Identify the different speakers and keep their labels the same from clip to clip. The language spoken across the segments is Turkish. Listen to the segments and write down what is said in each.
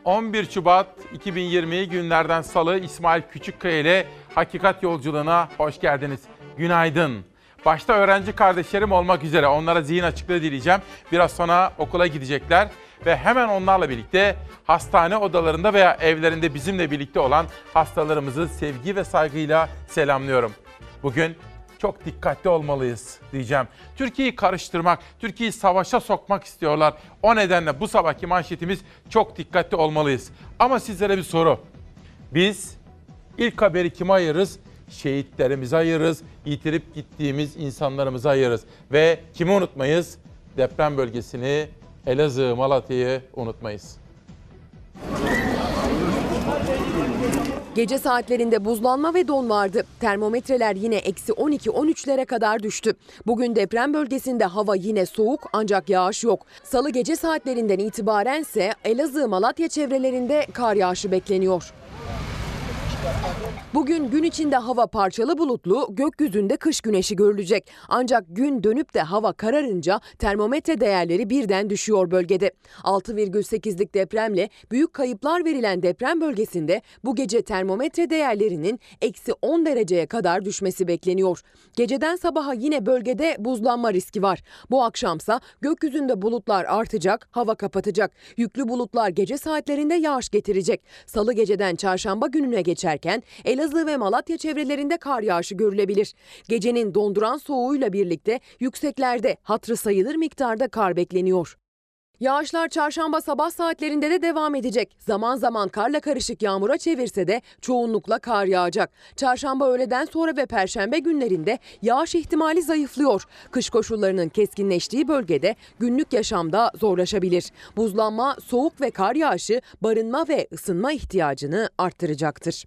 Speaker 1: 11 Şubat 2020 günlerden Salı, İsmail Küçükkaya ile Hakikat Yolculuğuna hoş geldiniz. Günaydın. Başta öğrenci kardeşlerim olmak üzere onlara zihin açıklığı dileyeceğim. Biraz sonra okula gidecekler ve hemen onlarla birlikte hastane odalarında veya evlerinde bizimle birlikte olan hastalarımızı sevgi ve saygıyla selamlıyorum. Bugün çok dikkatli olmalıyız diyeceğim. Türkiye'yi karıştırmak, Türkiye'yi savaşa sokmak istiyorlar. O nedenle bu sabahki manşetimiz çok dikkatli olmalıyız. Ama sizlere bir soru. Biz ilk haberi kime ayırırız? Şehitlerimize ayırırız, yitirip gittiğimiz insanlarımıza ayırırız. Ve kimi unutmayız? Deprem bölgesini, Elazığ, Malatya'yı unutmayız.
Speaker 2: Gece saatlerinde buzlanma ve don vardı. Termometreler yine -12-13'lere kadar düştü. Bugün deprem bölgesinde hava yine soğuk ancak yağış yok. Salı gece saatlerinden itibarense Elazığ, Malatya çevrelerinde kar yağışı bekleniyor. Bugün gün içinde hava parçalı bulutlu, gökyüzünde kış güneşi görülecek. Ancak gün dönüp de hava kararınca termometre değerleri birden düşüyor bölgede. 6,8'lik depremle büyük kayıplar verilen deprem bölgesinde bu gece termometre değerlerinin -10 dereceye kadar düşmesi bekleniyor. Geceden sabaha yine bölgede buzlanma riski var. Bu akşamsa gökyüzünde bulutlar artacak, hava kapatacak. Yüklü bulutlar gece saatlerinde yağış getirecek. Salı geceden çarşamba gününe geçerken Elazığ ve Malatya çevrelerinde kar yağışı görülebilir. Gecenin donduran soğuğuyla birlikte yükseklerde hatırı sayılır miktarda kar bekleniyor. Yağışlar çarşamba sabah saatlerinde de devam edecek. Zaman zaman karla karışık yağmura çevirse de çoğunlukla kar yağacak. Çarşamba öğleden sonra ve perşembe günlerinde yağış ihtimali zayıflıyor. Kış koşullarının keskinleştiği bölgede günlük yaşamda zorlaşabilir. Buzlanma, soğuk ve kar yağışı barınma ve ısınma ihtiyacını arttıracaktır.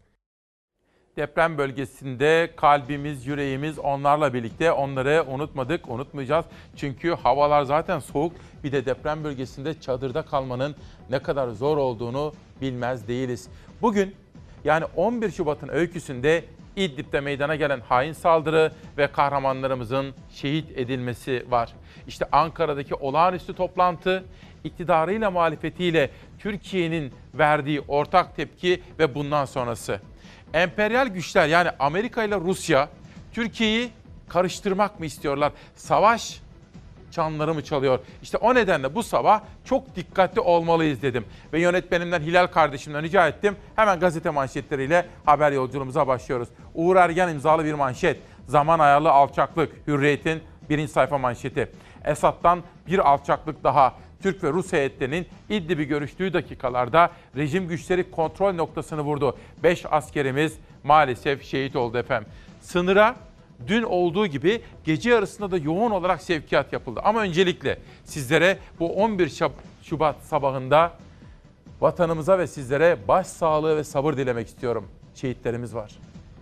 Speaker 1: Deprem bölgesinde kalbimiz, yüreğimiz onlarla birlikte. Onları unutmadık, unutmayacağız. Çünkü havalar zaten soğuk. Bir de deprem bölgesinde çadırda kalmanın ne kadar zor olduğunu bilmez değiliz. Bugün yani 11 Şubat'ın öyküsünde İdlib'de meydana gelen hain saldırı ve kahramanlarımızın şehit edilmesi var. İşte Ankara'daki olağanüstü toplantı, iktidarıyla muhalefetiyle Türkiye'nin verdiği ortak tepki ve bundan sonrası. Emperyal güçler yani Amerika ile Rusya Türkiye'yi karıştırmak mı istiyorlar? Savaş çanları mı çalıyor? İşte o nedenle bu sabah çok dikkatli olmalıyız dedim. Ve yönetmenimden Hilal kardeşimden rica ettim. Hemen gazete manşetleriyle haber yolculuğumuza başlıyoruz. Uğur Ergen imzalı bir manşet. Zaman ayarlı alçaklık. Hürriyet'in 1. sayfa manşeti. Esad'dan bir alçaklık daha. Türk ve Rus heyetlerinin İdlib'i görüştüğü dakikalarda rejim güçleri kontrol noktasını vurdu. 5 askerimiz maalesef şehit oldu efendim. Sınıra dün olduğu gibi gece yarısında da yoğun olarak sevkiyat yapıldı. Ama öncelikle sizlere bu 11 Şubat sabahında vatanımıza ve sizlere başsağlığı ve sabır dilemek istiyorum. Şehitlerimiz var.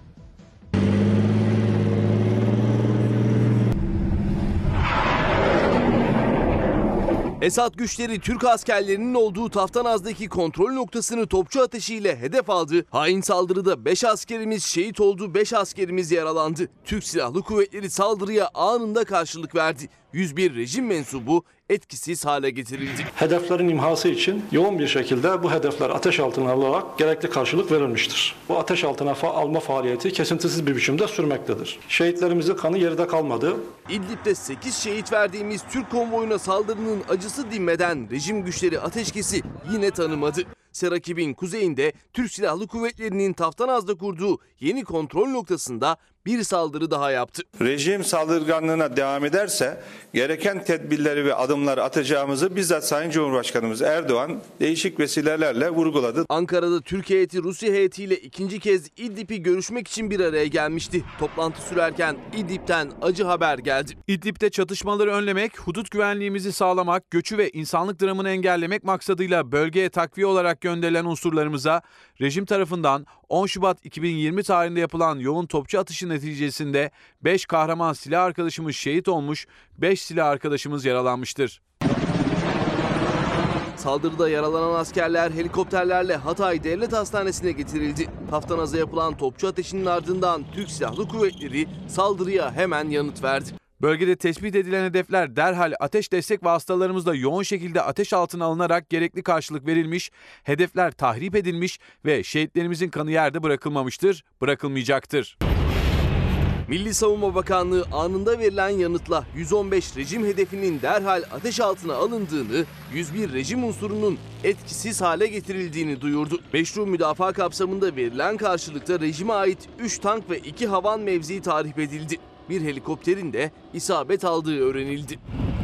Speaker 3: Esad güçleri Türk askerlerinin olduğu Taftanaz'daki kontrol noktasını topçu ateşiyle hedef aldı. Hain saldırıda 5 askerimiz şehit oldu, 5 askerimiz yaralandı. Türk Silahlı Kuvvetleri saldırıya anında karşılık verdi. 101 rejim mensubu etkisiz hale getirildi.
Speaker 4: Hedeflerin imhası için yoğun bir şekilde bu hedefler ateş altına alınarak gerekli karşılık verilmiştir. Bu ateş altına alma faaliyeti kesintisiz bir biçimde sürmektedir. Şehitlerimizin kanı yerde kalmadı.
Speaker 3: İdlib'de 8 şehit verdiğimiz Türk konvoyuna saldırının acısı dinmeden rejim güçleri ateşkesi yine tanımadı. Serakib'in kuzeyinde Türk Silahlı Kuvvetleri'nin Taftanaz'da kurduğu yeni kontrol noktasında bir saldırı daha yaptı.
Speaker 5: Rejim saldırganlığına devam ederse gereken tedbirleri ve adımları atacağımızı bizzat Sayın Cumhurbaşkanımız Erdoğan değişik vesilelerle vurguladı.
Speaker 3: Ankara'da Türk heyeti Rusya heyetiyle ikinci kez İdlib'i görüşmek için bir araya gelmişti. Toplantı sürerken İdlib'den acı haber geldi.
Speaker 6: İdlib'de çatışmaları önlemek, hudut güvenliğimizi sağlamak, göçü ve insanlık dramını engellemek maksadıyla bölgeye takviye olarak gönderilen unsurlarımıza rejim tarafından 10 Şubat 2020 tarihinde yapılan yoğun topçu atışı neticesinde 5 kahraman silah arkadaşımız şehit olmuş, 5 silah arkadaşımız yaralanmıştır.
Speaker 3: Saldırıda yaralanan askerler helikopterlerle Hatay Devlet Hastanesi'ne getirildi. Taftanaz'a yapılan topçu ateşinin ardından Türk Silahlı Kuvvetleri saldırıya hemen yanıt verdi.
Speaker 6: Bölgede tespit edilen hedefler derhal ateş destek vasıtalarımızla yoğun şekilde ateş altına alınarak gerekli karşılık verilmiş, hedefler tahrip edilmiş ve şehitlerimizin kanı yerde bırakılmamıştır, bırakılmayacaktır.
Speaker 3: Milli Savunma Bakanlığı anında verilen yanıtla 115 rejim hedefinin derhal ateş altına alındığını, 101 rejim unsurunun etkisiz hale getirildiğini duyurdu. Meşru müdafaa kapsamında verilen karşılıkta rejime ait 3 tank ve 2 havan mevzii tahrip edildi. Bir helikopterin de isabet aldığı öğrenildi.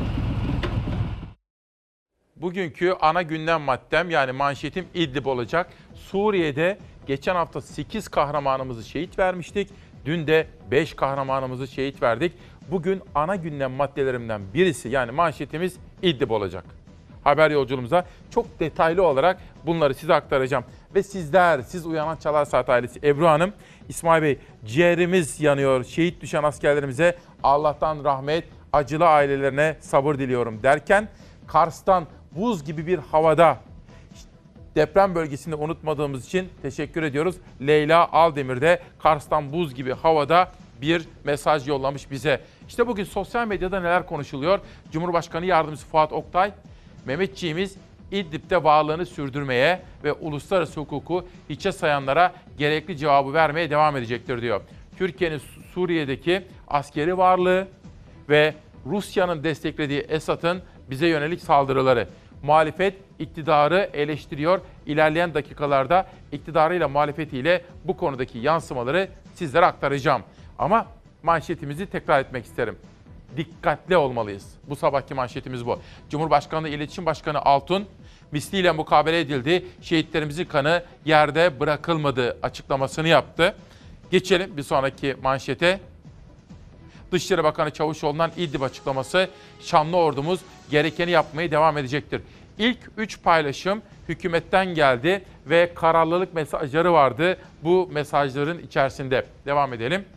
Speaker 1: Bugünkü ana gündem maddem yani manşetim İdlib olacak. Suriye'de geçen hafta 8 kahramanımızı şehit vermiştik. Dün de 5 kahramanımızı şehit verdik. Bugün ana gündem maddelerimden birisi yani manşetimiz İdlib olacak. Haber yolculuğumuza çok detaylı olarak bunları size aktaracağım. Ve sizler, siz Uyanan Çalar Saat ailesi, Ebru Hanım, İsmail Bey, ciğerimiz yanıyor. Şehit düşen askerlerimize Allah'tan rahmet, acılı ailelerine sabır diliyorum derken Kars'tan buz gibi bir havada deprem bölgesinde unutmadığımız için teşekkür ediyoruz. Leyla Aldemir de Kars'tan buz gibi havada bir mesaj yollamış bize. İşte bugün sosyal medyada neler konuşuluyor? Cumhurbaşkanı Yardımcısı Fuat Oktay, Mehmetçiğimiz İdlib'de varlığını sürdürmeye ve uluslararası hukuku hiçe sayanlara gerekli cevabı vermeye devam edecektir diyor. Türkiye'nin Suriye'deki askeri varlığı ve Rusya'nın desteklediği Esad'ın bize yönelik saldırıları. Muhalefet iktidarı eleştiriyor. İlerleyen dakikalarda iktidarıyla muhalefetiyle bu konudaki yansımaları sizlere aktaracağım. Ama manşetimizi tekrar etmek isterim. Dikkatli olmalıyız. Bu sabahki manşetimiz bu. Cumhurbaşkanlığı İletişim Başkanı Altun, misliyle mukabele edildi. Şehitlerimizin kanı yerde bırakılmadı açıklamasını yaptı. Geçelim bir sonraki manşete. Dışişleri Bakanı Çavuşoğlu'ndan İdlib açıklaması, şanlı ordumuz gerekeni yapmaya devam edecektir. İlk 3 paylaşım hükümetten geldi ve kararlılık mesajları vardı bu mesajların içerisinde. Devam edelim.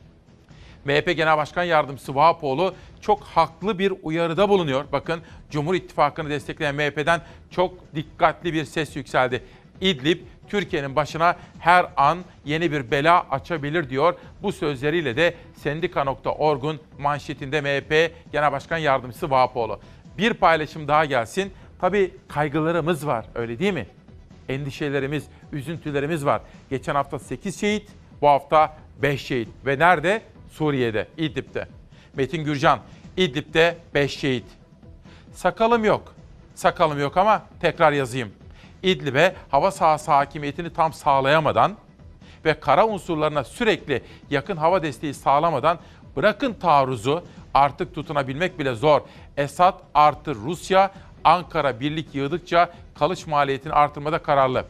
Speaker 1: MHP Genel Başkan Yardımcısı Vahapoğlu çok haklı bir uyarıda bulunuyor. Bakın Cumhur İttifakı'nı destekleyen MHP'den çok dikkatli bir ses yükseldi. İdlib Türkiye'nin başına her an yeni bir bela açabilir diyor. Bu sözleriyle de Sendika.org'un manşetinde MHP Genel Başkan Yardımcısı Vahapoğlu. Bir paylaşım daha gelsin. Tabii kaygılarımız var, öyle değil mi? Endişelerimiz, üzüntülerimiz var. Geçen hafta 8 şehit, bu hafta 5 şehit. Ve nerede? Suriye'de, İdlib'de. Metin Gürcan, İdlib'de 5 şehit. Sakalım yok ama tekrar yazayım. İdlib'e hava sahası hakimiyetini tam sağlayamadan ve kara unsurlarına sürekli yakın hava desteği sağlamadan bırakın taarruzu artık tutunabilmek bile zor. Esad artı Rusya, Ankara birlik yığdıkça kalış maliyetini artırmada kararlı.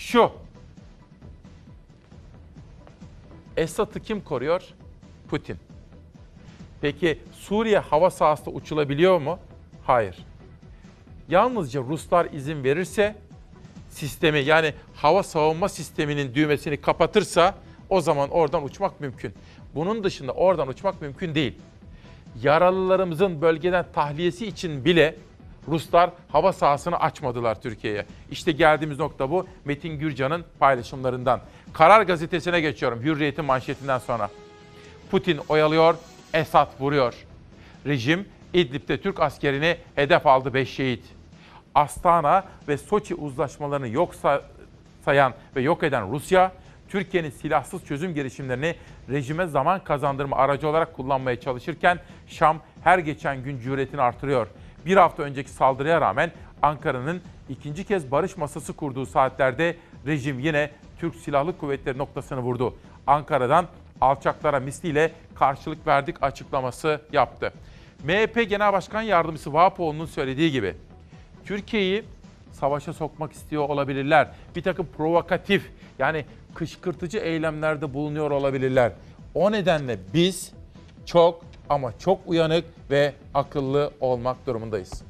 Speaker 1: Esad'ı kim koruyor? Putin. Peki Suriye hava sahasında uçulabiliyor mu? Hayır. Yalnızca Ruslar izin verirse sistemi yani hava savunma sisteminin düğmesini kapatırsa o zaman oradan uçmak mümkün. Bunun dışında oradan uçmak mümkün değil. Yaralılarımızın bölgeden tahliyesi için bile Ruslar hava sahasını açmadılar Türkiye'ye. İşte geldiğimiz nokta bu. Metin Gürcan'ın paylaşımlarından. Karar Gazetesi'ne geçiyorum Hürriyet'in manşetinden sonra. Putin oyalıyor, Esad vuruyor. Rejim İdlib'de Türk askerini hedef aldı 5 şehit. Astana ve Soçi uzlaşmalarını yok sayan ve yok eden Rusya, Türkiye'nin silahsız çözüm girişimlerini rejime zaman kazandırma aracı olarak kullanmaya çalışırken Şam her geçen gün cüretini artırıyor. Bir hafta önceki saldırıya rağmen Ankara'nın ikinci kez barış masası kurduğu saatlerde rejim yine Türk Silahlı Kuvvetleri noktasını vurdu. Ankara'dan alçaklara misliyle karşılık verdik açıklaması yaptı. MHP Genel Başkan Yardımcısı Vahapoğlu'nun söylediği gibi Türkiye'yi savaşa sokmak istiyor olabilirler. Bir takım provokatif yani kışkırtıcı eylemlerde bulunuyor olabilirler. O nedenle biz çok ama çok uyanık ve akıllı olmak durumundayız.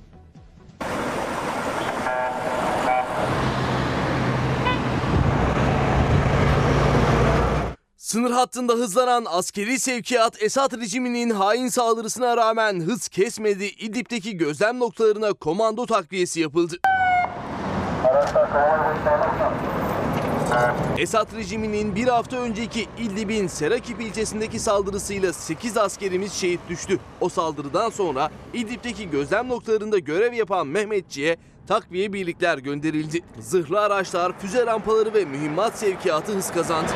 Speaker 3: Sınır hattında hızlanan askeri sevkiyat Esad rejiminin hain saldırısına rağmen hız kesmedi. İdlib'deki gözlem noktalarına komando takviyesi yapıldı. Esad rejiminin bir hafta önceki İdlib'in Serakip ilçesindeki saldırısıyla 8 askerimiz şehit düştü. O saldırıdan sonra İdlib'deki gözlem noktalarında görev yapan Mehmetçi'ye takviye birlikler gönderildi. Zırhlı araçlar, füze rampaları ve mühimmat sevkiyatı hız kazandı.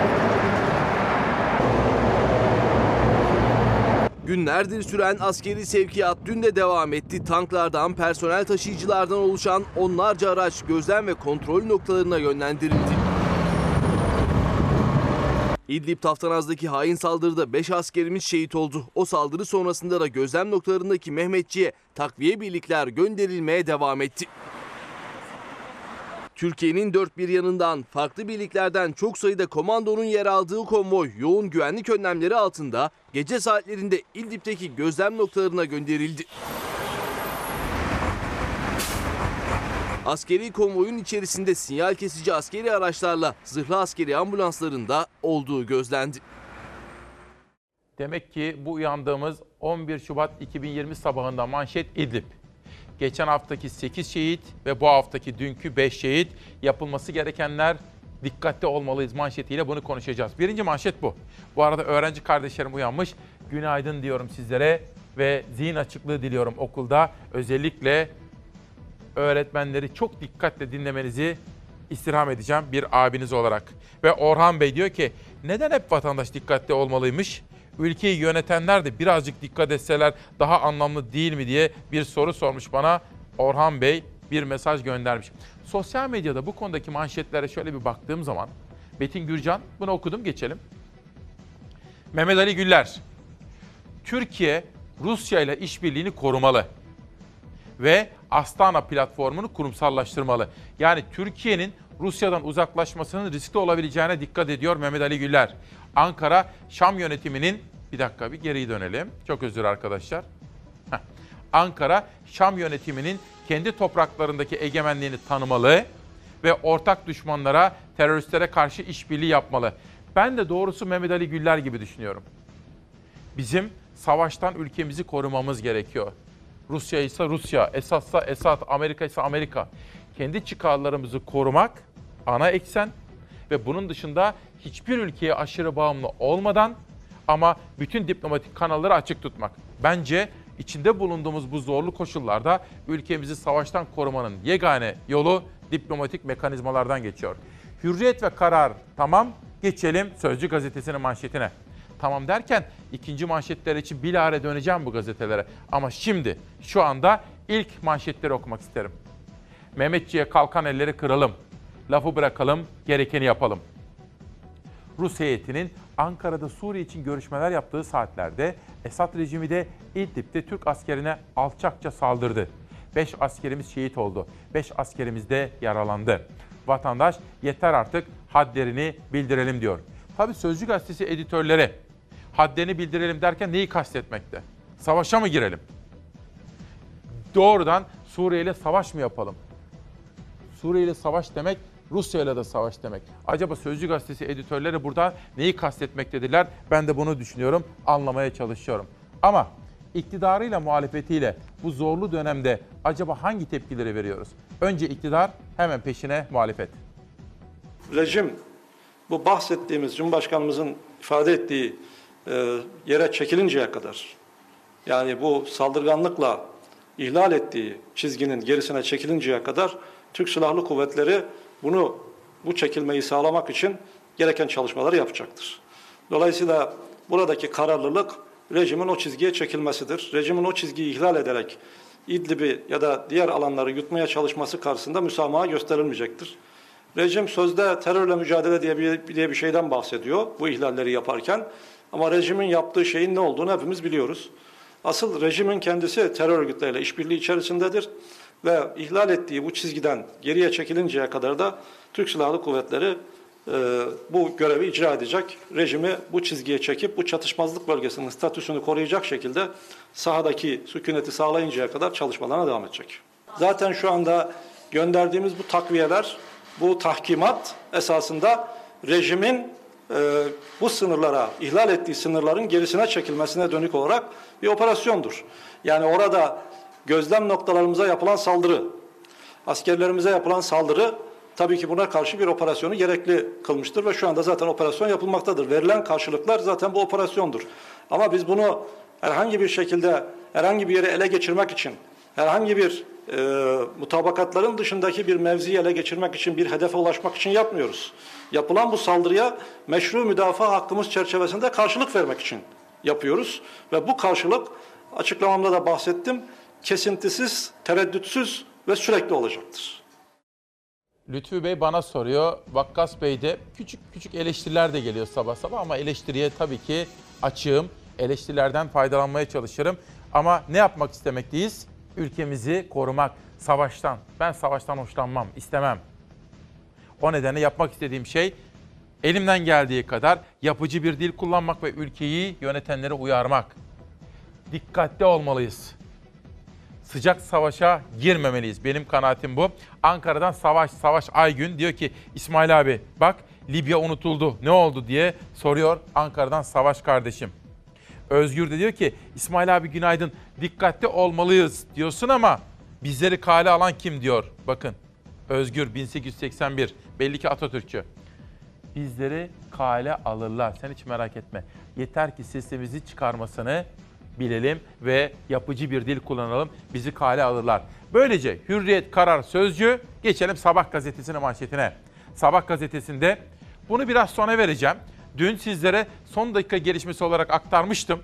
Speaker 3: Günlerdir süren askeri sevkiyat dün de devam etti. Tanklardan, personel taşıyıcılardan oluşan onlarca araç gözlem ve kontrol noktalarına yönlendirildi. İdlib Taftanaz'daki hain saldırıda 5 askerimiz şehit oldu. O saldırı sonrasında da gözlem noktalarındaki Mehmetçi'ye takviye birlikler gönderilmeye devam etti. Türkiye'nin dört bir yanından farklı birliklerden çok sayıda komandonun yer aldığı konvoy yoğun güvenlik önlemleri altında gece saatlerinde İdlib'deki gözlem noktalarına gönderildi. Askeri konvoyun içerisinde sinyal kesici askeri araçlarla zırhlı askeri ambulansların da olduğu gözlendi.
Speaker 1: Demek ki bu uyandığımız 11 Şubat 2020 sabahında manşet İdlib. Geçen haftaki 8 şehit ve bu haftaki dünkü 5 şehit, yapılması gerekenler, dikkatli olmalıyız manşetiyle bunu konuşacağız. Birinci manşet bu. Bu arada öğrenci kardeşlerim uyanmış. Günaydın diyorum sizlere ve zihin açıklığı diliyorum okulda. Özellikle öğretmenleri çok dikkatle dinlemenizi istirham edeceğim bir abiniz olarak. Ve Orhan Bey diyor ki neden hep vatandaş dikkatli olmalıymış? Ülkeyi yönetenler de birazcık dikkat etseler daha anlamlı değil mi diye bir soru sormuş bana. Orhan Bey bir mesaj göndermiş. Sosyal medyada bu konudaki manşetlere şöyle bir baktığım zaman Metin Gürcan, bunu okudum geçelim. Mehmet Ali Güller, Türkiye Rusya ile işbirliğini korumalı ve Astana platformunu kurumsallaştırmalı. Yani Türkiye'nin Rusya'dan uzaklaşmasının riskli olabileceğine dikkat ediyor Mehmet Ali Güller. Ankara, Şam yönetiminin, bir dakika bir geriye dönelim. Çok özür arkadaşlar. Ankara, Şam yönetiminin kendi topraklarındaki egemenliğini tanımalı ve ortak düşmanlara, teröristlere karşı işbirliği yapmalı. Ben de doğrusu Mehmet Ali Güller gibi düşünüyorum. Bizim savaştan ülkemizi korumamız gerekiyor. Rusya ise Rusya, Esad'sa Esad, Amerika ise Amerika. Kendi çıkarlarımızı korumak ana eksen ve bunun dışında hiçbir ülkeye aşırı bağımlı olmadan ama bütün diplomatik kanalları açık tutmak. Bence içinde bulunduğumuz bu zorlu koşullarda ülkemizi savaştan korumanın yegane yolu diplomatik mekanizmalardan geçiyor. Hürriyet ve Karar tamam, geçelim Sözcü gazetesinin manşetine. Tamam derken ikinci manşetler için bilahare döneceğim bu gazetelere. Ama şimdi şu anda ilk manşetleri okumak isterim. Mehmetçiğe kalkan elleri kıralım. Lafı bırakalım, gerekeni yapalım. Rus heyetinin Ankara'da Suriye için görüşmeler yaptığı saatlerde Esad rejimi de İdlib'de Türk askerine alçakça saldırdı. 5 askerimiz şehit oldu. 5 askerimiz de yaralandı. Vatandaş yeter artık hadlerini bildirelim diyor. Tabii Sözcü gazetesi editörleri hadlerini bildirelim derken neyi kastetmekte? Savaşa mı girelim? Doğrudan Suriye ile savaş mı yapalım? Suriye ile savaş demek, Rusya ile de savaş demek. Acaba Sözcü gazetesi editörleri burada neyi kastetmektedirler? Ben de bunu düşünüyorum, anlamaya çalışıyorum. Ama iktidarıyla muhalefetiyle bu zorlu dönemde acaba hangi tepkileri veriyoruz? Önce iktidar, hemen peşine muhalefet.
Speaker 4: Rejim bu bahsettiğimiz Cumhurbaşkanımızın ifade ettiği yere çekilinceye kadar, yani bu saldırganlıkla ihlal ettiği çizginin gerisine çekilinceye kadar Türk Silahlı Kuvvetleri bu çekilmeyi sağlamak için gereken çalışmaları yapacaktır. Dolayısıyla buradaki kararlılık rejimin o çizgiye çekilmesidir. Rejimin o çizgiyi ihlal ederek İdlib'i ya da diğer alanları yutmaya çalışması karşısında müsamaha gösterilmeyecektir. Rejim sözde terörle mücadele diye bir şeyden bahsediyor bu ihlalleri yaparken. Ama rejimin yaptığı şeyin ne olduğunu hepimiz biliyoruz. Asıl rejimin kendisi terör örgütleriyle işbirliği içerisindedir. Ve ihlal ettiği bu çizgiden geriye çekilinceye kadar da Türk Silahlı Kuvvetleri bu görevi icra edecek. Rejimi bu çizgiye çekip bu çatışmazlık bölgesinin statüsünü koruyacak şekilde sahadaki sükuneti sağlayıncaya kadar çalışmalarına devam edecek. Zaten şu anda gönderdiğimiz bu takviyeler, bu tahkimat esasında rejimin bu sınırlara, ihlal ettiği sınırların gerisine çekilmesine dönük olarak bir operasyondur. Yani orada gözlem noktalarımıza yapılan saldırı, askerlerimize yapılan saldırı tabii ki buna karşı bir operasyonu gerekli kılmıştır ve şu anda zaten operasyon yapılmaktadır. Verilen karşılıklar zaten bu operasyondur. Ama biz bunu herhangi bir şekilde herhangi bir yere ele geçirmek için, herhangi bir mutabakatların dışındaki bir mevziyi ele geçirmek için, bir hedefe ulaşmak için yapmıyoruz. Yapılan bu saldırıya meşru müdafaa hakkımız çerçevesinde karşılık vermek için yapıyoruz. Ve bu karşılık, açıklamamda da bahsettim, kesintisiz, tereddütsüz ve sürekli olacaktır.
Speaker 1: Lütfü Bey bana soruyor. Vakkas Bey de küçük küçük eleştiriler de geliyor sabah sabah ama eleştiriye tabii ki açığım. Eleştirilerden faydalanmaya çalışırım. Ama ne yapmak istemekteyiz? Ülkemizi korumak, savaştan. Ben savaştan hoşlanmam, istemem. O nedenle yapmak istediğim şey elimden geldiği kadar yapıcı bir dil kullanmak ve ülkeyi yönetenlere uyarmak. Dikkatli olmalıyız. Sıcak savaşa girmemeliyiz. Benim kanaatim bu. Ankara'dan Savaş Aygün diyor ki İsmail abi bak Libya unutuldu. Ne oldu diye soruyor Ankara'dan Savaş kardeşim. Özgür de diyor ki İsmail abi günaydın, dikkatli olmalıyız diyorsun ama bizleri kale alan kim diyor. Bakın Özgür 1881 belli ki Atatürkçü. Bizleri kale alırlar, sen hiç merak etme. Yeter ki sesimizi çıkarmasını bilelim ve yapıcı bir dil kullanalım, bizi kale alırlar. Böylece Hürriyet, Karar, Sözcü, geçelim Sabah gazetesinin manşetine. Sabah gazetesinde bunu biraz sonra vereceğim. Dün sizlere son dakika gelişmesi olarak aktarmıştım.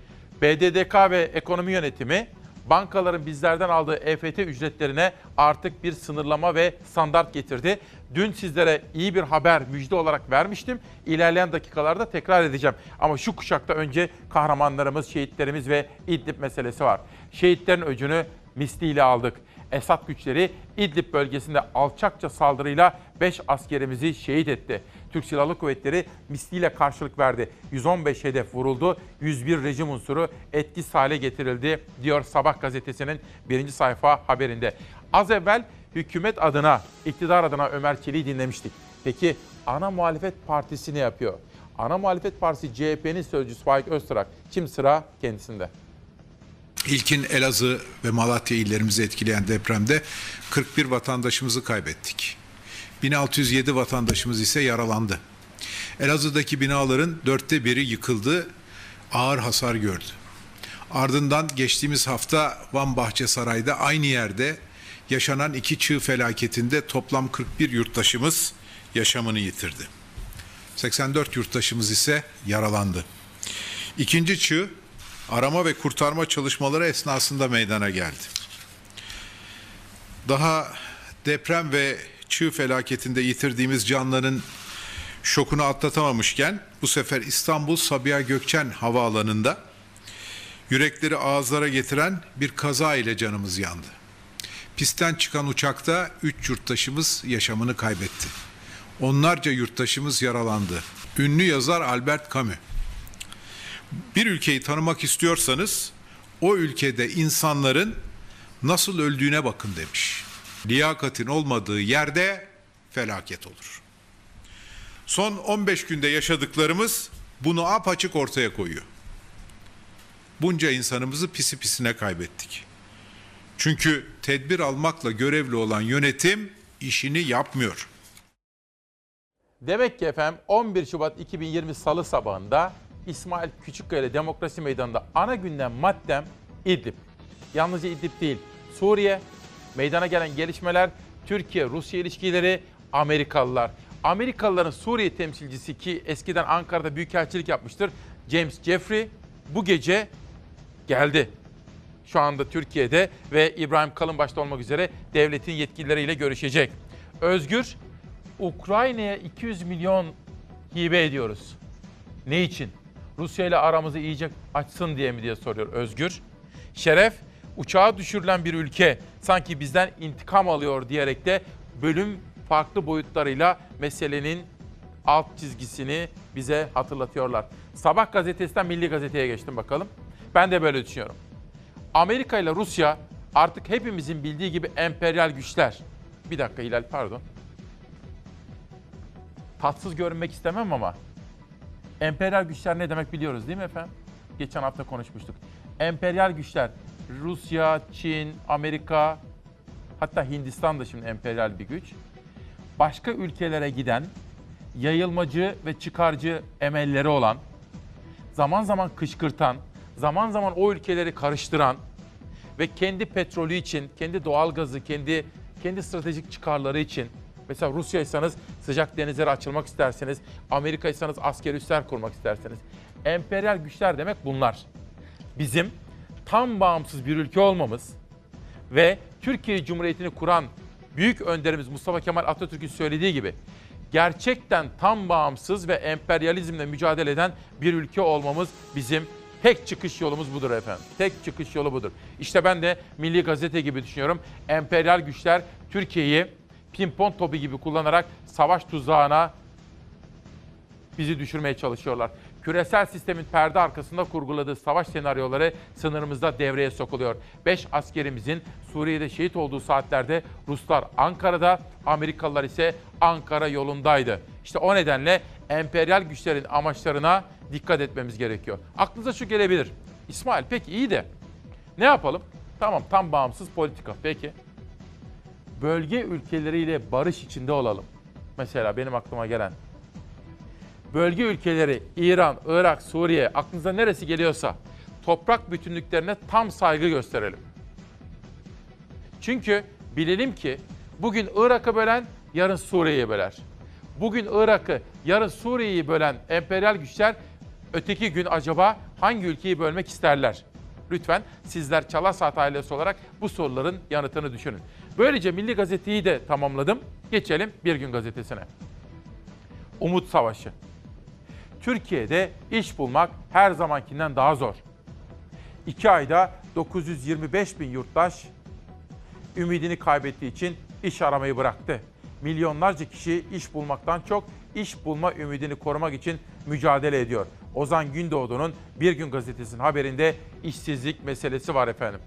Speaker 1: BDDK ve Ekonomi Yönetimi bankaların bizlerden aldığı EFT ücretlerine artık bir sınırlama ve standart getirdi. Dün sizlere iyi bir haber, müjde olarak vermiştim. İlerleyen dakikalarda tekrar edeceğim. Ama şu kuşakta önce kahramanlarımız, şehitlerimiz ve İdlib meselesi var. Şehitlerin öcünü misliyle aldık. Esad güçleri İdlib bölgesinde alçakça saldırıyla 5 askerimizi şehit etti. Türk Silahlı Kuvvetleri misliyle karşılık verdi. 115 hedef vuruldu, 101 rejim unsuru etkisiz hale getirildi diyor Sabah gazetesinin 1. sayfa haberinde. Az evvel hükümet adına, iktidar adına Ömer Çelik'i dinlemiştik. Peki ana muhalefet partisi ne yapıyor? Ana muhalefet partisi CHP'nin sözcüsü Faik Öztürk. Şimdi sıra kendisinde.
Speaker 7: İlkin Elazığ ve Malatya illerimizi etkileyen depremde 41 vatandaşımızı kaybettik. 1607 vatandaşımız ise yaralandı. Elazığ'daki binaların 1/4'ü yıkıldı, ağır hasar gördü. Ardından geçtiğimiz hafta Van Bahçesaray'da aynı yerde yaşanan 2 çığ felaketinde toplam 41 yurttaşımız yaşamını yitirdi. 84 yurttaşımız ise yaralandı. İkinci çığ arama ve kurtarma çalışmaları esnasında meydana geldi. Daha deprem ve çığ felaketinde yitirdiğimiz canların şokunu atlatamamışken bu sefer İstanbul Sabiha Gökçen Havaalanı'nda yürekleri ağızlara getiren bir kaza ile canımız yandı. Pistten çıkan uçakta 3 yurttaşımız yaşamını kaybetti. Onlarca yurttaşımız yaralandı. Ünlü yazar Albert Camus, bir ülkeyi tanımak istiyorsanız o ülkede insanların nasıl öldüğüne bakın demiş. Liyakatin olmadığı yerde felaket olur. Son 15 günde yaşadıklarımız bunu apaçık ortaya koyuyor. Bunca insanımızı pisi pisine kaybettik. Çünkü tedbir almakla görevli olan yönetim işini yapmıyor.
Speaker 1: Demek ki efendim 11 Şubat 2020 Salı sabahında İsmail Küçükkaya Demokrasi Meydanı'nda ana gündem maddem İdlib. Yalnızca İdlib değil, Suriye, meydana gelen gelişmeler, Türkiye-Rusya ilişkileri, Amerikalılar. Amerikalıların Suriye temsilcisi ki eskiden Ankara'da büyükelçilik yapmıştır, James Jeffrey bu gece geldi. Şu anda Türkiye'de ve İbrahim Kalın başta olmak üzere devletin yetkilileriyle görüşecek. Özgür, Ukrayna'ya 200 milyon hibe ediyoruz. Ne için? Rusya ile aramızı iyice açsın diye mi diye soruyor Özgür. Şeref, uçağa düşürülen bir ülke sanki bizden intikam alıyor diyerek de bölüm farklı boyutlarıyla meselenin alt çizgisini bize hatırlatıyorlar. Sabah gazetesinden Milli Gazete'ye geçtim bakalım. Ben de böyle düşünüyorum. Amerika ile Rusya artık hepimizin bildiği gibi emperyal güçler. Bir dakika Hilal, pardon. Tatsız görünmek istemem ama emperyal güçler ne demek biliyoruz değil mi efendim? Geçen hafta konuşmuştuk. Emperyal güçler Rusya, Çin, Amerika, hatta Hindistan da şimdi emperyal bir güç. başka ülkelere giden, yayılmacı ve çıkarcı emelleri olan, zaman zaman kışkırtan, zaman zaman o ülkeleri karıştıran ve kendi petrolü için, kendi doğalgazı, kendi stratejik çıkarları için, mesela Rusya'ysanız sıcak denizlere açılmak isterseniz, Amerika'ysanız askeri üsler kurmak isterseniz. Emperyal güçler demek bunlar. Bizim tam bağımsız bir ülke olmamız ve Türkiye Cumhuriyeti'ni kuran büyük önderimiz Mustafa Kemal Atatürk'ün söylediği gibi gerçekten tam bağımsız ve emperyalizmle mücadele eden bir ülke olmamız bizim tek çıkış yolumuz budur efendim. Tek çıkış yolu budur. İşte ben de Milli Gazete gibi düşünüyorum. Emperyal güçler Türkiye'yi pimpon topu gibi kullanarak savaş tuzağına bizi düşürmeye çalışıyorlar. Küresel sistemin perde arkasında kurguladığı savaş senaryoları sınırımızda devreye sokuluyor. 5 askerimizin Suriye'de şehit olduğu saatlerde Ruslar Ankara'da, Amerikalılar ise Ankara yolundaydı. İşte o nedenle emperyal güçlerin amaçlarına dikkat etmemiz gerekiyor. Aklınıza şu gelebilir. İsmail peki iyi de ne yapalım? Tamam, tam bağımsız politika. Peki bölge ülkeleriyle barış içinde olalım. Mesela benim aklıma gelen bölge ülkeleri İran, Irak, Suriye, aklınıza neresi geliyorsa toprak bütünlüklerine tam saygı gösterelim. Çünkü bilelim ki bugün Irak'ı bölen yarın Suriye'yi böler. Bugün Irak'ı yarın Suriye'yi bölen emperyal güçler öteki gün acaba hangi ülkeyi bölmek isterler? Lütfen sizler Çalar Saat ailesi olarak bu soruların yanıtını düşünün. Böylece Milli Gazete'yi de tamamladım. Geçelim Bir Gün Gazetesi'ne. Umut Savaşı. Türkiye'de iş bulmak her zamankinden daha zor. 2 ayda 925 bin yurttaş ümidini kaybettiği için iş aramayı bıraktı. Milyonlarca kişi iş bulmaktan çok iş bulma ümidini korumak için mücadele ediyor. Ozan Gündoğdu'nun Bir Gün Gazetesi'nin haberinde işsizlik meselesi var efendim.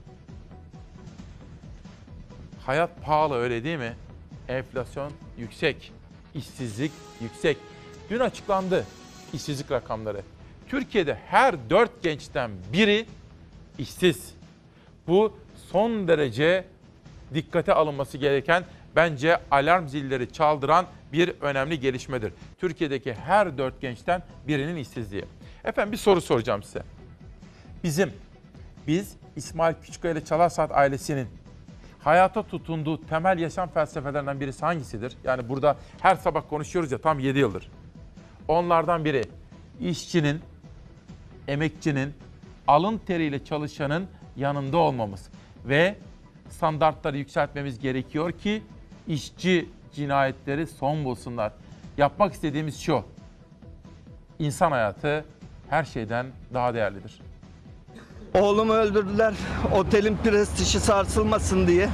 Speaker 1: Hayat pahalı, öyle değil mi? Enflasyon yüksek, işsizlik yüksek. Dün açıklandı işsizlik rakamları. Türkiye'de her 4 gençten biri işsiz. Bu son derece dikkate alınması gereken, bence alarm zilleri çaldıran bir önemli gelişmedir. Türkiye'deki her 4 gençten birinin işsizliği. Efendim bir soru soracağım size. Biz İsmail Küçükkaya ile Çalar Saat ailesinin hayata tutunduğu temel yaşam felsefelerinden birisi hangisidir? Yani burada her sabah konuşuyoruz ya, tam 7 yıldır. Onlardan biri işçinin, emekçinin, alın teriyle çalışanın yanında olmamız ve standartları yükseltmemiz gerekiyor ki işçi cinayetleri son bulsunlar. Yapmak istediğimiz şu: İnsan hayatı her şeyden daha değerlidir.
Speaker 8: Oğlumu öldürdüler, otelin prestiji sarsılmasın diye.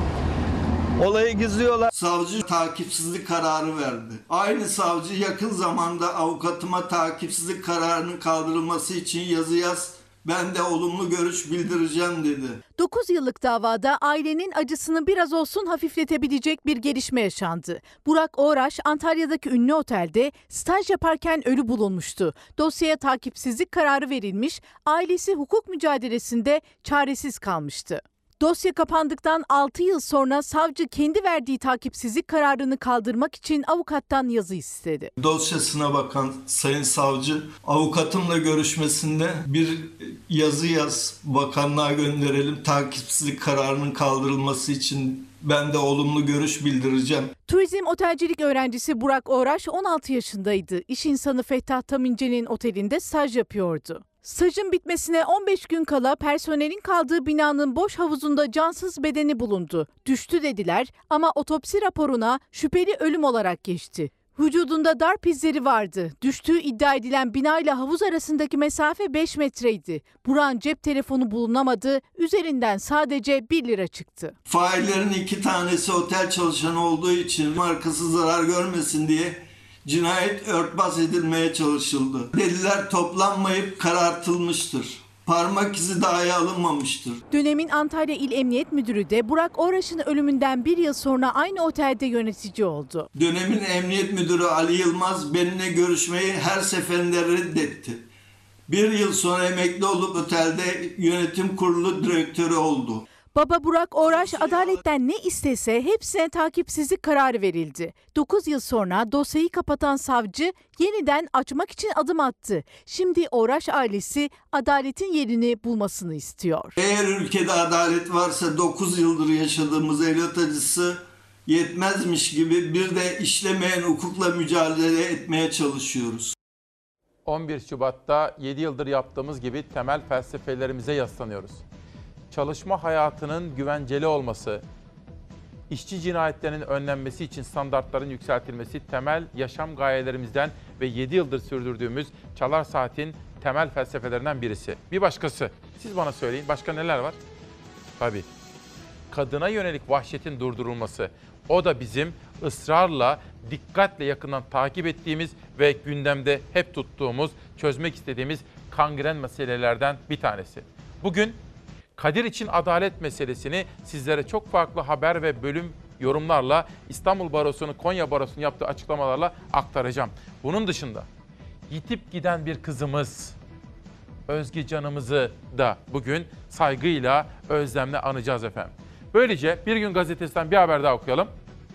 Speaker 8: Olayı gizliyorlar.
Speaker 9: Savcı takipsizlik kararı verdi. Aynı savcı yakın zamanda avukatıma takipsizlik kararının kaldırılması için yazı yaz, ben de olumlu görüş bildireceğim dedi.
Speaker 10: 9 yıllık davada ailenin acısını biraz olsun hafifletebilecek bir gelişme yaşandı. Burak Oğraş Antalya'daki ünlü otelde staj yaparken ölü bulunmuştu. Dosyaya takipsizlik kararı verilmiş, ailesi hukuk mücadelesinde çaresiz kalmıştı. Dosya kapandıktan 6 yıl sonra savcı kendi verdiği takipsizlik kararını kaldırmak için avukattan yazı istedi.
Speaker 9: Dosyasına bakan sayın savcı avukatımla görüşmesinde bir yazı yaz, bakanlığa gönderelim, takipsizlik kararının kaldırılması için ben de olumlu görüş bildireceğim.
Speaker 10: Turizm otelcilik öğrencisi Burak Oğraş 16 yaşındaydı. İş insanı Fettah Tamince'nin otelinde staj yapıyordu. Stajın bitmesine 15 gün kala personelin kaldığı binanın boş havuzunda cansız bedeni bulundu. Düştü dediler ama otopsi raporuna şüpheli ölüm olarak geçti. Vücudunda darp izleri vardı. Düştüğü iddia edilen binayla havuz arasındaki mesafe 5 metreydi. Burak'ın cep telefonu bulunamadı. Üzerinden sadece 1 lira çıktı.
Speaker 9: Faillerin 2 tanesi otel çalışanı olduğu için markası zarar görmesin diye cinayet örtbas edilmeye çalışıldı. Deliller toplanmayıp karartılmıştır. Parmak izi dahi alınmamıştır.
Speaker 10: Dönemin Antalya İl Emniyet Müdürü de Burak Oğraş'ın ölümünden 1 yıl sonra aynı otelde yönetici oldu.
Speaker 9: Dönemin Emniyet Müdürü Ali Yılmaz benimle görüşmeyi her seferinde reddetti. 1 yıl sonra emekli olup otelde yönetim kurulu direktörü oldu.
Speaker 10: Baba Burak Oraş adaletten ne istese hepsine takipsizlik kararı verildi. 9 yıl sonra dosyayı kapatan savcı yeniden açmak için adım attı. Şimdi Oraş ailesi adaletin yerini bulmasını istiyor.
Speaker 9: Eğer ülkede adalet varsa 9 yıldır yaşadığımız evlat acısı yetmezmiş gibi bir de işlemeyen hukukla mücadele etmeye çalışıyoruz.
Speaker 1: 11 Şubat'ta 7 yıldır yaptığımız gibi temel felsefelerimize yaslanıyoruz. Çalışma hayatının güvenceli olması, işçi cinayetlerinin önlenmesi için standartların yükseltilmesi temel yaşam gayelerimizden ve 7 yıldır sürdürdüğümüz Çalar Saat'in temel felsefelerinden birisi. Bir başkası, siz bana söyleyin, başka neler var? Tabii, kadına yönelik vahşetin durdurulması. O da bizim ısrarla, dikkatle yakından takip ettiğimiz ve gündemde hep tuttuğumuz, çözmek istediğimiz kangren meselelerden bir tanesi. Bugün Kadir için adalet meselesini sizlere çok farklı haber ve bölüm yorumlarla İstanbul Barosu'nun, Konya Barosu'nun yaptığı açıklamalarla aktaracağım. Bunun dışında yitip giden bir kızımız Özge Canımızı da bugün saygıyla, özlemle anacağız efendim. Böylece Bir Gün Gazetesi'nden bir haber daha okuyalım.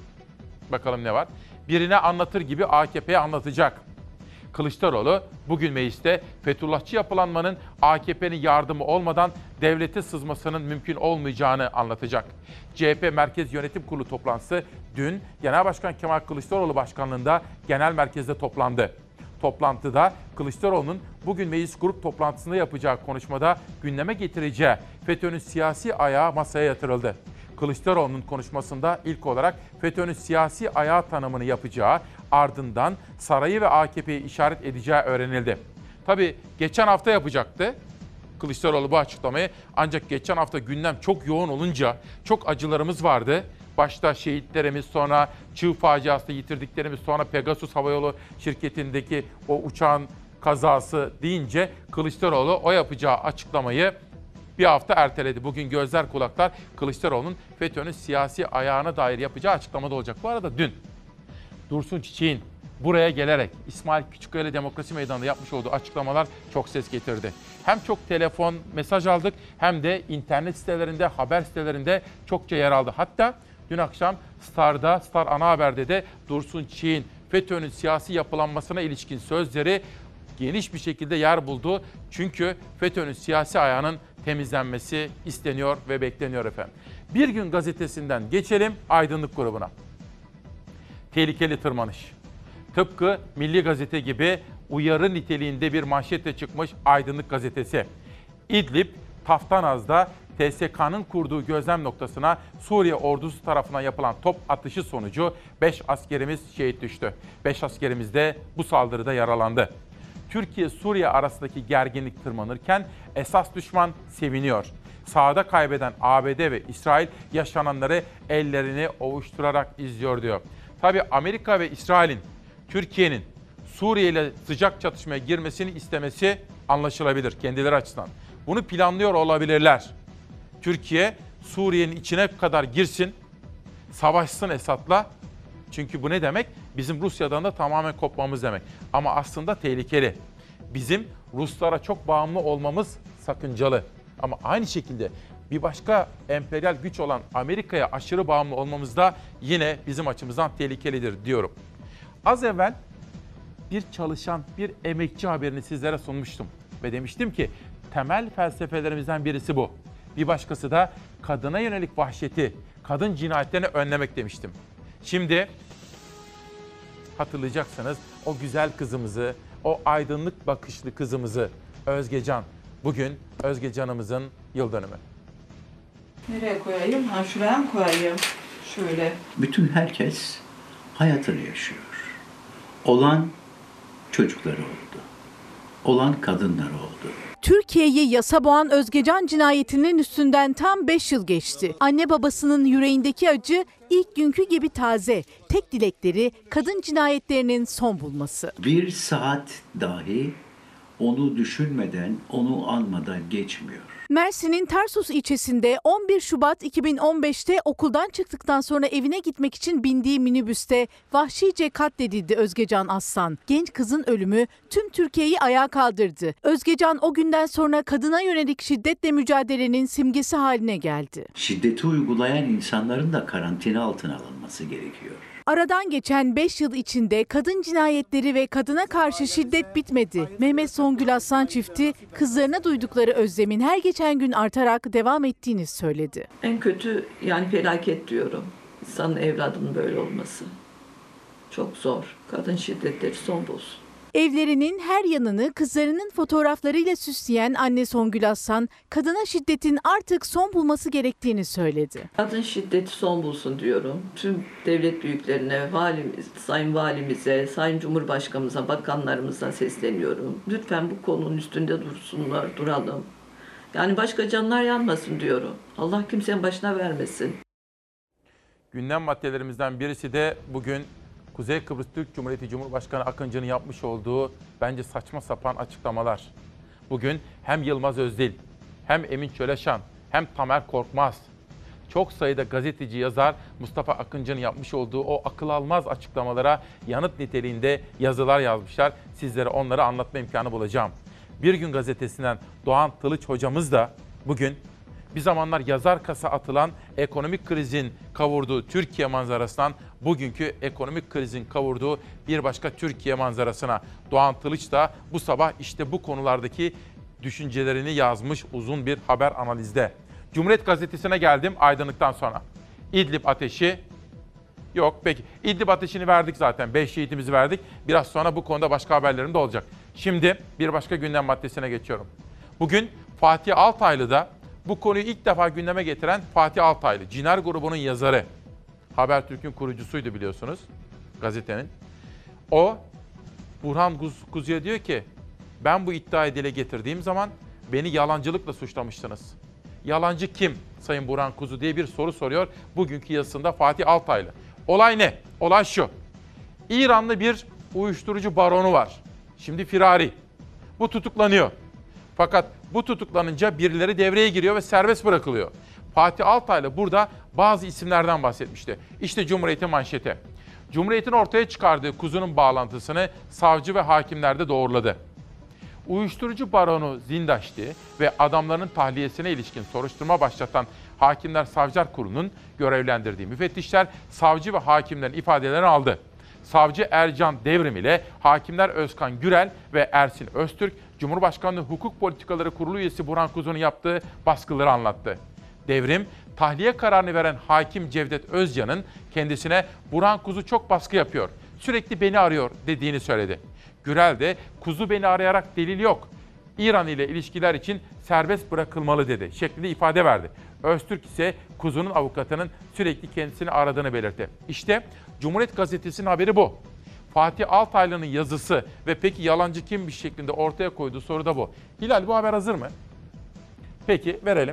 Speaker 1: Bakalım ne var? Birine anlatır gibi AKP'ye anlatacak. Kılıçdaroğlu bugün mecliste Fethullahçı yapılanmanın AKP'nin yardımı olmadan devlete sızmasının mümkün olmayacağını anlatacak. CHP Merkez Yönetim Kurulu toplantısı dün Genel Başkan Kemal Kılıçdaroğlu başkanlığında genel merkezde toplandı. Toplantıda Kılıçdaroğlu'nun bugün meclis grup toplantısında yapacağı konuşmada gündeme getireceği FETÖ'nün siyasi ayağı masaya yatırıldı. Kılıçdaroğlu'nun konuşmasında ilk olarak FETÖ'nün siyasi ayağı tanımını yapacağı, ardından sarayı ve AKP'yi işaret edeceği öğrenildi. Tabii geçen hafta yapacaktı Kılıçdaroğlu bu açıklamayı, ancak geçen hafta gündem çok yoğun olunca çok acılarımız vardı. Başta şehitlerimiz, sonra Çığ faciasında yitirdiklerimiz, sonra Pegasus Havayolu şirketindeki o uçağın kazası deyince Kılıçdaroğlu o yapacağı açıklamayı bir hafta erteledi. Bugün gözler kulaklar Kılıçdaroğlu'nun FETÖ'nün siyasi ayağına dair yapacağı açıklamada olacak. Bu arada dün Dursun Çiçek'in buraya gelerek İsmail Küçükkaya Demokrasi Meydanı'nda yapmış olduğu açıklamalar çok ses getirdi. Hem çok telefon, mesaj aldık hem de internet sitelerinde, haber sitelerinde çokça yer aldı. Hatta dün akşam Star'da, Star Ana Haber'de de Dursun Çiçek'in FETÖ'nün siyasi yapılanmasına ilişkin sözleri geniş bir şekilde yer buldu. Çünkü FETÖ'nün siyasi ayağının temizlenmesi isteniyor ve bekleniyor efendim. Bir Gün Gazetesi'nden geçelim Aydınlık grubuna. Tehlikeli tırmanış. Tıpkı Milli Gazete gibi uyarı niteliğinde bir manşetle çıkmış Aydınlık Gazetesi. İdlib, Taftanaz'da TSK'nın kurduğu gözlem noktasına Suriye ordusu tarafından yapılan top atışı sonucu 5 askerimiz şehit düştü. 5 askerimiz de bu saldırıda yaralandı. Türkiye-Suriye arasındaki gerginlik tırmanırken esas düşman seviniyor. Sahada kaybeden ABD ve İsrail yaşananları ellerini ovuşturarak izliyor diyor. Tabii Amerika ve İsrail'in Türkiye'nin Suriye ile sıcak çatışmaya girmesini istemesi anlaşılabilir kendileri açısından. Bunu planlıyor olabilirler. Türkiye Suriye'nin içine kadar girsin, savaşsın Esad'la. Çünkü bu ne demek? Bizim Rusya'dan da tamamen kopmamız demek. Ama aslında tehlikeli. Bizim Ruslara çok bağımlı olmamız sakıncalı. Ama aynı şekilde bir başka emperyal güç olan Amerika'ya aşırı bağımlı olmamız da yine bizim açımızdan tehlikelidir diyorum. Az evvel bir çalışan, bir emekçi haberini sizlere sunmuştum. Ve demiştim ki temel felsefelerimizden birisi bu. Bir başkası da kadına yönelik vahşeti, kadın cinayetlerini önlemek demiştim. Şimdi hatırlayacaksınız o güzel kızımızı, o aydınlık bakışlı kızımızı Özge Can. Bugün Özge Can'ımızın yıl dönümü.
Speaker 11: Nereye koyayım? Ha, şuraya mı koyayım? Şöyle.
Speaker 12: Bütün herkes hayatını yaşıyor. Olan çocukları oldu. Olan kadınlar oldu.
Speaker 10: Türkiye'yi yasa boğan Özge Can cinayetinin üstünden tam 5 yıl geçti. Anne babasının yüreğindeki acı ilk günkü gibi taze. Tek dilekleri kadın cinayetlerinin son bulması.
Speaker 12: Bir saat dahi onu düşünmeden, onu anmadan geçmiyor.
Speaker 10: Mersin'in Tarsus ilçesinde 11 Şubat 2015'te okuldan çıktıktan sonra evine gitmek için bindiği minibüste vahşice katledildi Özgecan Aslan. Genç kızın ölümü tüm Türkiye'yi ayağa kaldırdı. Özgecan o günden sonra kadına yönelik şiddetle mücadelenin simgesi haline geldi.
Speaker 12: Şiddeti uygulayan insanların da karantina altına alınması gerekiyor.
Speaker 10: Aradan geçen 5 yıl içinde kadın cinayetleri ve kadına karşı şiddet bitmedi. Mehmet Songül Aslan çifti kızlarına duydukları özlemin her geçen gün artarak devam ettiğini söyledi.
Speaker 11: En kötü yani felaket diyorum. İnsanın evladının böyle olması. Çok zor. Kadın şiddetleri son bulsun.
Speaker 10: Evlerinin her yanını kızlarının fotoğraflarıyla süsleyen anne Songül Aslan, kadına şiddetin artık son bulması gerektiğini söyledi.
Speaker 11: Kadın şiddeti son bulsun diyorum. Tüm devlet büyüklerine, valimiz, sayın valimize, sayın cumhurbaşkanımıza, bakanlarımıza sesleniyorum. Lütfen bu konunun üstünde dursunlar, duralım. Yani başka canlar yanmasın diyorum. Allah kimsenin başına vermesin.
Speaker 1: Gündem maddelerimizden birisi de bugün Kuzey Kıbrıs Türk Cumhuriyeti Cumhurbaşkanı Akıncı'nın yapmış olduğu bence saçma sapan açıklamalar. Bugün hem Yılmaz Özdil, hem Emin Çöleşan, hem Tamer Korkmaz, çok sayıda gazeteci, yazar Mustafa Akıncı'nın yapmış olduğu o akıl almaz açıklamalara yanıt niteliğinde yazılar yazmışlar. Sizlere onları anlatma imkanı bulacağım. Bir Gün Gazetesi'nden Doğan Tılıç hocamız da bugün bir zamanlar yazar kasa atılan ekonomik krizin kavurduğu Türkiye manzarasından bugünkü ekonomik krizin kavurduğu bir başka Türkiye manzarasına Doğan Tılıç da bu sabah işte bu konulardaki düşüncelerini yazmış uzun bir haber analizde. Cumhuriyet Gazetesi'ne geldim aydınlıktan sonra. İdlib ateşi yok. Peki İdlib ateşini verdik zaten. 5 şehitimizi verdik. Biraz sonra bu konuda başka haberlerim de olacak. Şimdi bir başka gündem maddesine geçiyorum. Bugün Fatih Altaylı'da bu konuyu ilk defa gündeme getiren Fatih Altaylı, Ciner grubunun yazarı. Habertürk'ün kurucusuydu biliyorsunuz gazetenin. O Burhan Kuzu'ya diyor ki ben bu iddiayı dile getirdiğim zaman beni yalancılıkla suçlamıştınız. Yalancı kim Sayın Burhan Kuzu diye bir soru soruyor bugünkü yazısında Fatih Altaylı. Olay ne? Olay şu. İranlı bir uyuşturucu baronu var. Şimdi firari. Bu tutuklanıyor. Fakat bu tutuklanınca birileri devreye giriyor ve serbest bırakılıyor. Fatih Altaylı burada bazı isimlerden bahsetmişti. İşte Cumhuriyet'in manşeti. Cumhuriyet'in ortaya çıkardığı Kuzu'nun bağlantısını savcı ve hakimler de doğruladı. Uyuşturucu baronu Zindaşti ve adamlarının tahliyesine ilişkin soruşturma başlatan Hakimler Savcılar Kurulu'nun görevlendirdiği müfettişler savcı ve hakimlerin ifadelerini aldı. Savcı Ercan Devrim ile hakimler Özkan Gürel ve Ersin Öztürk, Cumhurbaşkanlığı Hukuk Politikaları Kurulu üyesi Burhan Kuzu'nun yaptığı baskıları anlattı. Devrim, tahliye kararını veren hakim Cevdet Özcan'ın kendisine Burhan Kuzu çok baskı yapıyor, sürekli beni arıyor dediğini söyledi. Gürel de Kuzu beni arayarak delil yok, İran ile ilişkiler için serbest bırakılmalı dedi şeklinde ifade verdi. Öztürk ise Kuzu'nun avukatının sürekli kendisini aradığını belirtti. İşte Cumhuriyet Gazetesi'nin haberi bu. Fatih Altaylı'nın yazısı ve peki yalancı kimmiş şeklinde ortaya koyduğu soru da bu. Hilal bu haber hazır mı? Peki verelim.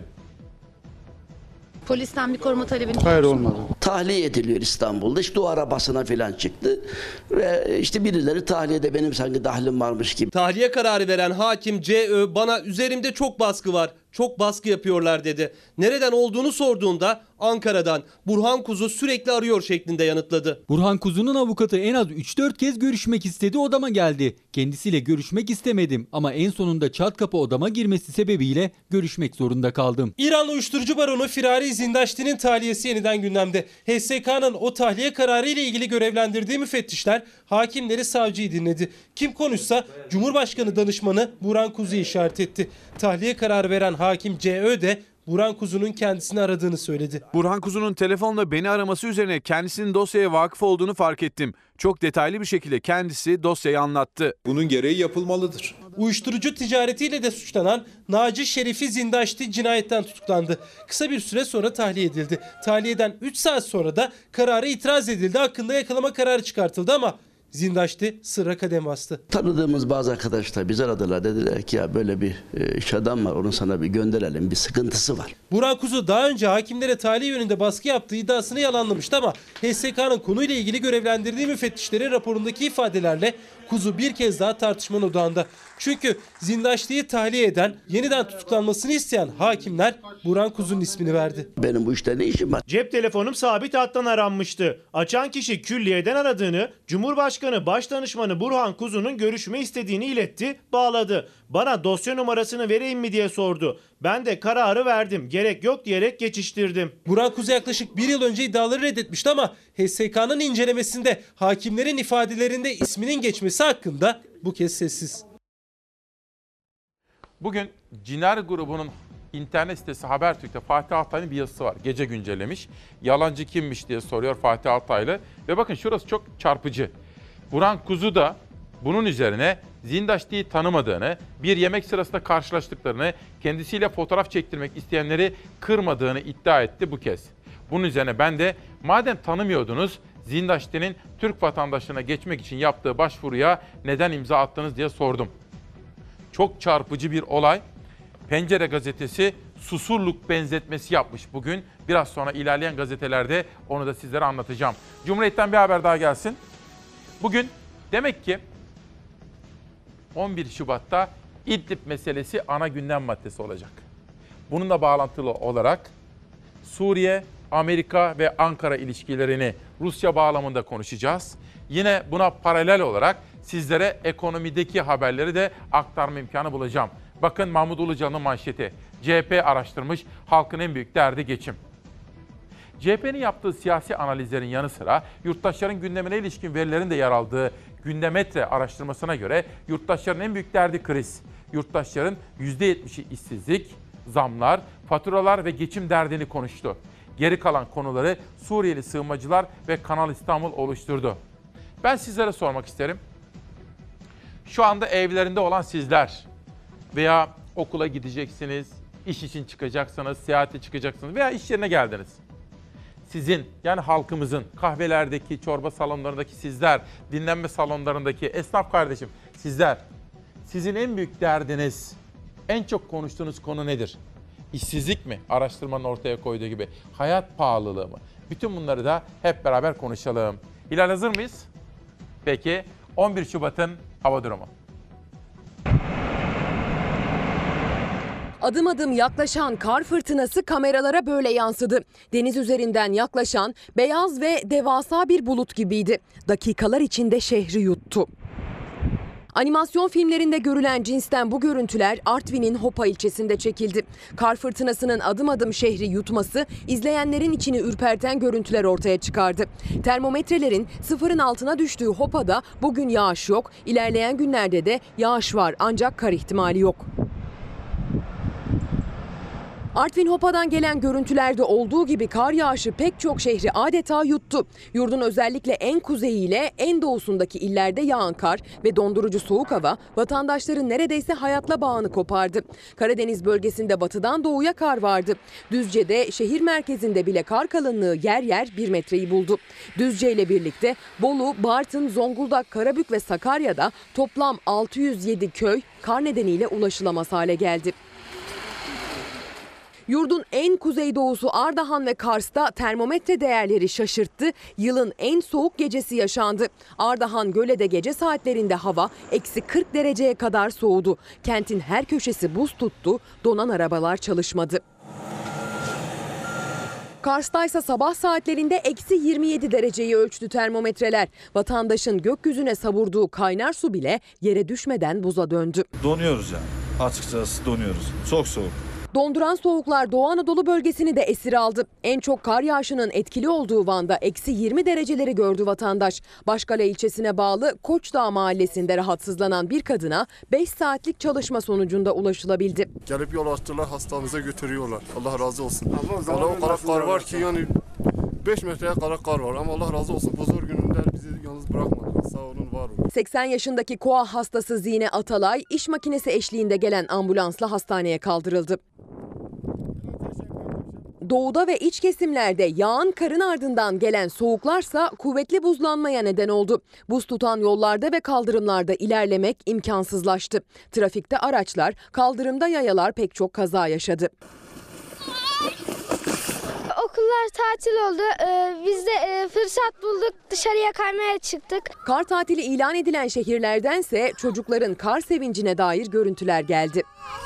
Speaker 13: Polisten bir koruma talebini...
Speaker 14: Hayır olmadı. Tahliye ediliyor İstanbul'da. İşte o arabasına falan çıktı. Ve işte birileri tahliyede benim sanki dahlim varmış gibi.
Speaker 15: Tahliye kararı veren hakim C.Ö. bana üzerimde çok baskı var, çok baskı yapıyorlar dedi. Nereden olduğunu sorduğunda Ankara'dan. Burhan Kuzu sürekli arıyor şeklinde yanıtladı.
Speaker 16: Burhan Kuzu'nun avukatı en az 3-4 kez görüşmek istedi, odama geldi. Kendisiyle görüşmek istemedim ama en sonunda çat kapı odama girmesi sebebiyle görüşmek zorunda kaldım.
Speaker 15: İranlı uyuşturucu baronu Firari Zindaşti'nin tahliyesi yeniden gündemde. HSK'nın o tahliye kararı ile ilgili görevlendirdiği müfettişler hakimleri, savcıyı dinledi. Kim konuşsa Cumhurbaşkanı danışmanı Burhan Kuzu'yu işaret etti. Tahliye kararı veren hakim C.Ö. de Burhan Kuzu'nun kendisini aradığını söyledi.
Speaker 6: Burhan Kuzu'nun telefonla beni araması üzerine kendisinin dosyaya vakıf olduğunu fark ettim. Çok detaylı bir şekilde kendisi dosyayı anlattı.
Speaker 17: Bunun gereği yapılmalıdır.
Speaker 15: Uyuşturucu ticaretiyle de suçlanan Naci Şerifi Zindaşti cinayetten tutuklandı. Kısa bir süre sonra tahliye edildi. Tahliyeden 3 saat sonra da karara itiraz edildi. Hakkında yakalama kararı çıkartıldı ama Zindaşti sırra kadem bastı.
Speaker 14: Tanıdığımız bazı arkadaşlar bizi aradılar. Dediler ki ya böyle bir iş adam var, onu sana bir gönderelim, bir sıkıntısı var.
Speaker 15: Burhan Kuzu daha önce hakimlere tahliye yönünde baskı yaptığı iddiasını yalanlamıştı ama HSK'nın konuyla ilgili görevlendirdiği müfettişlerin raporundaki ifadelerle Kuzu bir kez daha tartışmanın odağında. Çünkü Zindaşlı'yı tahliye eden, yeniden tutuklanmasını isteyen hakimler Burhan Kuzu'nun ismini verdi.
Speaker 14: Benim bu işte ne işim var?
Speaker 13: Cep telefonum sabit hattan aranmıştı. Açan kişi külliyeden aradığını, Cumhurbaşkanı Başdanışmanı Burhan Kuzu'nun görüşme istediğini iletti, bağladı. Bana dosya numarasını vereyim mi diye sordu. Ben de kararı verdim. Gerek yok diyerek geçiştirdim.
Speaker 15: Burhan Kuzu yaklaşık bir yıl önce iddiaları reddetmişti ama HSK'nın incelemesinde hakimlerin ifadelerinde isminin geçmesi hakkında bu kez sessiz.
Speaker 1: Bugün Ciner grubunun internet sitesi Habertürk'te Fatih Altaylı'nın bir yazısı var. Gece güncellemiş. Yalancı kimmiş diye soruyor Fatih Altaylı. Ve bakın şurası çok çarpıcı. Burhan Kuzu da bunun üzerine Zindaşlı'yı tanımadığını, bir yemek sırasında karşılaştıklarını, kendisiyle fotoğraf çektirmek isteyenleri kırmadığını iddia etti bu kez. Bunun üzerine ben de madem tanımıyordunuz Zindaşlı'nın Türk vatandaşlığına geçmek için yaptığı başvuruya neden imza attınız diye sordum. Çok çarpıcı bir olay. Pencere gazetesi Susurluk benzetmesi yapmış bugün. Biraz sonra ilerleyen gazetelerde onu da sizlere anlatacağım. Cumhuriyet'ten bir haber daha gelsin. Bugün demek ki 11 Şubat'ta İdlib meselesi ana gündem maddesi olacak. Bununla bağlantılı olarak Suriye, Amerika ve Ankara ilişkilerini Rusya bağlamında konuşacağız. Yine buna paralel olarak sizlere ekonomideki haberleri de aktarma imkanı bulacağım. Bakın Mahmut Ulucan'ın manşeti. CHP araştırmış, halkın en büyük derdi geçim. CHP'nin yaptığı siyasi analizlerin yanı sıra yurttaşların gündemine ilişkin verilerin de yer aldığı Gündemetre araştırmasına göre yurttaşların en büyük derdi kriz. Yurttaşların %70'i işsizlik, zamlar, faturalar ve geçim derdini konuştu. Geri kalan konuları Suriyeli sığınmacılar ve Kanal İstanbul oluşturdu. Ben sizlere sormak isterim. Şu anda evlerinde olan sizler veya okula gideceksiniz, iş için çıkacaksınız, seyahate çıkacaksınız veya iş yerine geldiniz. Sizin yani halkımızın kahvelerdeki, çorba salonlarındaki sizler, dinlenme salonlarındaki esnaf kardeşim sizler, sizin en büyük derdiniz, en çok konuştuğunuz konu nedir? İşsizlik mi? Araştırmanın ortaya koyduğu gibi. Hayat pahalılığı mı? Bütün bunları da hep beraber konuşalım. Hilal hazır mıyız? Peki 11 Şubat'ın hava durumu.
Speaker 2: Adım adım yaklaşan kar fırtınası kameralara böyle yansıdı. Deniz üzerinden yaklaşan beyaz ve devasa bir bulut gibiydi. Dakikalar içinde şehri yuttu. Animasyon filmlerinde görülen cinsten bu görüntüler Artvin'in Hopa ilçesinde çekildi. Kar fırtınasının adım adım şehri yutması izleyenlerin içini ürperten görüntüler ortaya çıkardı. Termometrelerin sıfırın altına düştüğü Hopa'da bugün yağış yok. İlerleyen günlerde de yağış var ancak kar ihtimali yok. Artvin Hopa'dan gelen görüntülerde olduğu gibi kar yağışı pek çok şehri adeta yuttu. Yurdun özellikle en kuzeyiyle en doğusundaki illerde yağan kar ve dondurucu soğuk hava vatandaşların neredeyse hayatla bağını kopardı. Karadeniz bölgesinde batıdan doğuya kar vardı. Düzce'de şehir merkezinde bile kar kalınlığı yer yer 1 metreyi buldu. Düzce ile birlikte Bolu, Bartın, Zonguldak, Karabük ve Sakarya'da toplam 607 köy kar nedeniyle ulaşılamaz hale geldi. Yurdun en kuzeydoğusu Ardahan ve Kars'ta termometre değerleri şaşırttı. Yılın en soğuk gecesi yaşandı. Ardahan Göle'de gece saatlerinde hava eksi 40 dereceye kadar soğudu. Kentin her köşesi buz tuttu, donan arabalar çalışmadı. Kars'ta ise sabah saatlerinde eksi 27 dereceyi ölçtü termometreler. Vatandaşın gökyüzüne savurduğu kaynar su bile yere düşmeden buza döndü.
Speaker 17: Donuyoruz yani. Açıkçası donuyoruz. Çok soğuk.
Speaker 2: Donduran soğuklar Doğu Anadolu bölgesini de esir aldı. En çok kar yağışının etkili olduğu Van'da eksi 20 dereceleri gördü vatandaş. Başkale ilçesine bağlı Koçdağ mahallesinde rahatsızlanan bir kadına 5 saatlik çalışma sonucunda ulaşılabildi.
Speaker 18: Gelip yol açtılar, hastamıza götürüyorlar. Allah razı olsun. Allah o kadar kar var ki yani 5 metreye kadar kar var ama Allah razı olsun. Bu zor gününde bizi yalnız bırakmadı. Sağ olun, var olun.
Speaker 2: 80 yaşındaki koa hastası Zine Atalay iş makinesi eşliğinde gelen ambulansla hastaneye kaldırıldı. Doğuda ve iç kesimlerde yağan karın ardından gelen soğuklarsa kuvvetli buzlanmaya neden oldu. Buz tutan yollarda ve kaldırımlarda ilerlemek imkansızlaştı. Trafikte araçlar, kaldırımda yayalar pek çok kaza yaşadı.
Speaker 19: Okullar tatil oldu. Biz de fırsat bulduk. Dışarıya kaymaya çıktık.
Speaker 2: Kar tatili ilan edilen şehirlerdense çocukların kar sevincine dair görüntüler geldi.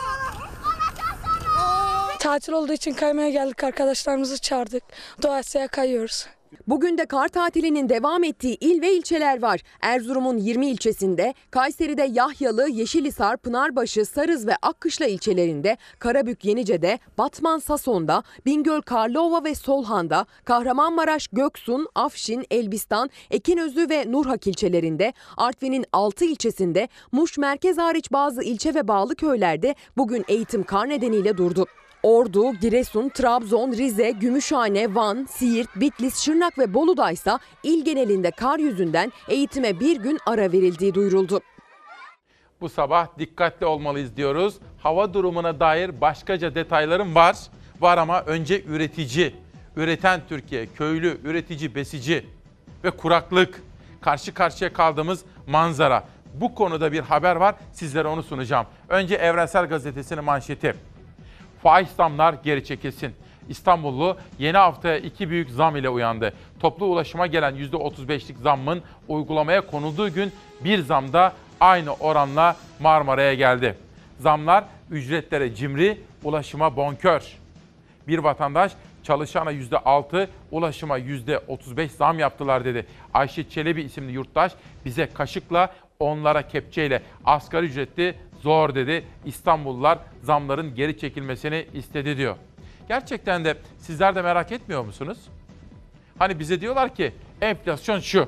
Speaker 20: Tatil olduğu için kaymaya geldik. Arkadaşlarımızı çağırdık. Doğasıya kayıyoruz.
Speaker 2: Bugün de kar tatilinin devam ettiği il ve ilçeler var. Erzurum'un 20 ilçesinde, Kayseri'de Yahyalı, Yeşilhisar, Pınarbaşı, Sarız ve Akkışla ilçelerinde, Karabük Yenice'de, Batman Sason'da, Bingöl Karlıova ve Solhan'da, Kahramanmaraş, Göksun, Afşin, Elbistan, Ekinözü ve Nurhak ilçelerinde, Artvin'in 6 ilçesinde, Muş merkez hariç bazı ilçe ve bağlı köylerde bugün eğitim kar nedeniyle durdu. Ordu, Giresun, Trabzon, Rize, Gümüşhane, Van, Siirt, Bitlis, Şırnak ve Bolu'da ise il genelinde kar yüzünden eğitime bir gün ara verildiği duyuruldu.
Speaker 1: Bu sabah dikkatli olmalıyız diyoruz. Hava durumuna dair başkaca detaylarım var. Var ama önce üretici, üreten Türkiye, köylü, üretici, besici ve kuraklık. Karşı karşıya kaldığımız manzara. Bu konuda bir haber var, sizlere onu sunacağım. Önce Evrensel Gazetesi'nin manşeti. Faiz zamlar geri çekilsin. İstanbullu yeni haftaya 2 büyük zam ile uyandı. Toplu ulaşıma gelen %35'lik zammın uygulamaya konulduğu gün bir zam da aynı oranla Marmara'ya geldi. Zamlar ücretlere cimri, ulaşıma bonkör. Bir vatandaş çalışana %6, ulaşıma %35 zam yaptılar dedi. Ayşe Çelebi isimli yurttaş bize kaşıkla, onlara kepçeyle asgari ücretli zor dedi. İstanbullular zamların geri çekilmesini istedi diyor. Gerçekten de sizler de merak etmiyor musunuz? Hani bize diyorlar ki enflasyon şu.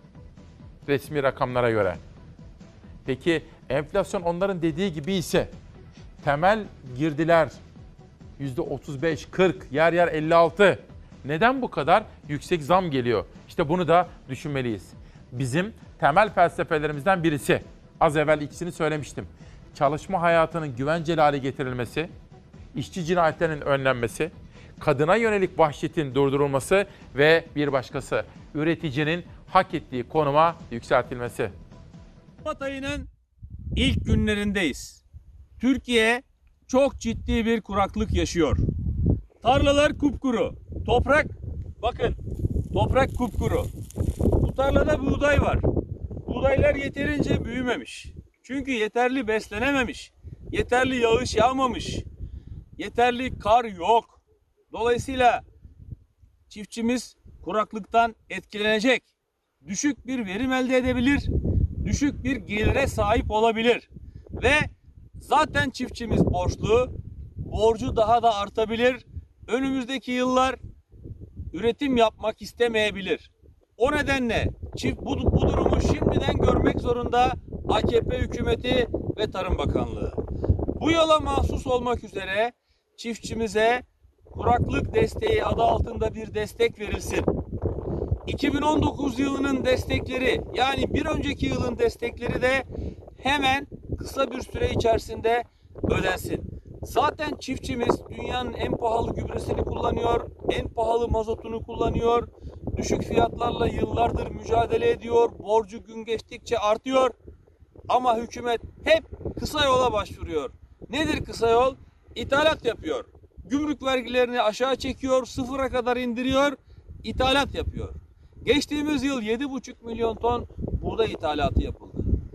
Speaker 1: Resmi rakamlara göre. Peki enflasyon onların dediği gibi ise temel girdiler %35, 40, yer yer 56. Neden bu kadar yüksek zam geliyor? İşte bunu da düşünmeliyiz. Bizim temel felsefelerimizden birisi. Az evvel ikisini söylemiştim. Çalışma hayatının güvenceli hale getirilmesi, işçi cinayetlerinin önlenmesi, kadına yönelik vahşetin durdurulması ve bir başkası üreticinin hak ettiği konuma yükseltilmesi.
Speaker 21: Şubat ayının ilk günlerindeyiz. Türkiye çok ciddi bir kuraklık yaşıyor. Tarlalar kupkuru. Toprak, bakın toprak kupkuru. Bu tarlada buğday var. Buğdaylar yeterince büyümemiş. Çünkü yeterli beslenememiş. Yeterli yağış yağmamış. Yeterli kar yok. Dolayısıyla çiftçimiz kuraklıktan etkilenecek. Düşük bir verim elde edebilir. Düşük bir gelire sahip olabilir. Ve zaten çiftçimiz borçlu. Borcu daha da artabilir. Önümüzdeki yıllar üretim yapmak istemeyebilir. O nedenle bu durumu şimdiden görmek zorunda AKP hükümeti ve Tarım Bakanlığı. Bu yola mahsus olmak üzere çiftçimize kuraklık desteği adı altında bir destek verilsin. 2019 yılının destekleri, yani bir önceki yılın destekleri de hemen kısa bir süre içerisinde ödensin. Zaten çiftçimiz dünyanın en pahalı gübresini kullanıyor, en pahalı mazotunu kullanıyor, düşük fiyatlarla yıllardır mücadele ediyor, borcu gün geçtikçe artıyor. Ama hükümet hep kısa yola başvuruyor. Nedir kısa yol? İthalat yapıyor. Gümrük vergilerini aşağı çekiyor, sıfıra kadar indiriyor, ithalat yapıyor. Geçtiğimiz yıl 7,5 milyon ton buğday ithalatı yapıldı.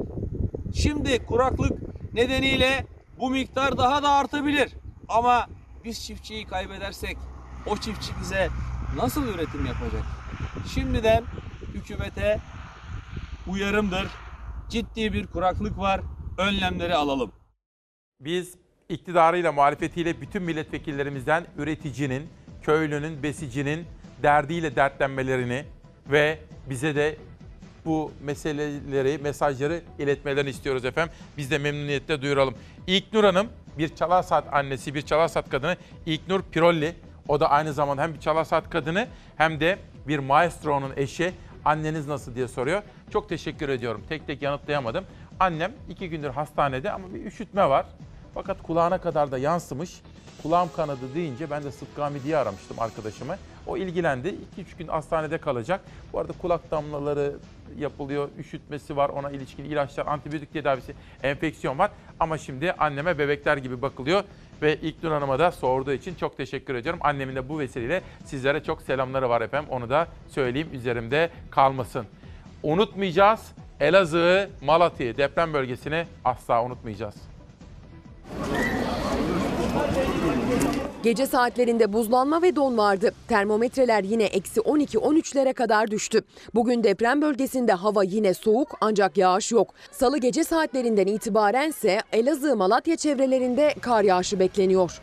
Speaker 21: Şimdi kuraklık nedeniyle bu miktar daha da artabilir. Ama biz çiftçiyi kaybedersek o çiftçi bize nasıl üretim yapacak? Şimdiden hükümete uyarımdır. Ciddi bir kuraklık var. Önlemleri alalım.
Speaker 1: Biz iktidarıyla, muhalefetiyle bütün milletvekillerimizden üreticinin, köylünün, besicinin derdiyle dertlenmelerini ve bize de bu meseleleri, mesajları iletmelerini istiyoruz efendim. Biz de memnuniyetle duyuralım. İlknur Hanım bir Çalar Saat annesi, bir Çalar Saat kadını. İlknur Pirolli. O da aynı zamanda hem bir Çalar Saat kadını hem de bir maestro'nun eşi. Anneniz nasıl diye soruyor. Çok teşekkür ediyorum. Tek tek yanıtlayamadım. Annem 2 gündür hastanede ama bir üşütme var. Fakat kulağına kadar da yansımış. Kulağım kanadı deyince ben de Sıtkı Hamidi'yi aramıştım arkadaşımı. O ilgilendi. 2-3 gün hastanede kalacak. Bu arada kulak damlaları yapılıyor, üşütmesi var, ona ilişkin ilaçlar, antibiyotik tedavisi, enfeksiyon var. Ama şimdi anneme bebekler gibi bakılıyor ve İlknur Hanım'a da sorduğu için çok teşekkür ediyorum. Annemin de bu vesileyle sizlere çok selamları var efendim. Onu da söyleyeyim, üzerimde kalmasın. Unutmayacağız. Elazığ'ı, Malatya'yı, deprem bölgesini asla unutmayacağız.
Speaker 2: Gece saatlerinde buzlanma ve don vardı. Termometreler yine -12-13'lere kadar düştü. Bugün deprem bölgesinde hava yine soğuk ancak yağış yok. Salı gece saatlerinden itibarense Elazığ, Malatya çevrelerinde kar yağışı bekleniyor.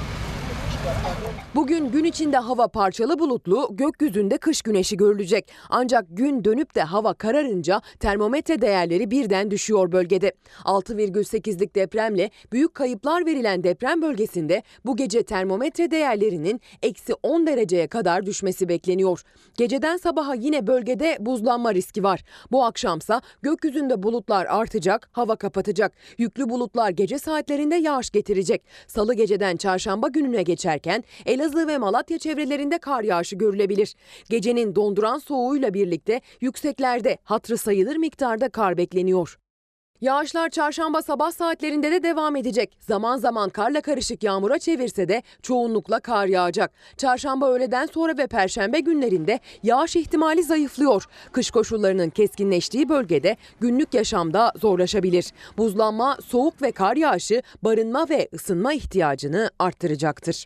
Speaker 2: Bugün gün içinde hava parçalı bulutlu, gökyüzünde kış güneşi görülecek. Ancak gün dönüp de hava kararınca termometre değerleri birden düşüyor bölgede. 6,8'lik depremle büyük kayıplar verilen deprem bölgesinde bu gece termometre değerlerinin -10 dereceye kadar düşmesi bekleniyor. Geceden sabaha yine bölgede buzlanma riski var. Bu akşamsa gökyüzünde bulutlar artacak, hava kapatacak. Yüklü bulutlar gece saatlerinde yağış getirecek. Salı geceden çarşamba gününe geçerken Elazığ ve Malatya çevrelerinde kar yağışı görülebilir. Gecenin donduran soğuğuyla birlikte yükseklerde hatırı sayılır miktarda kar bekleniyor. Yağışlar çarşamba sabah saatlerinde de devam edecek. Zaman zaman karla karışık yağmura çevirse de çoğunlukla kar yağacak. Çarşamba öğleden sonra ve perşembe günlerinde yağış ihtimali zayıflıyor. Kış koşullarının keskinleştiği bölgede günlük yaşamda zorlaşabilir. Buzlanma, soğuk ve kar yağışı barınma ve ısınma ihtiyacını arttıracaktır.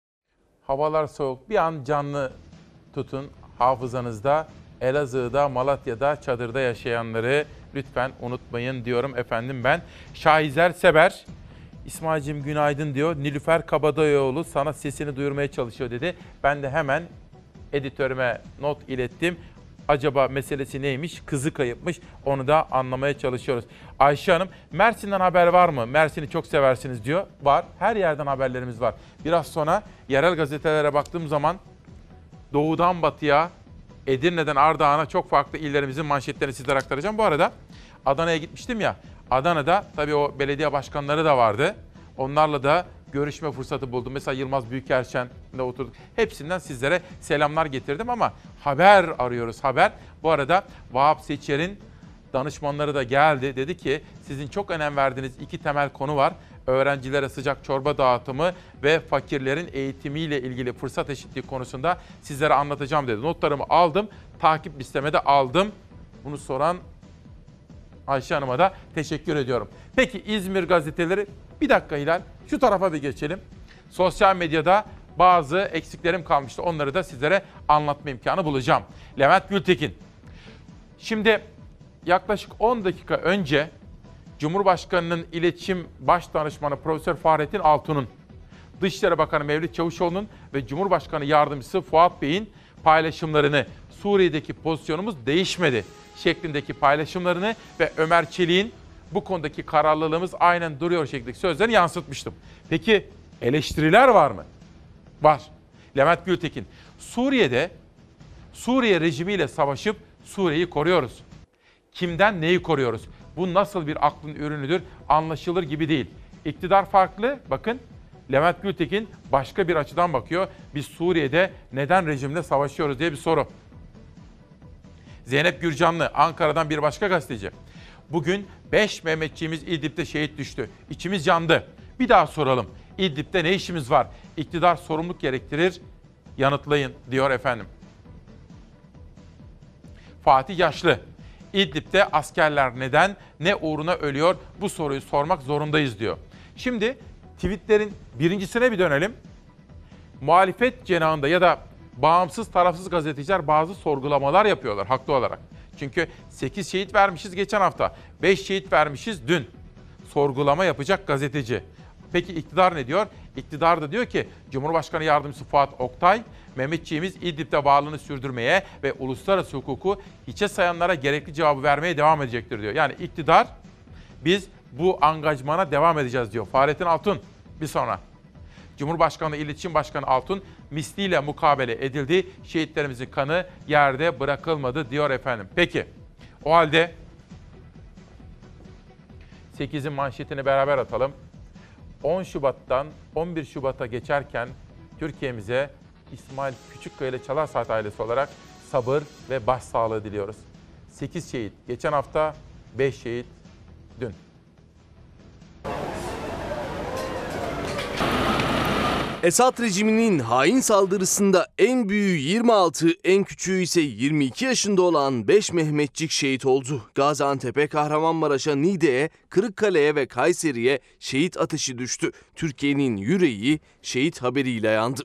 Speaker 1: Havalar soğuk. Bir an canlı tutun hafızanızda. Elazığ'da, Malatya'da, çadırda yaşayanları lütfen unutmayın diyorum efendim ben. Şahizer Seber, İsmail'cim günaydın diyor. Nilüfer Kabadayıoğlu sana sesini duyurmaya çalışıyor dedi. Ben de hemen editörüme not ilettim. Acaba meselesi neymiş? Kızı kayıpmış. Onu da anlamaya çalışıyoruz. Ayşe Hanım, Mersin'den haber var mı? Mersin'i çok seversiniz diyor. Var. Her yerden haberlerimiz var. Biraz sonra yerel gazetelere baktığım zaman doğudan batıya, Edirne'den Ardahan'a çok farklı illerimizin manşetlerini sizlere aktaracağım. Bu arada Adana'ya gitmiştim ya. Adana'da tabii o belediye başkanları da vardı. Onlarla da görüşme fırsatı buldum. Mesela Yılmaz Büyükerşen'de oturduk. Hepsinden sizlere selamlar getirdim ama haber arıyoruz, haber. Bu arada Vahap Seçer'in danışmanları da geldi. Dedi ki sizin çok önem verdiğiniz 2 temel konu var. Öğrencilere sıcak çorba dağıtımı ve fakirlerin eğitimiyle ilgili fırsat eşitliği konusunda sizlere anlatacağım dedi. Notlarımı aldım, takip listeme de aldım. Bunu soran Ayşe Hanım'a da teşekkür ediyorum. Peki İzmir gazeteleri, bir dakika Hilal, şu tarafa bir geçelim. Sosyal medyada bazı eksiklerim kalmıştı. Onları da sizlere anlatma imkanı bulacağım. Levent Gültekin. Şimdi yaklaşık 10 dakika önce Cumhurbaşkanı'nın iletişim baş danışmanı Profesör Fahrettin Altun'un, Dışişleri Bakanı Mevlüt Çavuşoğlu'nun ve Cumhurbaşkanı Yardımcısı Fuat Bey'in paylaşımlarını, Suriye'deki pozisyonumuz değişmedi şeklindeki paylaşımlarını ve Ömer Çelik'in bu konudaki kararlılığımız aynen duruyor şeklindeki sözlerini yansıtmıştım. Peki eleştiriler var mı? Var. Levent Gültekin, Suriye rejimiyle savaşıp Suriye'yi koruyoruz. Kimden neyi koruyoruz? Bu nasıl bir aklın ürünüdür? Anlaşılır gibi değil. İktidar farklı. Bakın Levent Gültekin başka bir açıdan bakıyor. Biz Suriye'de neden rejimle savaşıyoruz diye bir soru. Zeynep Gürcanlı, Ankara'dan bir başka gazeteci. Bugün 5 Mehmetçiğimiz İdlib'de şehit düştü. İçimiz yandı. Bir daha soralım. İdlib'de ne işimiz var? İktidar sorumluluk gerektirir. Yanıtlayın diyor efendim. Fatih Yaşlı. İdlib'de askerler neden, ne uğruna ölüyor? Bu soruyu sormak zorundayız diyor. Şimdi tweetlerin birincisine bir dönelim. Muhalefet cenahında ya da bağımsız tarafsız gazeteciler bazı sorgulamalar yapıyorlar haklı olarak. Çünkü 8 şehit vermişiz geçen hafta, 5 şehit vermişiz dün. Sorgulama yapacak gazeteci. Peki iktidar ne diyor? İktidar da diyor ki Cumhurbaşkanı Yardımcısı Fuat Oktay, Mehmetçiğimiz İdlib'de varlığını sürdürmeye ve uluslararası hukuku hiçe sayanlara gerekli cevabı vermeye devam edecektir diyor. Yani iktidar biz bu angajmana devam edeceğiz diyor. Fahrettin Altun bir sonra. Cumhurbaşkanı İletişim Başkanı Altun misliyle mukabele edildi. Şehitlerimizin kanı yerde bırakılmadı diyor efendim. Peki o halde 8'in manşetini beraber atalım. 10 Şubat'tan 11 Şubat'a geçerken Türkiye'mize İsmail Küçükkaya ile Çalar Saat ailesi olarak sabır ve başsağlığı diliyoruz. 8 şehit geçen hafta, 5 şehit dün.
Speaker 3: Esad rejiminin hain saldırısında en büyüğü 26, en küçüğü ise 22 yaşında olan 5 Mehmetçik şehit oldu. Gaziantep'e, Kahramanmaraş'a, Niğde'ye, Kırıkkale'ye ve Kayseri'ye şehit ateşi düştü. Türkiye'nin yüreği şehit haberiyle yandı.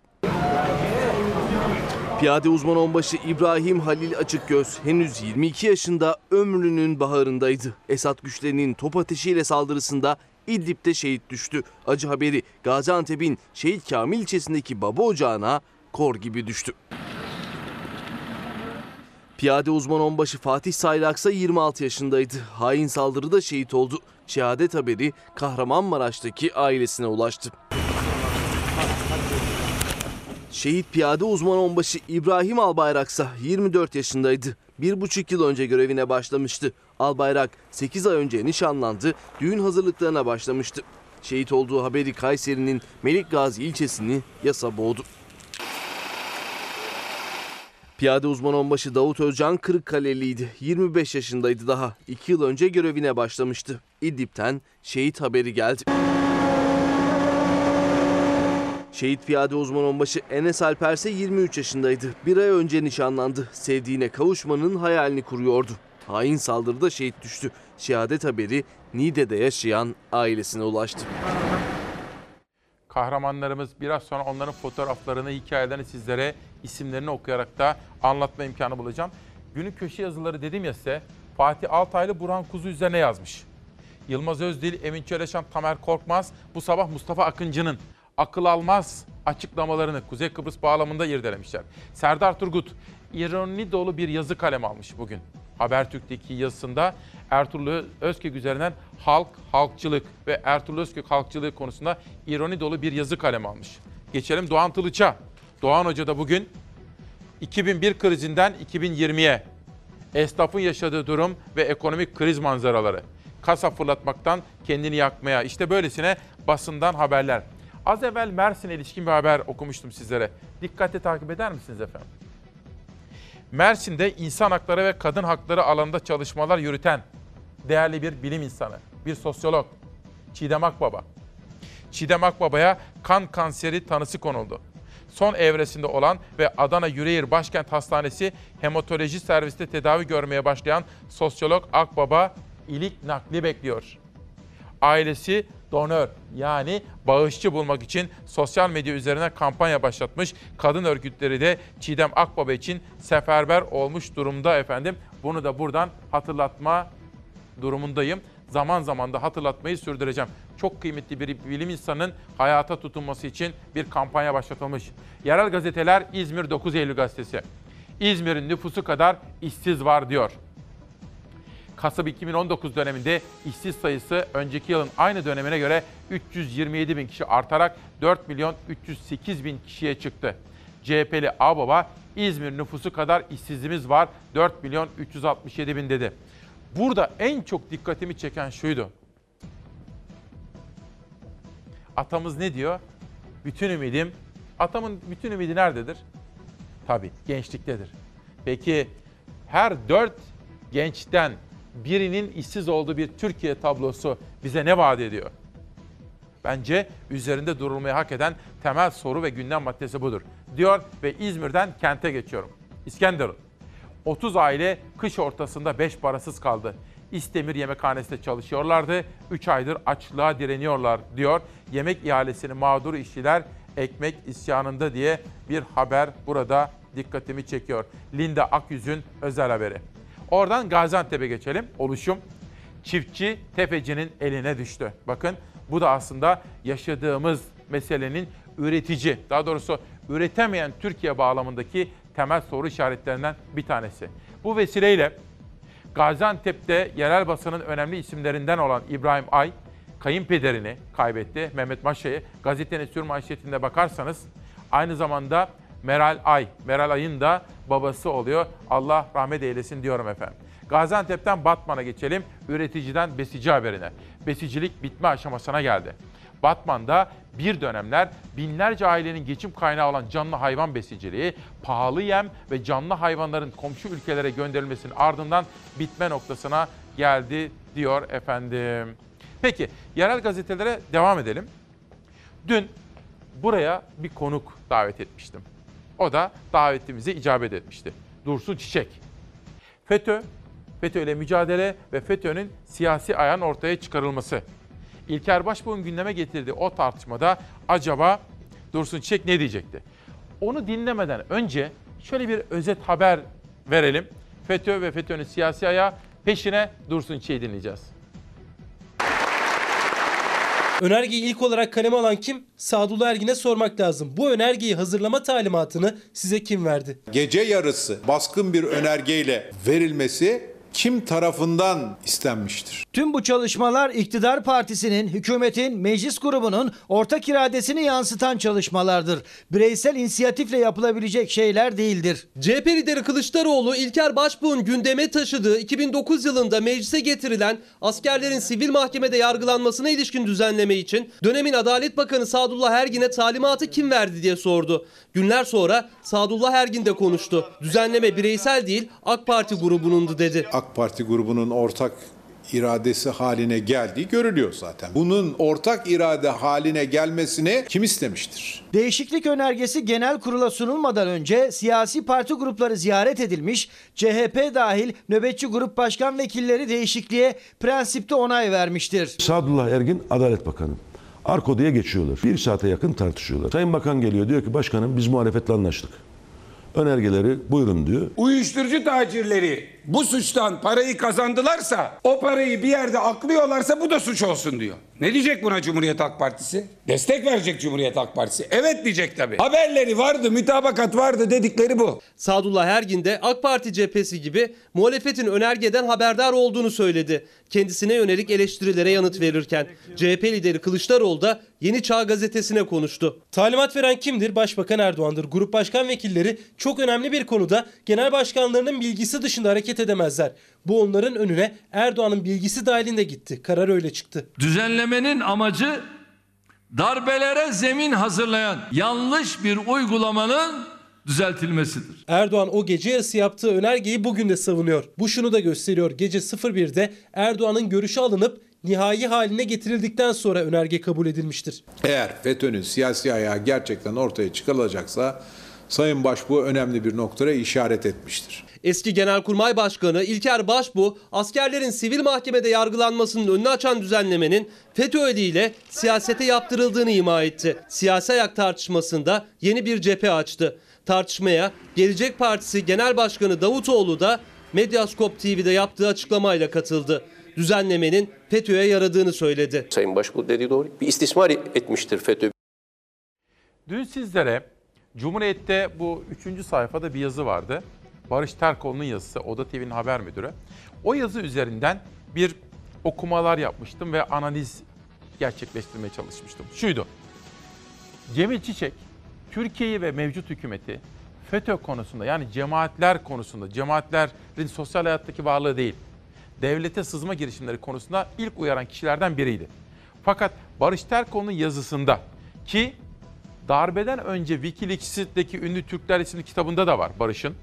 Speaker 3: Piyade uzman onbaşı İbrahim Halil Açıkgöz henüz 22 yaşında, ömrünün baharındaydı. Esad güçlerinin top ateşiyle saldırısında İdlib'de şehit düştü. Acı haberi Gaziantep'in Şehit Kamil ilçesindeki baba ocağına kor gibi düştü. Piyade uzman onbaşı Fatih Saylaksa 26 yaşındaydı. Hain saldırıda şehit oldu. Şehadet haberi Kahramanmaraş'taki ailesine ulaştı. Şehit piyade uzman onbaşı İbrahim Albayraksa 24 yaşındaydı. 1,5 yıl önce görevine başlamıştı. Albayrak 8 ay önce nişanlandı, düğün hazırlıklarına başlamıştı. Şehit olduğu haberi Kayseri'nin Melikgazi ilçesini yasa boğdu. Piyade uzman onbaşı Davut Özcan Kırıkkaleliydi. 25 yaşındaydı daha. 2 yıl önce görevine başlamıştı. İdlib'ten şehit haberi geldi. Şehit piyade uzman onbaşı Enes Alper ise 23 yaşındaydı. 1 ay önce nişanlandı. Sevdiğine kavuşmanın hayalini kuruyordu. Hain saldırıda şehit düştü. Şehadet haberi Niğde'de yaşayan ailesine ulaştı.
Speaker 1: Kahramanlarımız, biraz sonra onların fotoğraflarını, hikayelerini sizlere isimlerini okuyarak da anlatma imkanı bulacağım. Günün köşe yazıları dedim ya size, Fatih Altaylı Burhan Kuzu üzerine yazmış. Yılmaz Özdil, Emin Çeleşan, Tamer Korkmaz bu sabah Mustafa Akıncı'nın akıl almaz açıklamalarını Kuzey Kıbrıs bağlamında irdelemişler. Serdar Turgut ironi dolu bir yazı kalem almış bugün. Habertürk'teki yazısında Ertuğrul Özkök üzerinden halk, halkçılık ve Ertuğrul Özkök halkçılığı konusunda ironi dolu bir yazı kalem almış. Geçelim Doğan Tılıç'a. Doğan Hoca da bugün 2001 krizinden 2020'ye, esnafın yaşadığı durum ve ekonomik kriz manzaraları, kasa fırlatmaktan kendini yakmaya, işte böylesine basından haberler. Az evvel Mersin'e ilişkin bir haber okumuştum sizlere. Dikkatle takip eder misiniz efendim? Mersin'de insan hakları ve kadın hakları alanında çalışmalar yürüten değerli bir bilim insanı, bir sosyolog Çiğdem Akbaba. Çiğdem Akbaba'ya kan kanseri tanısı konuldu. Son evresinde olan ve Adana Yüreğir Başkent Hastanesi hematoloji servisinde tedavi görmeye başlayan sosyolog Akbaba ilik nakli bekliyor. Ailesi donör yani bağışçı bulmak için sosyal medya üzerine kampanya başlatmış. Kadın örgütleri de Çiğdem Akbaba için seferber olmuş durumda efendim. Bunu da buradan hatırlatma durumundayım. Zaman zaman da hatırlatmayı sürdüreceğim. Çok kıymetli bir bilim insanının hayata tutunması için bir kampanya başlatılmış. Yerel gazeteler İzmir 9 Eylül gazetesi. İzmir'in nüfusu kadar işsiz var diyor. Kasım 2019 döneminde işsiz sayısı önceki yılın aynı dönemine göre 327 bin kişi artarak 4 milyon 308 bin kişiye çıktı. CHP'li Ağbaba, İzmir nüfusu kadar işsizliğimiz var, 4 milyon 367 bin dedi. Burada en çok dikkatimi çeken şuydu. Atamız ne diyor? Atamın bütün ümidi nerededir? Tabii gençliktedir. Peki her 4 gençten birinin işsiz olduğu bir Türkiye tablosu bize ne vaat ediyor? Bence üzerinde durulmayı hak eden temel soru ve gündem maddesi budur diyor ve İzmir'den kente geçiyorum. İskenderun. 30 aile kış ortasında 5 parasız kaldı. İstemir yemekhanesinde çalışıyorlardı. 3 aydır açlığa direniyorlar diyor. Yemek ihalesini mağdur işçiler ekmek isyanında diye bir haber burada dikkatimi çekiyor. Linda Akyüz'ün özel haberi. Oradan Gaziantep'e geçelim. Oluşum çiftçi tefecinin eline düştü. Bakın bu da aslında yaşadığımız meselenin üretici, daha doğrusu üretemeyen Türkiye bağlamındaki temel soru işaretlerinden bir tanesi. Bu vesileyle Gaziantep'te yerel basının önemli isimlerinden olan İbrahim Ay, kayınpederini kaybetti, Mehmet Maşa'yı. Gazetenin sürmanşetinde bakarsanız aynı zamanda Meral Ay'ın da babası oluyor. Allah rahmet eylesin diyorum efendim. Gaziantep'ten Batman'a geçelim. Üreticiden besici haberine. Besicilik bitme aşamasına geldi. Batman'da bir dönemler binlerce ailenin geçim kaynağı olan canlı hayvan besiciliği, pahalı yem ve canlı hayvanların komşu ülkelere gönderilmesinin ardından bitme noktasına geldi diyor efendim. Peki yerel gazetelere devam edelim. Dün buraya bir konuk davet etmiştim. O da davetimize icabet etmişti. Dursun Çiçek. FETÖ ile mücadele ve FETÖ'nün siyasi ayağın ortaya çıkarılması. İlker Başbuğ'un gündeme getirdiği o tartışmada acaba Dursun Çiçek ne diyecekti? Onu dinlemeden önce şöyle bir özet haber verelim. FETÖ ve FETÖ'nün siyasi ayağı, peşine Dursun Çiçek'i dinleyeceğiz.
Speaker 15: Önergeyi ilk olarak kaleme alan kim? Sadullah Ergin'e sormak lazım. Bu önergeyi hazırlama talimatını size kim verdi?
Speaker 7: Gece yarısı baskın bir önergeyle verilmesi kim tarafından istenmiştir?
Speaker 5: Tüm bu çalışmalar iktidar partisinin, hükümetin, meclis grubunun ortak iradesini yansıtan çalışmalardır. Bireysel inisiyatifle yapılabilecek şeyler değildir.
Speaker 22: CHP lideri Kılıçdaroğlu, İlker Başbuğ'un gündeme taşıdığı 2009 yılında meclise getirilen askerlerin sivil mahkemede yargılanmasına ilişkin düzenleme için dönemin Adalet Bakanı Sadullah Ergin'e talimatı kim verdi diye sordu. Günler sonra Sadullah Ergin de konuştu. Düzenleme bireysel değil, AK Parti grubunundu dedi.
Speaker 7: AK Parti grubunun ortak iradesi haline geldiği görülüyor zaten. Bunun ortak irade haline gelmesini kim istemiştir?
Speaker 5: Değişiklik önergesi genel kurula sunulmadan önce siyasi parti grupları ziyaret edilmiş, CHP dahil nöbetçi grup başkan vekilleri değişikliğe prensipte onay vermiştir.
Speaker 23: Sadullah Ergin Adalet Bakanı. Ark odaya geçiyorlar. 1 saate yakın tartışıyorlar. Sayın Bakan geliyor, diyor ki başkanım biz muhalefetle anlaştık. Önergeleri buyurun diyor.
Speaker 24: Uyuşturucu tacirleri bu suçtan parayı kazandılarsa, o parayı bir yerde aklıyorlarsa bu da suç olsun diyor. Ne diyecek buna Cumhuriyet Halk Partisi? Destek verecek Cumhuriyet Halk Partisi. Evet diyecek tabii. Haberleri vardı, mütabakat vardı dedikleri bu.
Speaker 22: Sadullah Ergin de AK Parti cephesi gibi muhalefetin önergeden haberdar olduğunu söyledi. Kendisine yönelik eleştirilere yanıt verirken CHP lideri Kılıçdaroğlu da Yeni Çağ gazetesine konuştu.
Speaker 15: Talimat veren kimdir? Başbakan Erdoğan'dır. Grup başkan vekilleri çok önemli bir konuda genel başkanlarının bilgisi dışında hareket edemezler. Bu onların önüne Erdoğan'ın bilgisi dahilinde gitti. Karar öyle çıktı.
Speaker 25: Düzenlemenin amacı darbelere zemin hazırlayan yanlış bir uygulamanın düzeltilmesidir.
Speaker 15: Erdoğan o gece yarısı yaptığı önergeyi bugün de savunuyor. Bu şunu da gösteriyor. Gece 01'de Erdoğan'ın görüşü alınıp nihai haline getirildikten sonra önerge kabul edilmiştir.
Speaker 7: Eğer FETÖ'nün siyasi ayağı gerçekten ortaya çıkarılacaksa Sayın Başbuğ önemli bir noktaya işaret etmiştir.
Speaker 22: Eski Genelkurmay Başkanı İlker Başbuğ, askerlerin sivil mahkemede yargılanmasının önünü açan düzenlemenin FETÖ eliyle siyasete yaptırıldığını ima etti. Siyasi ayak tartışmasında yeni bir cephe açtı. Tartışmaya Gelecek Partisi Genel Başkanı Davutoğlu da Medyaskop TV'de yaptığı açıklamayla katıldı. Düzenlemenin FETÖ'ye yaradığını söyledi.
Speaker 26: Sayın Başbuğ dediği doğru. Bir istismar etmiştir FETÖ.
Speaker 1: Dün sizlere Cumhuriyet'te bu 3. sayfada bir yazı vardı. Barış Terkoğlu'nun yazısı, Oda TV'nin haber müdürü. O yazı üzerinden bir okumalar yapmıştım ve analiz gerçekleştirmeye çalışmıştım. Şuydu: Cemil Çiçek, Türkiye'yi ve mevcut hükümeti FETÖ konusunda, yani cemaatler konusunda, cemaatlerin sosyal hayattaki varlığı değil, devlete sızma girişimleri konusunda ilk uyaran kişilerden biriydi. Fakat Barış Terkoğlu'nun yazısında, ki darbeden önce Wikileaks'teki Ünlü Türkler isimli kitabında da var Barış'ın,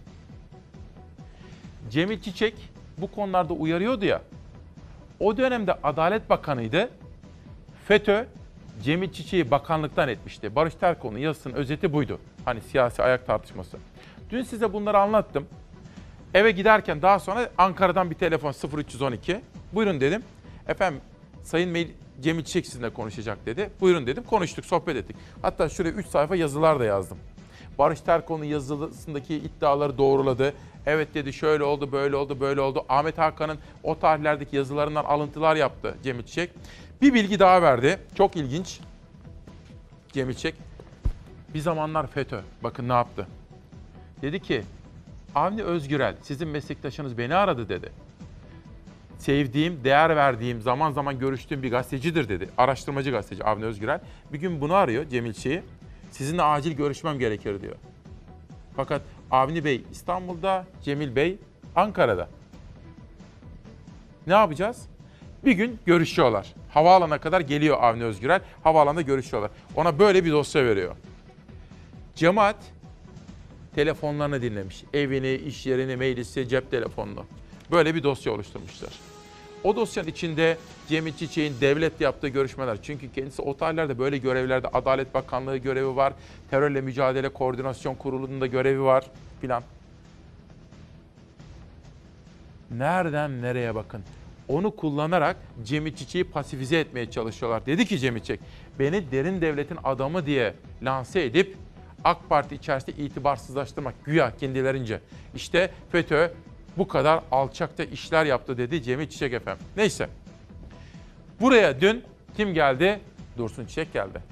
Speaker 1: Cemil Çiçek bu konularda uyarıyordu ya, o dönemde Adalet Bakanı'ydı. FETÖ, Cemil Çiçek'i bakanlıktan etmişti. Barış Terkoğlu'nun yazısının özeti buydu. Hani siyasi ayak tartışması. Dün size bunları anlattım. Eve giderken daha sonra Ankara'dan bir telefon 0312. Buyurun dedim. Efendim Sayın Cemil Çiçek sizinle konuşacak dedi. Buyurun dedim. Konuştuk, sohbet ettik. Hatta şuraya 3 sayfa yazılar da yazdım. Barış Terkoğlu'nun yazısındaki iddiaları doğruladı. Evet dedi, şöyle oldu, böyle oldu, böyle oldu. Ahmet Hakan'ın o tarihlerdeki yazılarından alıntılar yaptı Cemil Çiçek. Bir bilgi daha verdi. Çok ilginç. Cemil Çiçek, bir zamanlar FETÖ, bakın ne yaptı. Dedi ki, Avni Özgürel, sizin meslektaşınız beni aradı dedi. Sevdiğim, değer verdiğim, zaman zaman görüştüğüm bir gazetecidir dedi. Araştırmacı gazeteci Avni Özgürel. Bir gün bunu arıyor Cemil Çiçek'i. Sizinle acil görüşmem gerekir diyor. Fakat Avni Bey İstanbul'da, Cemil Bey Ankara'da. Ne yapacağız? Bir gün görüşüyorlar. Havaalanına kadar geliyor Avni Özgürel. Havaalanında görüşüyorlar. Ona böyle bir dosya veriyor. Cemaat telefonlarını dinlemiş. Evini, iş yerini, meclisi, cep telefonunu. Böyle bir dosya oluşturmuşlar. O dosyanın içinde Cemil Çiçek'in devletle yaptığı görüşmeler. Çünkü kendisi o tarihlerde böyle görevlerde Adalet Bakanlığı görevi var. Terörle Mücadele Koordinasyon Kurulu'nda görevi var filan. Nereden nereye bakın. Onu kullanarak Cemil Çiçek'i pasifize etmeye çalışıyorlar. Dedi ki Cemil Çiçek, beni derin devletin adamı diye lanse edip AK Parti içerisinde itibarsızlaştırmak güya kendilerince. İşte FETÖ bu kadar alçakta işler yaptı dedi Cemil Çiçek efendim. Neyse. Buraya dün kim geldi? Dursun Çiçek geldi.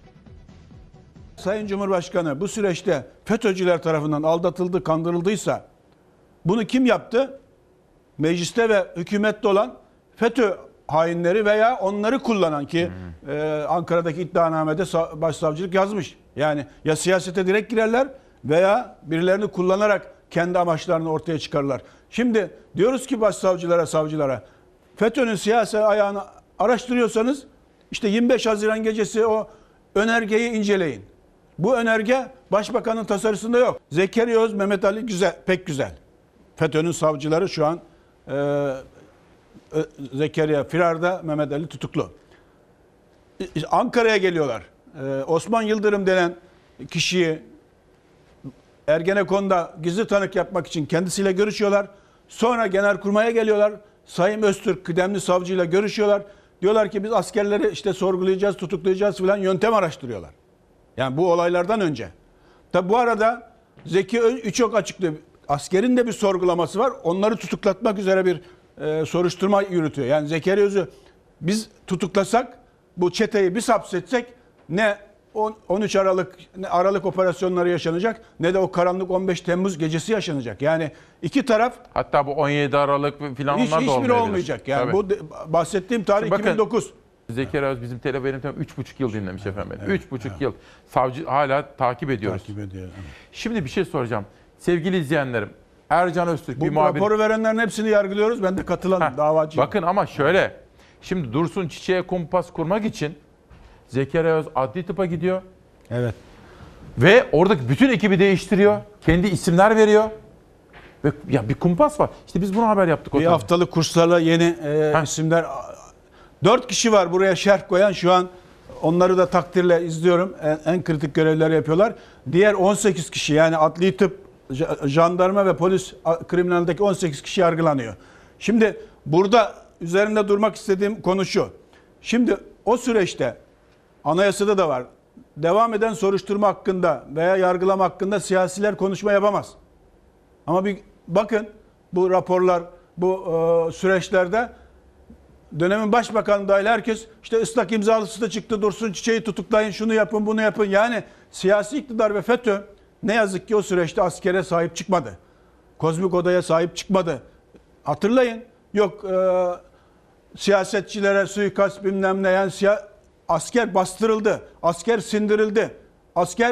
Speaker 4: Sayın Cumhurbaşkanı bu süreçte FETÖ'cüler tarafından aldatıldı, kandırıldıysa bunu kim yaptı? Mecliste ve hükümette olan FETÖ hainleri veya onları kullanan ki Ankara'daki iddianamede başsavcılık yazmış. Yani ya siyasete direkt girerler veya birilerini kullanarak kendi amaçlarını ortaya çıkarırlar. Şimdi diyoruz ki başsavcılara, savcılara FETÖ'nün siyasi ayağını araştırıyorsanız işte 25 Haziran gecesi o önergeyi inceleyin. Bu önerge Başbakanın tasarısında yok. Zekeriya Öz, Mehmet Ali güzel, pek güzel. FETÖ'nün savcıları şu an Zekeriya firarda, Mehmet Ali tutuklu. Ankara'ya geliyorlar. Osman Yıldırım denen kişiyi Ergenekon'da gizli tanık yapmak için kendisiyle görüşüyorlar. Sonra Genelkurmay'a geliyorlar. Sayın Öztürk kıdemli savcıyla görüşüyorlar. Diyorlar ki biz askerleri işte sorgulayacağız, tutuklayacağız falan yöntem araştırıyorlar. Yani bu olaylardan önce. Tabi bu arada Zeki Üçok açıklıyor. Askerin de bir sorgulaması var. Onları tutuklatmak üzere bir soruşturma yürütüyor. Yani Zekeriya Öz'ü biz tutuklasak, bu çeteyi biz hapsetsek ne 13 Aralık operasyonları yaşanacak ne de o karanlık 15 Temmuz gecesi yaşanacak. Yani iki taraf,
Speaker 1: hatta bu 17 Aralık falan onlar da olmayacak.
Speaker 4: Hiçbiri olmayacak. Yani tabii. Bu bahsettiğim tarih bakın, 2009.
Speaker 1: Zekeriya Öz bizim benim 3,5 yıl dinlemiş efendim. Evet, 3,5 yıl. Savcı hala takip ediyoruz.
Speaker 4: Takip ediyor. Evet.
Speaker 1: Şimdi bir şey soracağım. Sevgili izleyenlerim, Ercan Öztürk
Speaker 4: bu
Speaker 1: bir muhabir.
Speaker 4: Bu raporu verenlerin hepsini yargılıyoruz. Ben de katılan davacıyım.
Speaker 1: Bakın ama şöyle. Şimdi Dursun Çiçek'e kumpas kurmak için Zekeriya Öz adli tıpa gidiyor.
Speaker 4: Evet.
Speaker 1: Ve oradaki bütün ekibi değiştiriyor. Kendi isimler veriyor. Ve ya bir kumpas var. İşte biz bunu haber yaptık.
Speaker 4: Bir haftalık kurslarla yeni isimler. 4 kişi var buraya şerh koyan şu an. Onları da takdirle izliyorum. En kritik görevleri yapıyorlar. Diğer 18 kişi yani adli tıp, jandarma ve polis kriminaldeki 18 kişi yargılanıyor. Şimdi burada üzerinde durmak istediğim konu şu. Şimdi o süreçte anayasada da var. Devam eden soruşturma hakkında veya yargılama hakkında siyasiler konuşma yapamaz. Ama bir bakın bu raporlar, bu süreçlerde dönemin başbakanı dahil herkes işte ıslak imzalısı da çıktı. Dursun Çiçek'i tutuklayın, şunu yapın, bunu yapın. Yani siyasi iktidar ve FETÖ ne yazık ki o süreçte askere sahip çıkmadı. Kozmik Oda'ya sahip çıkmadı. Hatırlayın. Yok siyasetçilere suikast bilmem ne yani asker bastırıldı. Asker sindirildi. Asker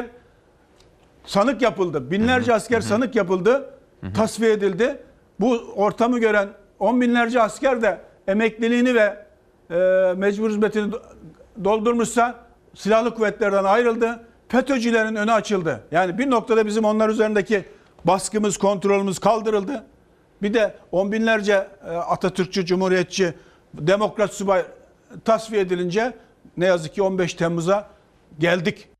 Speaker 4: sanık yapıldı. Binlerce asker sanık yapıldı. Tasfiye edildi. Bu ortamı gören 10 binlerce asker de emekliliğini ve mecbur hizmetini doldurmuşsa silahlı kuvvetlerden ayrıldı. FETÖ'cülerin önü açıldı. Yani bir noktada bizim onlar üzerindeki baskımız, kontrolümüz kaldırıldı. Bir de 10 binlerce Atatürkçü, Cumhuriyetçi, Demokrat subay tasfiye edilince ne yazık ki 15 Temmuz'a geldik.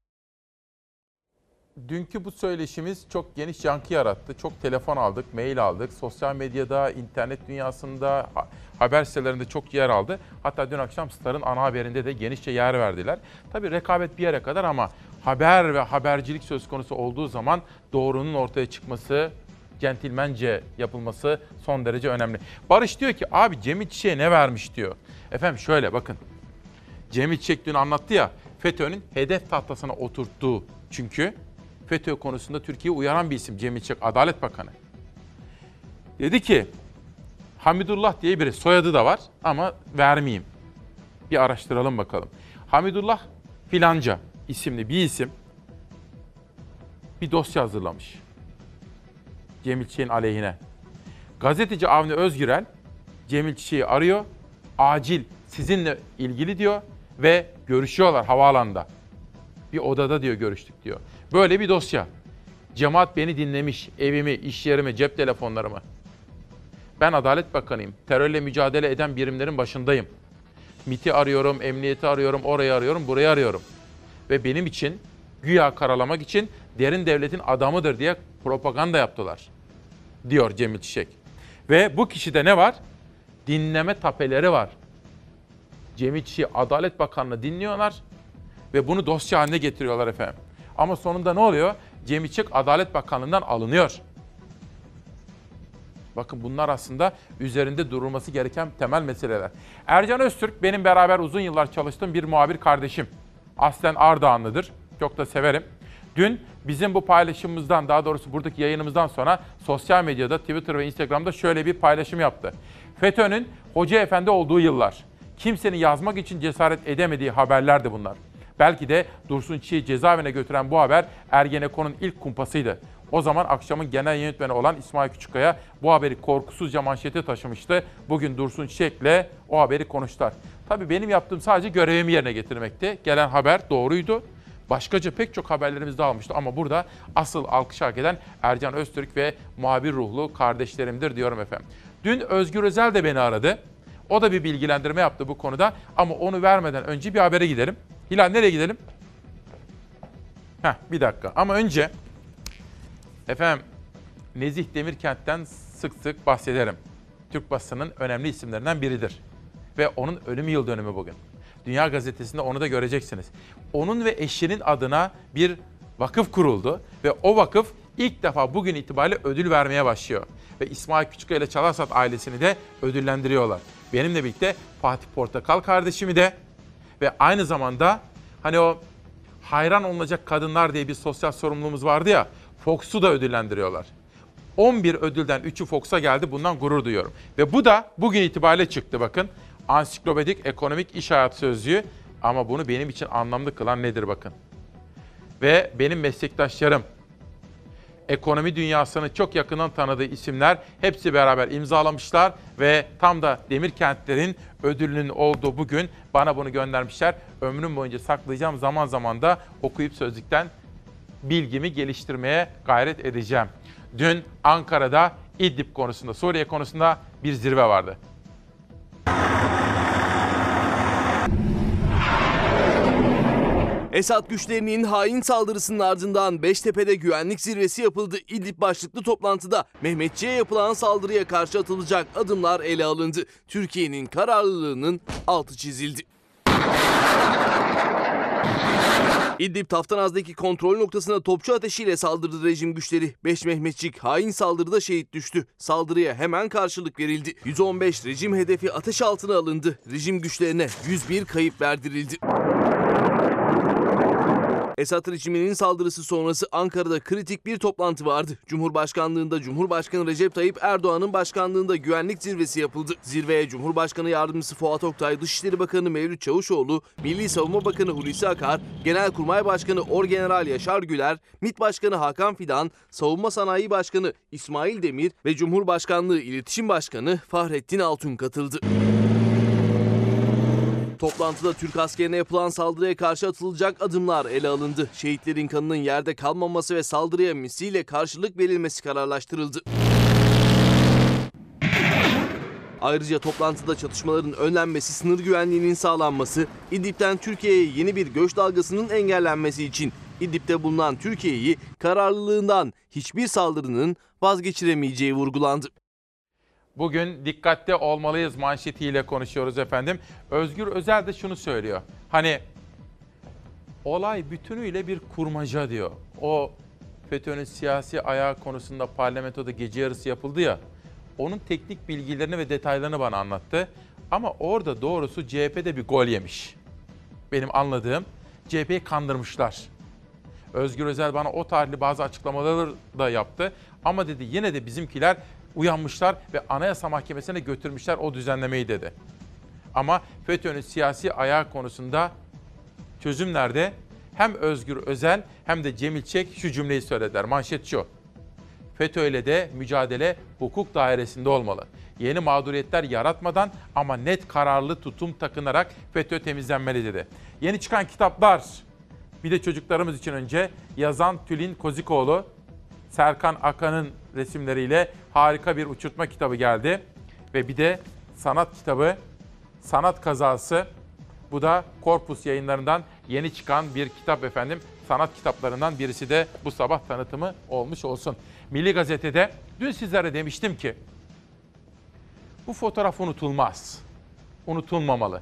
Speaker 1: Dünkü bu söyleşimiz çok geniş yankı yarattı. Çok telefon aldık, mail aldık. Sosyal medyada, internet dünyasında, haber sitelerinde çok yer aldı. Hatta dün akşam Star'ın ana haberinde de genişçe yer verdiler. Tabii rekabet bir yere kadar ama haber ve habercilik söz konusu olduğu zaman doğrunun ortaya çıkması, centilmence yapılması son derece önemli. Barış diyor ki abi Cemil Çiçek'e ne vermiş diyor. Efendim şöyle bakın. Cemil Çiçek dün anlattı ya FETÖ'nün hedef tahtasına oturttuğu çünkü FETÖ konusunda Türkiye'yi uyaran bir isim Cemil Çiçek, Adalet Bakanı. Dedi ki Hamidullah diye biri, soyadı da var ama vermeyeyim. Bir araştıralım bakalım. Hamidullah filanca isimli bir isim bir dosya hazırlamış. Cemil Çiçek'in aleyhine. Gazeteci Avni Özgürel Cemil Çiçek'i arıyor acil sizinle ilgili diyor ve görüşüyorlar havaalanında. Bir odada diyor görüştük diyor. Böyle bir dosya. Cemaat beni dinlemiş, evimi, iş yerimi, cep telefonlarımı. Ben Adalet Bakanıyım. Terörle mücadele eden birimlerin başındayım. MİT'i arıyorum, emniyeti arıyorum, orayı arıyorum, burayı arıyorum. Ve benim için, güya karalamak için derin devletin adamıdır diye propaganda yaptılar, diyor Cemil Çiçek. Ve bu kişide ne var? Dinleme tapeleri var. Cemil Çiçek'i Adalet Bakanı'nı dinliyorlar ve bunu dosya haline getiriyorlar efendim. Ama sonunda ne oluyor? Cemil Çiçek Adalet Bakanlığı'ndan alınıyor. Bakın bunlar aslında üzerinde durulması gereken temel meseleler. Ercan Öztürk benim beraber uzun yıllar çalıştığım bir muhabir kardeşim. Aslen Ardahanlıdır. Çok da severim. Dün bizim bu paylaşımımızdan, daha doğrusu buradaki yayınımızdan sonra sosyal medyada, Twitter ve Instagram'da şöyle bir paylaşım yaptı. FETÖ'nün Hoca Efendi olduğu yıllar. Kimsenin yazmak için cesaret edemediği haberlerdi bunlar. Belki de Dursun Çiçek'i cezaevine götüren bu haber Ergenekon'un ilk kumpasıydı. O zaman akşamın genel yönetmeni olan İsmail Küçükkaya bu haberi korkusuzca manşete taşımıştı. Bugün Dursun Çiçek'le o haberi konuştular. Tabii benim yaptığım sadece görevimi yerine getirmekti. Gelen haber doğruydu. Başkaca pek çok haberlerimiz de almıştı ama burada asıl alkış hak eden Ercan Öztürk ve muhabir ruhlu kardeşlerimdir diyorum efendim. Dün Özgür Özel de beni aradı. O da bir bilgilendirme yaptı bu konuda ama onu vermeden önce bir habere gidelim. Hilal nereye gidelim? Bir dakika ama önce efendim Nezih Demirkent'ten sık sık bahsederim. Türk basının önemli isimlerinden biridir. Ve onun ölüm yıl dönümü bugün. Dünya Gazetesi'nde onu da göreceksiniz. Onun ve eşinin adına bir vakıf kuruldu ve o vakıf ilk defa bugün itibariyle ödül vermeye başlıyor. Ve İsmail Küçükkaya ile Çalarsat ailesini de ödüllendiriyorlar. Benimle birlikte Fatih Portakal kardeşimi de ve aynı zamanda hani o hayran olunacak kadınlar diye bir sosyal sorumluluğumuz vardı ya, Fox'u da ödüllendiriyorlar. 11 ödülden 3'ü Fox'a geldi. Bundan gurur duyuyorum. Ve bu da bugün itibariyle çıktı bakın. Ansiklopedik Ekonomik İş Hayatı Sözlüğü. Ama bunu benim için anlamlı kılan nedir bakın. Ve benim meslektaşlarım, ekonomi dünyasını çok yakından tanıdığı isimler hepsi beraber imzalamışlar ve tam da Demirkentlerin ödülünün olduğu bugün bana bunu göndermişler. Ömrüm boyunca saklayacağım, zaman zaman da okuyup sözlükten bilgimi geliştirmeye gayret edeceğim. Dün Ankara'da İdlib konusunda, Suriye konusunda bir zirve vardı.
Speaker 3: Esad güçlerinin hain saldırısının ardından Beştepe'de güvenlik zirvesi yapıldı. İdlib başlıklı toplantıda Mehmetçi'ye yapılan saldırıya karşı atılacak adımlar ele alındı. Türkiye'nin kararlılığının altı çizildi. İdlib Taftanaz'daki kontrol noktasına topçu ateşiyle saldırdı rejim güçleri. 5 Mehmetçik hain saldırıda şehit düştü. Saldırıya hemen karşılık verildi. 115 rejim hedefi ateş altına alındı. Rejim güçlerine 101 kayıp verdirildi. Esad rejiminin saldırısı sonrası Ankara'da kritik bir toplantı vardı. Cumhurbaşkanlığında Cumhurbaşkanı Recep Tayyip Erdoğan'ın başkanlığında güvenlik zirvesi yapıldı. Zirveye Cumhurbaşkanı Yardımcısı Fuat Oktay, Dışişleri Bakanı Mevlüt Çavuşoğlu, Milli Savunma Bakanı Hulusi Akar, Genelkurmay Başkanı Orgeneral Yaşar Güler, MİT Başkanı Hakan Fidan, Savunma Sanayi Başkanı İsmail Demir ve Cumhurbaşkanlığı İletişim Başkanı Fahrettin Altun katıldı. Toplantıda Türk askerine yapılan saldırıya karşı atılacak adımlar ele alındı. Şehitlerin kanının yerde kalmaması ve saldırıya misliyle karşılık verilmesi kararlaştırıldı. Ayrıca toplantıda çatışmaların önlenmesi, sınır güvenliğinin sağlanması, İdlib'den Türkiye'ye yeni bir göç dalgasının engellenmesi için İdlib'de bulunan Türkiye'yi kararlılığından hiçbir saldırının vazgeçiremeyeceği vurgulandı.
Speaker 1: Bugün dikkatli olmalıyız manşetiyle konuşuyoruz efendim. Özgür Özel de şunu söylüyor. Hani olay bütünüyle bir kurmaca diyor. O FETÖ'nün siyasi ayağı konusunda parlamentoda gece yarısı yapıldı ya. Onun teknik bilgilerini ve detaylarını bana anlattı. Ama orada doğrusu CHP'de bir gol yemiş. Benim anladığım CHP'yi kandırmışlar. Özgür Özel bana o tarihli bazı açıklamaları da yaptı. Ama dedi yine de bizimkiler uyanmışlar ve Anayasa Mahkemesi'ne götürmüşler o düzenlemeyi dedi. Ama FETÖ'nün siyasi ayağı konusunda çözüm nerede? Hem Özgür Özel hem de Cemil Çiçek şu cümleyi söylediler. Manşet şu: FETÖ'yle de mücadele hukuk dairesinde olmalı. Yeni mağduriyetler yaratmadan ama net kararlı tutum takınarak FETÖ temizlenmeli dedi. Yeni çıkan kitaplar, bir de çocuklarımız için önce yazan Tülin Kozikoğlu, Serkan Akan'ın resimleriyle harika bir uçurtma kitabı geldi. Ve bir de sanat kitabı, Sanat Kazası. Bu da Korpus Yayınları'ndan yeni çıkan bir kitap efendim. Sanat kitaplarından birisi de bu sabah tanıtımı olmuş olsun. Milli Gazete'de dün sizlere demiştim ki bu fotoğraf unutulmaz, unutulmamalı.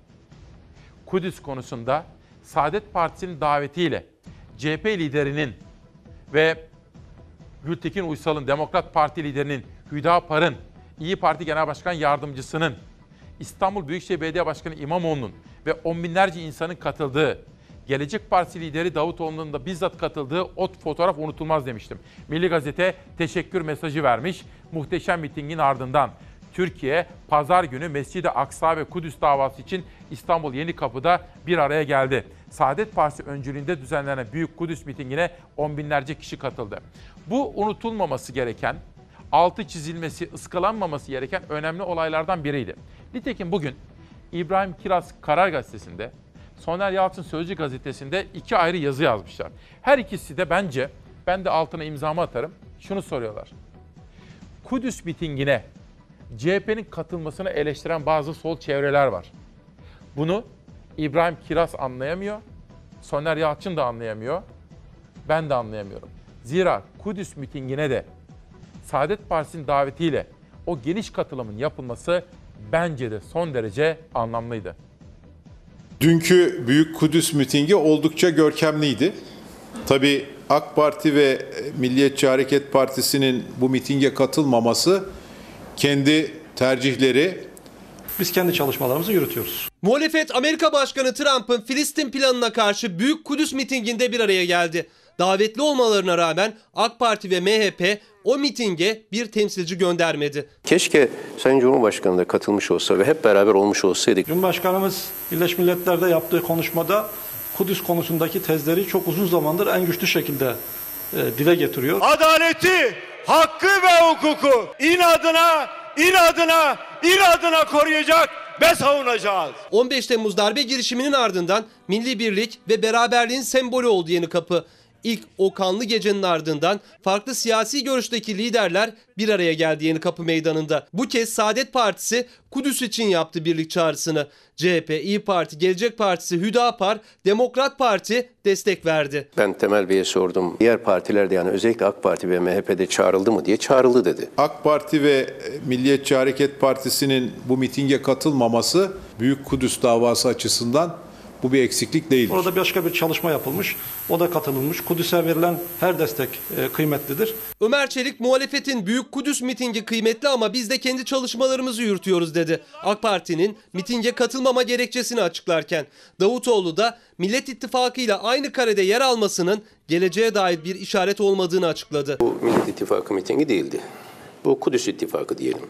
Speaker 1: Kudüs konusunda Saadet Partisi'nin davetiyle CHP liderinin ve Gültekin Uysal'ın, Demokrat Parti liderinin, Hüdapar'ın, İYİ Parti Genel Başkan Yardımcısının, İstanbul Büyükşehir Belediye Başkanı İmamoğlu'nun ve on binlerce insanın katıldığı, Gelecek Partisi lideri Davutoğlu'nun da bizzat katıldığı o fotoğraf unutulmaz demiştim. Milli Gazete teşekkür mesajı vermiş. Muhteşem mitingin ardından Türkiye pazar günü Mescid-i Aksa ve Kudüs davası için İstanbul Yenikapı'da bir araya geldi. Saadet Partisi öncülüğünde düzenlenen Büyük Kudüs mitingine on binlerce kişi katıldı. Bu unutulmaması gereken, altı çizilmesi, ıskalanmaması gereken önemli olaylardan biriydi. Nitekim bugün İbrahim Kiraz Karar Gazetesi'nde, Soner Yalçın Sözcü Gazetesi'nde iki ayrı yazı yazmışlar. Her ikisi de bence, ben de altına imzamı atarım, şunu soruyorlar. Kudüs mitingine CHP'nin katılmasını eleştiren bazı sol çevreler var. Bunu İbrahim Kiraz anlayamıyor, Soner Yalçın da anlayamıyor, ben de anlayamıyorum. Zira Kudüs mitingine de Saadet Partisi'nin davetiyle o geniş katılımın yapılması bence de son derece anlamlıydı.
Speaker 7: Dünkü Büyük Kudüs mitingi oldukça görkemliydi. Tabii AK Parti ve Milliyetçi Hareket Partisi'nin bu mitinge katılmaması kendi tercihleri.
Speaker 8: Biz kendi çalışmalarımızı yürütüyoruz.
Speaker 22: Muhalefet Amerika Başkanı Trump'ın Filistin planına karşı Büyük Kudüs mitinginde bir araya geldi. Davetli olmalarına rağmen AK Parti ve MHP o mitinge bir temsilci göndermedi.
Speaker 26: Keşke Sayın Cumhurbaşkanı da katılmış olsa ve hep beraber olmuş olsaydık.
Speaker 8: Cumhurbaşkanımız Birleşmiş Milletler'de yaptığı konuşmada Kudüs konusundaki tezleri çok uzun zamandır en güçlü şekilde dile getiriyor.
Speaker 9: Adaleti, hakkı ve hukuku inadına koruyacak ve savunacağız.
Speaker 22: 15 Temmuz darbe girişiminin ardından milli birlik ve beraberliğin sembolü oldu Yenikapı. İlk o kanlı gecenin ardından farklı siyasi görüşteki liderler bir araya geldi Yenikapı Meydanı'nda. Bu kez Saadet Partisi Kudüs için yaptı birlik çağrısını. CHP, İYİ Parti, Gelecek Partisi, Hüdapar, Demokrat Parti destek verdi.
Speaker 26: Ben Temel Bey'e sordum. Diğer partilerde yani özellikle AK Parti ve MHP'de çağrıldı mı diye, çağrıldı dedi.
Speaker 7: AK Parti ve Milliyetçi Hareket Partisi'nin bu mitinge katılmaması Büyük Kudüs davası açısından bu bir eksiklik değildir.
Speaker 8: Orada başka bir çalışma yapılmış, o da katılılmış. Kudüs'e verilen her destek kıymetlidir.
Speaker 22: Ömer Çelik muhalefetin Büyük Kudüs mitingi kıymetli ama biz de kendi çalışmalarımızı yürütüyoruz dedi. AK Parti'nin mitinge katılmama gerekçesini açıklarken Davutoğlu da Millet İttifakı ile aynı karede yer almasının geleceğe dair bir işaret olmadığını açıkladı.
Speaker 26: Bu Millet İttifakı mitingi değildi. Bu Kudüs İttifakı diyelim.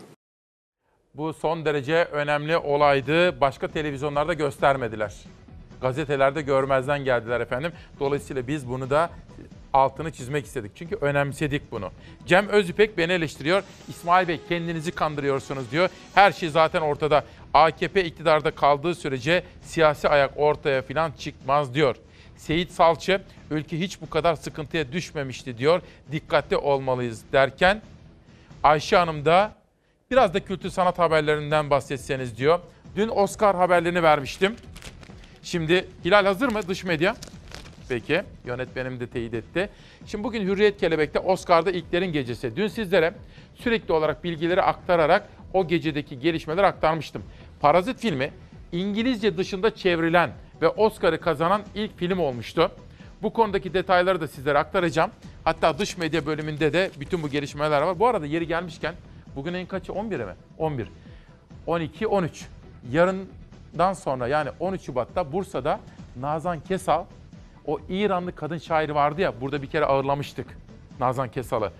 Speaker 1: Bu son derece önemli olaydı. Başka televizyonlarda göstermediler. Gazetelerde görmezden geldiler efendim. Dolayısıyla biz bunu da altını çizmek istedik. Çünkü önemsedik bunu. Cem Özipek beni eleştiriyor. İsmail Bey kendinizi kandırıyorsunuz diyor. Her şey zaten ortada. AKP iktidarda kaldığı sürece siyasi ayak ortaya falan çıkmaz diyor. Seyit Salçı, ülke hiç bu kadar sıkıntıya düşmemişti diyor. Dikkatli olmalıyız derken Ayşe Hanım da biraz da kültür sanat haberlerinden bahsetseniz diyor. Dün Oscar haberlerini vermiştim. Şimdi Hilal hazır mı dış medya? Peki, yönetmenim de teyit etti. Şimdi bugün Hürriyet Kelebek'te Oscar'da ilklerin gecesi. Dün sizlere sürekli olarak bilgileri aktararak o gecedeki gelişmeleri aktarmıştım. Parazit filmi İngilizce dışında çevrilen ve Oscar'ı kazanan ilk film olmuştu. Bu konudaki detayları da sizlere aktaracağım. Hatta dış medya bölümünde de bütün bu gelişmeler var. Bu arada yeri gelmişken bugün ayın kaçı? 11'e mi? 11. 12, 13. Yarından sonra yani 13 Şubat'ta Bursa'da Nazan Kesal, o İranlı kadın şair vardı ya, burada bir kere ağırlamıştık Nazan Kesal'ı.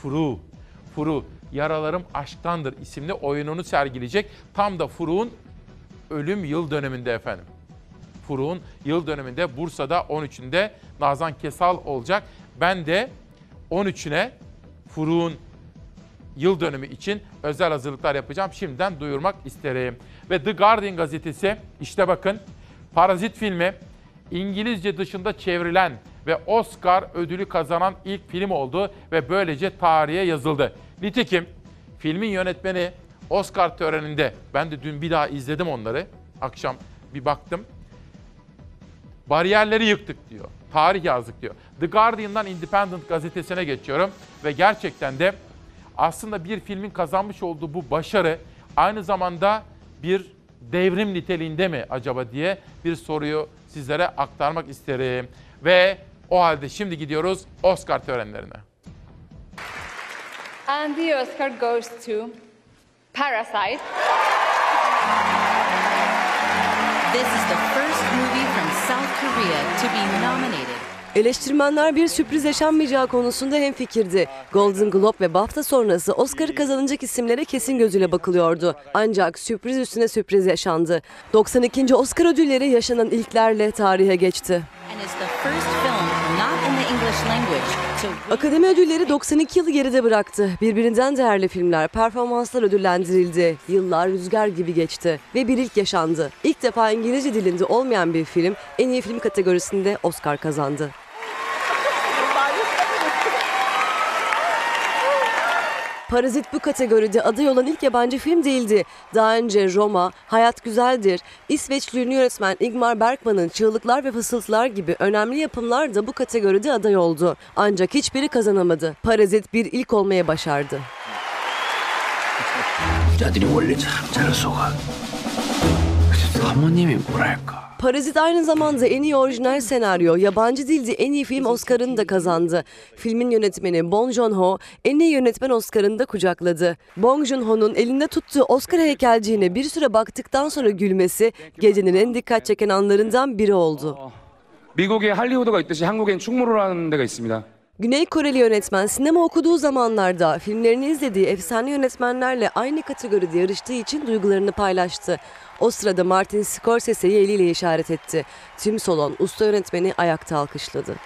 Speaker 1: Furu, Yaralarım Aşktandır isimli oyununu sergileyecek. Tam da Furu'nun ölüm yıl dönümünde efendim. Furu'nun yıl dönümünde Bursa'da 13'ünde Nazan Kesal olacak. Ben de 13'üne Furu'nun yıl dönümü için özel hazırlıklar yapacağım. Şimdiden duyurmak isterim. Ve The Guardian gazetesi, işte bakın, Parazit filmi İngilizce dışında çevrilen ve Oscar ödülü kazanan ilk film oldu ve böylece tarihe yazıldı. Nitekim filmin yönetmeni Oscar töreninde, ben de dün bir daha izledim onları, akşam bir baktım, bariyerleri yıktık diyor, tarih yazdık diyor. The Guardian'dan Independent gazetesine geçiyorum ve gerçekten de aslında bir filmin kazanmış olduğu bu başarı aynı zamanda bir devrim niteliğinde mi acaba diye bir soruyu sizlere aktarmak isterim. Ve o halde şimdi gidiyoruz Oscar törenlerine.
Speaker 6: And the Oscar goes to Parasite.
Speaker 10: This is the first movie from South Korea to be nominated.
Speaker 2: Eleştirmenler bir sürpriz yaşanmayacağı konusunda hemfikirdi. Golden Globe ve BAFTA sonrası Oscar'ı kazanacak isimlere kesin gözüyle bakılıyordu. Ancak sürpriz üstüne sürpriz yaşandı. 92. Oscar ödülleri yaşanan ilklerle tarihe geçti. Akademi ödülleri 92 yılı geride bıraktı. Birbirinden değerli filmler, performanslar ödüllendirildi. Yıllar rüzgar gibi geçti ve bir ilk yaşandı. İlk defa İngilizce dilinde olmayan bir film en iyi film kategorisinde Oscar kazandı. Parazit bu kategoride aday olan ilk yabancı film değildi. Daha önce Roma, Hayat Güzeldir, İsveçli ünlü yönetmen Ingmar Bergman'ın Çığlıklar ve Fısıltılar gibi önemli yapımlar da bu kategoride aday oldu. Ancak hiçbiri kazanamadı. Parazit bir ilk olmaya başardı. Parazit aynı zamanda en iyi orijinal senaryo, yabancı dilde en iyi film Oscar'ını da kazandı. Filmin yönetmeni Bong Joon-ho en iyi yönetmen Oscar'ını da kucakladı. Bong Joon-ho'nun elinde tuttuğu Oscar heykelciğine bir süre baktıktan sonra gülmesi gecenin en dikkat çeken anlarından biri oldu.
Speaker 11: 미국에 할리우드가 있듯이 한국엔 충무로라는 데가 있습니다.
Speaker 2: Güney Koreli yönetmen sinema okuduğu zamanlarda filmlerini izlediği efsane yönetmenlerle aynı kategoride yarıştığı için duygularını paylaştı. O sırada Martin Scorsese'yi eliyle işaret etti. Tüm salon usta yönetmeni ayakta alkışladı.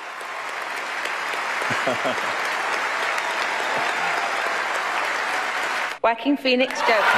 Speaker 6: Joaquin Phoenix Joker.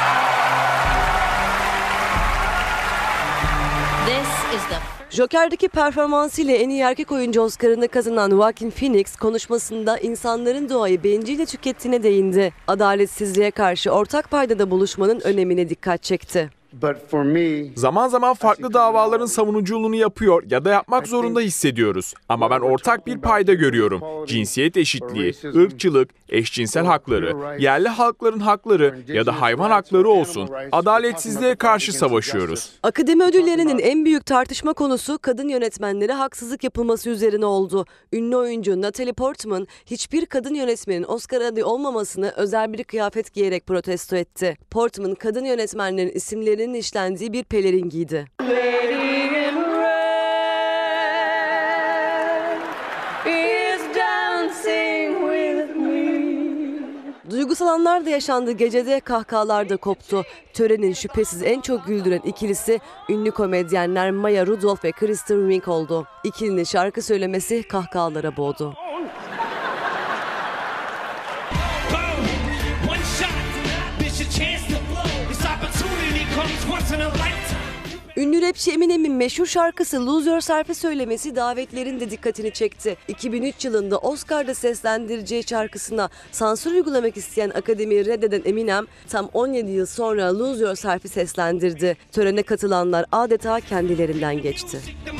Speaker 10: This is the
Speaker 2: Joker'deki performansıyla en iyi erkek oyuncu Oscar'ını kazanan Joaquin Phoenix konuşmasında insanların doğayı bencilce tükettiğine değindi. Adaletsizliğe karşı ortak paydada buluşmanın önemine dikkat çekti.
Speaker 12: Zaman zaman farklı davaların savunuculuğunu yapıyor ya da yapmak zorunda hissediyoruz. Ama ben ortak bir payda görüyorum. Cinsiyet eşitliği, ırkçılık, eşcinsel hakları, yerli halkların hakları ya da hayvan hakları olsun. Adaletsizliğe karşı savaşıyoruz.
Speaker 2: Akademi ödüllerinin en büyük tartışma konusu kadın yönetmenlere haksızlık yapılması üzerine oldu. Ünlü oyuncu Natalie Portman hiçbir kadın yönetmenin Oscar adayı olmamasını özel bir kıyafet giyerek protesto etti. Portman kadın yönetmenlerin isimlerinin işlendiği bir pelerin giydi. Duygusal anlar da yaşandı. Gecede kahkahalar da koptu. Törenin şüphesiz en çok güldüren ikilisi ünlü komedyenler Maya Rudolph ve Kristen Wiig oldu. İkilinin şarkı söylemesi kahkahalara boğdu. Ünlü rapçi Eminem'in meşhur şarkısı Lose Yourself'ı söylemesi davetlerin de dikkatini çekti. 2003 yılında Oscar'da seslendireceği şarkısına sansür uygulamak isteyen akademiyi reddeden Eminem tam 17 yıl sonra Lose Yourself'ı seslendirdi. Törene katılanlar adeta kendilerinden geçti.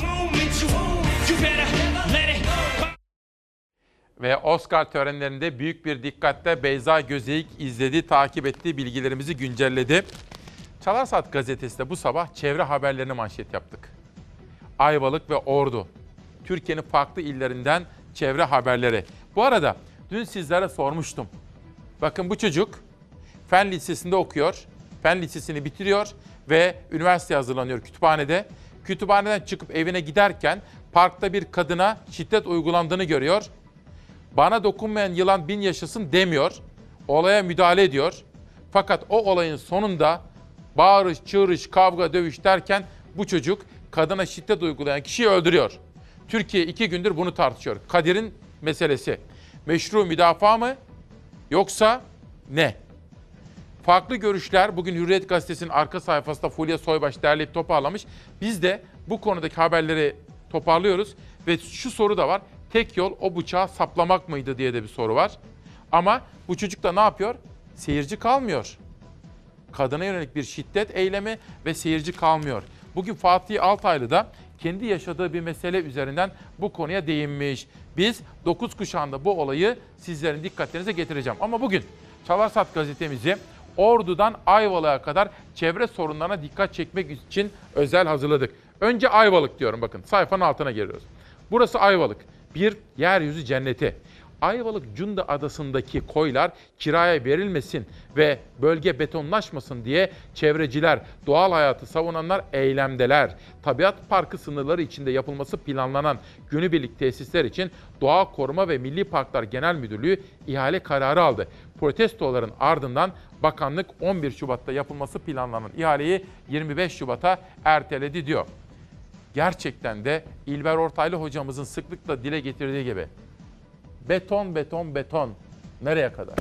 Speaker 1: Ve Oscar törenlerinde büyük bir dikkatle Beyza Gözeyik izledi, takip etti, bilgilerimizi güncelledi. Çalar Saat gazetesi de bu sabah çevre haberlerini manşet yaptık. Ayvalık ve Ordu. Türkiye'nin farklı illerinden çevre haberleri. Bu arada dün sizlere sormuştum. Bakın bu çocuk Fen Lisesi'nde okuyor. Fen Lisesi'ni bitiriyor ve üniversiteye hazırlanıyor kütüphanede. Kütüphaneden çıkıp evine giderken parkta bir kadına şiddet uygulandığını görüyor. Bana dokunmayan yılan bin yaşasın demiyor. Olaya müdahale ediyor. Fakat o olayın sonunda bağırış, çığırış, kavga, dövüş derken bu çocuk kadına şiddet uygulayan kişiyi öldürüyor. Türkiye 2 gündür bunu tartışıyor. Kadir'in meselesi. Meşru müdafaa mı Yoksa ne? Farklı görüşler bugün Hürriyet Gazetesi'nin arka sayfasında Fulya Soybaş derleyip toparlamış. Biz de bu konudaki haberleri toparlıyoruz ve şu soru da var. Tek yol o bıçağı saplamak mıydı diye de bir soru var. Ama bu çocuk da ne yapıyor? Seyirci kalmıyor. Kadına yönelik bir şiddet eylemi ve seyirci kalmıyor. Bugün Fatih Altaylı da kendi yaşadığı bir mesele üzerinden bu konuya değinmiş. Biz 9 kuşağında bu olayı sizlerin dikkatlerinize getireceğim. Ama bugün Çalarsat gazetemizi Ordu'dan Ayvalık'a kadar çevre sorunlarına dikkat çekmek için özel hazırladık. Önce Ayvalık diyorum, bakın sayfanın altına giriyoruz. Burası Ayvalık, bir yeryüzü cenneti. Ayvalık Cunda Adası'ndaki koylar kiraya verilmesin ve bölge betonlaşmasın diye çevreciler, doğal hayatı savunanlar eylemdeler. Tabiat Parkı sınırları içinde yapılması planlanan günübirlik tesisler için Doğa Koruma ve Milli Parklar Genel Müdürlüğü ihale kararı aldı. Protestoların ardından bakanlık 11 Şubat'ta yapılması planlanan ihaleyi 25 Şubat'a erteledi diyor. Gerçekten de İlber Ortaylı hocamızın sıklıkla dile getirdiği gibi beton, beton, beton. Nereye kadar?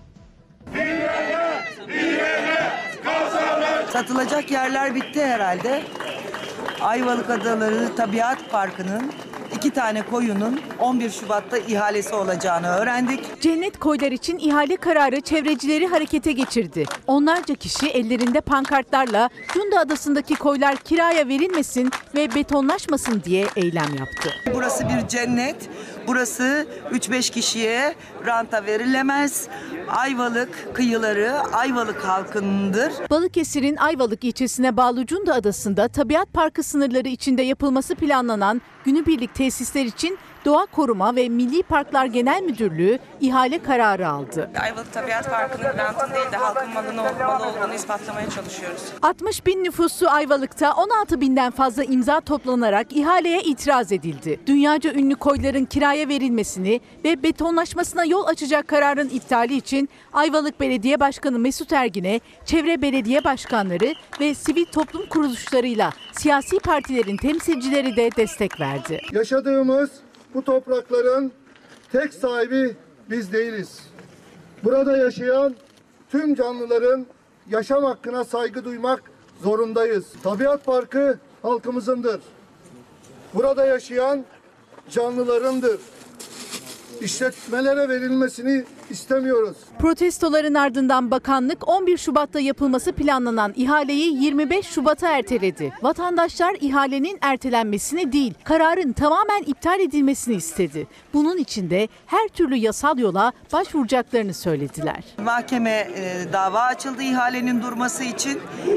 Speaker 13: Satılacak yerler bitti herhalde. Ayvalık Adaları Tabiat Parkı'nın 2 tane koyunun 11 Şubat'ta ihalesi olacağını öğrendik.
Speaker 14: Cennet koylar için ihale kararı çevrecileri harekete geçirdi. Onlarca kişi ellerinde pankartlarla Cunda Adası'ndaki koylar kiraya verilmesin ve betonlaşmasın diye eylem yaptı.
Speaker 13: Burası bir cennet. Burası 3-5 kişiye ranta verilemez. Ayvalık kıyıları Ayvalık halkındır.
Speaker 14: Balıkesir'in Ayvalık ilçesine bağlı Cunda Adası'nda Tabiat Parkı sınırları içinde yapılması planlanan günübirlik tesisler için Doğa Koruma ve Milli Parklar Genel Müdürlüğü ihale kararı aldı.
Speaker 13: Ayvalık Tabiat Parkı'nın rantın değil de halkın malı olduğunu ispatlamaya çalışıyoruz.
Speaker 14: 60 bin nüfuslu Ayvalık'ta 16 binden fazla imza toplanarak ihaleye itiraz edildi. Dünyaca ünlü koyların kiraya verilmesini ve betonlaşmasına yol açacak kararın iptali için Ayvalık Belediye Başkanı Mesut Ergin'e çevre belediye başkanları ve sivil toplum kuruluşlarıyla siyasi partilerin temsilcileri de destek verdi.
Speaker 16: Yaşadığımız bu toprakların tek sahibi biz değiliz. Burada yaşayan tüm canlıların yaşam hakkına saygı duymak zorundayız. Tabiat Parkı halkımızındır. Burada yaşayan canlılarındır. İşletmelere verilmesini istemiyoruz.
Speaker 14: Protestoların ardından bakanlık 11 Şubat'ta yapılması planlanan ihaleyi 25 Şubat'a erteledi. Vatandaşlar ihalenin ertelenmesini değil, kararın tamamen iptal edilmesini istedi. Bunun için de her türlü yasal yola başvuracaklarını söylediler.
Speaker 13: Mahkeme dava açıldı ihalenin durması için.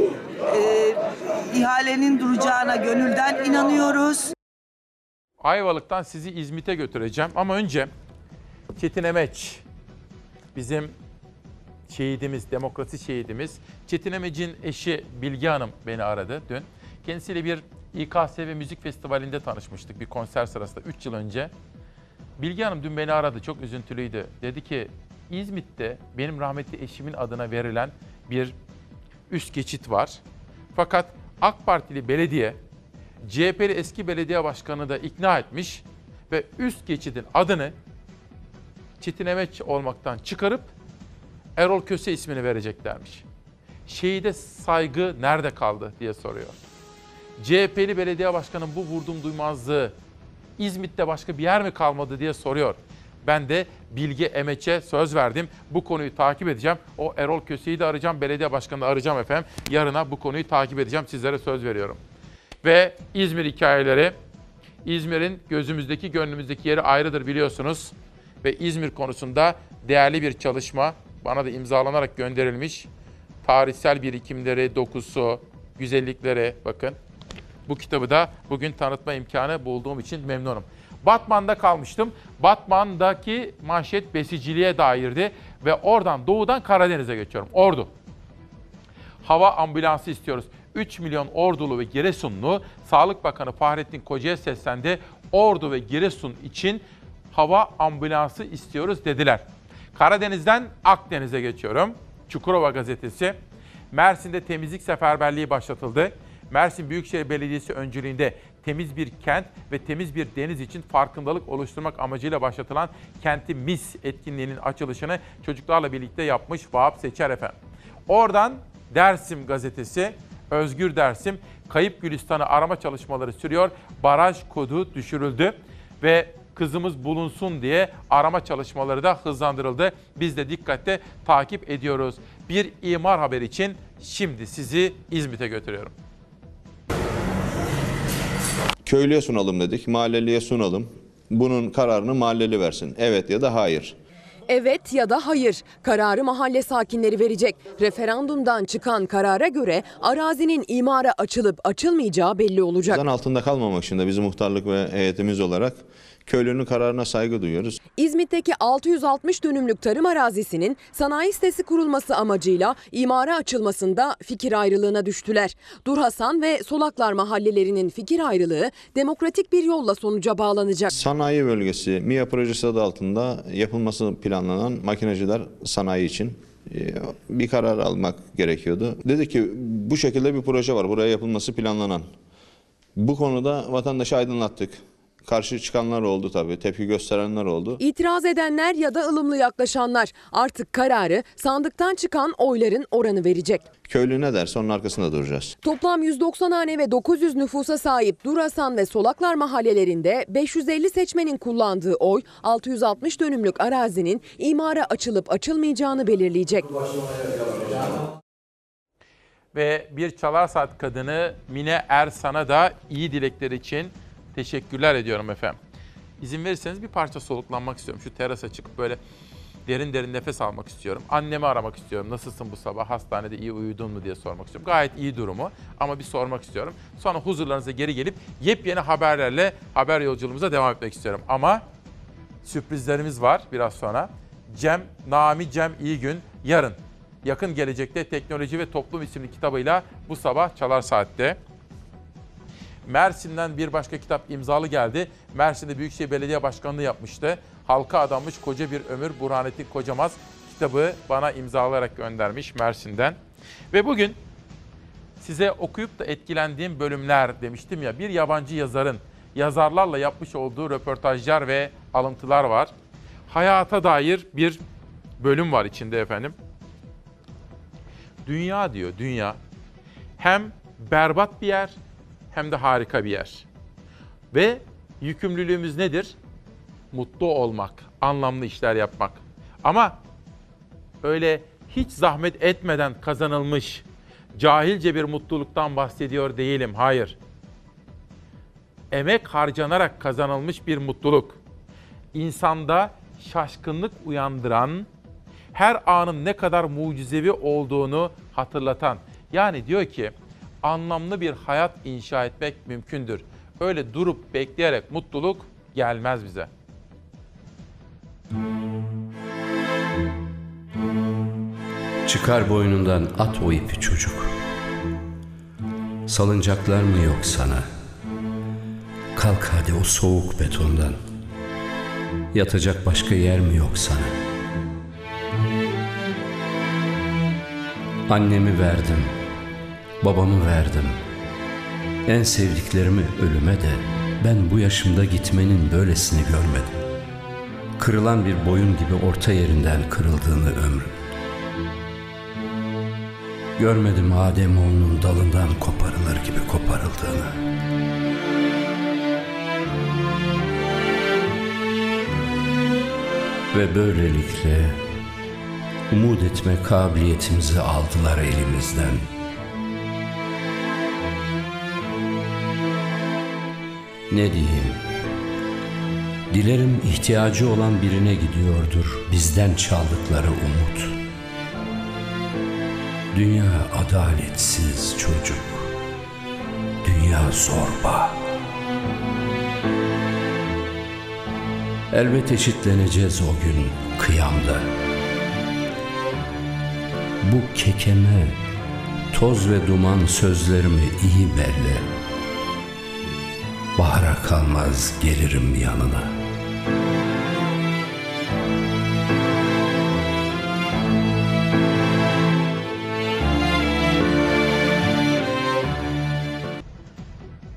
Speaker 13: İhalenin duracağına gönülden inanıyoruz.
Speaker 1: Ayvalık'tan sizi İzmit'e götüreceğim ama önce Çetin Emeç, bizim şehidimiz, demokrasi şehidimiz. Çetin Emeç'in eşi Bilge Hanım beni aradı dün. Kendisiyle bir İKSV Müzik Festivali'nde tanışmıştık bir konser sırasında 3 yıl önce. Bilge Hanım dün beni aradı, çok üzüntülüydü. Dedi ki İzmit'te benim rahmetli eşimin adına verilen bir üst geçit var. Fakat AK Partili belediye, CHP'li eski belediye başkanı da ikna etmiş ve üst geçidin adını Çetin Emeç olmaktan çıkarıp Erol Köse ismini vereceklermiş. Şehide saygı nerede kaldı diye soruyor. CHP'li belediye başkanının bu vurdum duymazlığı İzmit'te başka bir yer mi kalmadı diye soruyor. Ben de Bilge Emeç'e söz verdim. Bu konuyu takip edeceğim. O Erol Köse'yi de arayacağım, belediye başkanını arayacağım efendim. Yarına bu konuyu takip edeceğim. Sizlere söz veriyorum. Ve İzmir hikayeleri. İzmir'in gözümüzdeki, gönlümüzdeki yeri ayrıdır biliyorsunuz. Ve İzmir konusunda değerli bir çalışma bana da imzalanarak gönderilmiş. Tarihsel birikimleri, dokusu, güzellikleri bakın. Bu kitabı da bugün tanıtma imkanı bulduğum için memnunum. Batman'da kalmıştım. Batman'daki manşet besiciliğe dairdi ve oradan doğudan Karadeniz'e geçiyorum. Ordu. Hava ambulansı istiyoruz. 3 milyon Ordulu ve Giresunlu Sağlık Bakanı Fahrettin Koca'ya seslendi. Ordu ve Giresun için hava ambulansı istiyoruz dediler. Karadeniz'den Akdeniz'e geçiyorum. Çukurova gazetesi. Mersin'de temizlik seferberliği başlatıldı. Mersin Büyükşehir Belediyesi öncülüğünde temiz bir kent ve temiz bir deniz için farkındalık oluşturmak amacıyla başlatılan Kenti Mis etkinliğinin açılışını çocuklarla birlikte yapmış Vahap Seçer efendim. Oradan Dersim gazetesi, Özgür Dersim, kayıp Gülistan'ı arama çalışmaları sürüyor. Baraj kodu düşürüldü ve kızımız bulunsun diye arama çalışmaları da hızlandırıldı. Biz de dikkatle takip ediyoruz. Bir imar haberi için şimdi sizi İzmit'e götürüyorum.
Speaker 5: Köylüye sunalım dedik, mahalleliye sunalım. Bunun kararını mahalleli versin. Evet ya da hayır.
Speaker 2: Evet ya da hayır kararı mahalle sakinleri verecek. Referandumdan çıkan karara göre arazinin imara açılıp açılmayacağı belli olacak.
Speaker 5: Zan altında kalmamak için de biz muhtarlık ve heyetimiz olarak köylünün kararına saygı duyuyoruz.
Speaker 2: İzmit'teki 660 dönümlük tarım arazisinin sanayi sitesi kurulması amacıyla imara açılmasında fikir ayrılığına düştüler. Durhasan ve Solaklar mahallelerinin fikir ayrılığı demokratik bir yolla sonuca bağlanacak.
Speaker 5: Sanayi bölgesi MİA projesi adı altında yapılması planlanan makineciler sanayi için bir karar almak gerekiyordu. Dedi ki bu şekilde bir proje var, buraya yapılması planlanan. Bu konuda vatandaşı aydınlattık. Karşı çıkanlar oldu tabii, tepki gösterenler oldu.
Speaker 2: İtiraz edenler ya da ılımlı yaklaşanlar artık kararı sandıktan çıkan oyların oranı verecek.
Speaker 5: Köylü ne derse onun arkasında duracağız.
Speaker 2: Toplam 190 hane ve 900 nüfusa sahip Durhasan ve Solaklar mahallelerinde 550 seçmenin kullandığı oy 660 dönümlük arazinin imara açılıp açılmayacağını belirleyecek.
Speaker 1: Ve bir Çalar Saat kadını Mine Ersan'a da iyi dilekleri için teşekkürler ediyorum efendim. İzin verirseniz bir parça soluklanmak istiyorum. Şu terasa çıkıp böyle derin derin nefes almak istiyorum. Annemi aramak istiyorum. Nasılsın bu sabah? Hastanede iyi uyudun mu diye sormak istiyorum. Gayet iyi durumu ama bir sormak istiyorum. Sonra huzurlarınıza geri gelip yepyeni haberlerle haber yolculuğumuza devam etmek istiyorum. Ama sürprizlerimiz var biraz sonra. Nami Cem İyigün yarın yakın gelecekte Teknoloji ve Toplum isimli kitabıyla bu sabah Çalar Saat'te. Mersin'den bir başka kitap imzalı geldi. Mersin'de Büyükşehir Belediye Başkanlığı yapmıştı. Halka adanmış koca bir ömür Burhanettin Kocamaz kitabı bana imzalayarak göndermiş Mersin'den. Ve bugün size okuyup da etkilendiğim bölümler demiştim ya, bir yabancı yazarın yazarlarla yapmış olduğu röportajlar ve alıntılar var. Hayata dair bir bölüm var içinde efendim. Dünya diyor, dünya hem berbat bir yer hem de harika bir yer. Ve yükümlülüğümüz nedir? Mutlu olmak, anlamlı işler yapmak. Ama öyle hiç zahmet etmeden kazanılmış, cahilce bir mutluluktan bahsediyor değilim. Hayır. Emek harcanarak kazanılmış bir mutluluk. İnsanda şaşkınlık uyandıran, her anın ne kadar mucizevi olduğunu hatırlatan. Yani diyor ki, anlamlı bir hayat inşa etmek mümkündür. Öyle durup bekleyerek mutluluk gelmez bize.
Speaker 17: Çıkar boynundan at o ipi çocuk. Salıncaklar mı yok sana? Kalk hadi o soğuk betondan. Yatacak başka yer mi yok sana? Annemi verdim, babamı verdim. En sevdiklerimi ölüme de ben bu yaşımda gitmenin böylesini görmedim. Kırılan bir boyun gibi orta yerinden kırıldığını ömrüm. Görmedim Ademoğlunun dalından koparılır gibi koparıldığını. Ve böylelikle umut etme kabiliyetimizi aldılar elimizden. Ne diyeyim? Dilerim ihtiyacı olan birine gidiyordur bizden çaldıkları umut. Dünya adaletsiz çocuk. Dünya zorba. Elbet eşitleneceğiz o gün kıyamda. Bu kekeme, toz ve duman sözlerimi iyi belli. Bahara kalmaz gelirim yanına.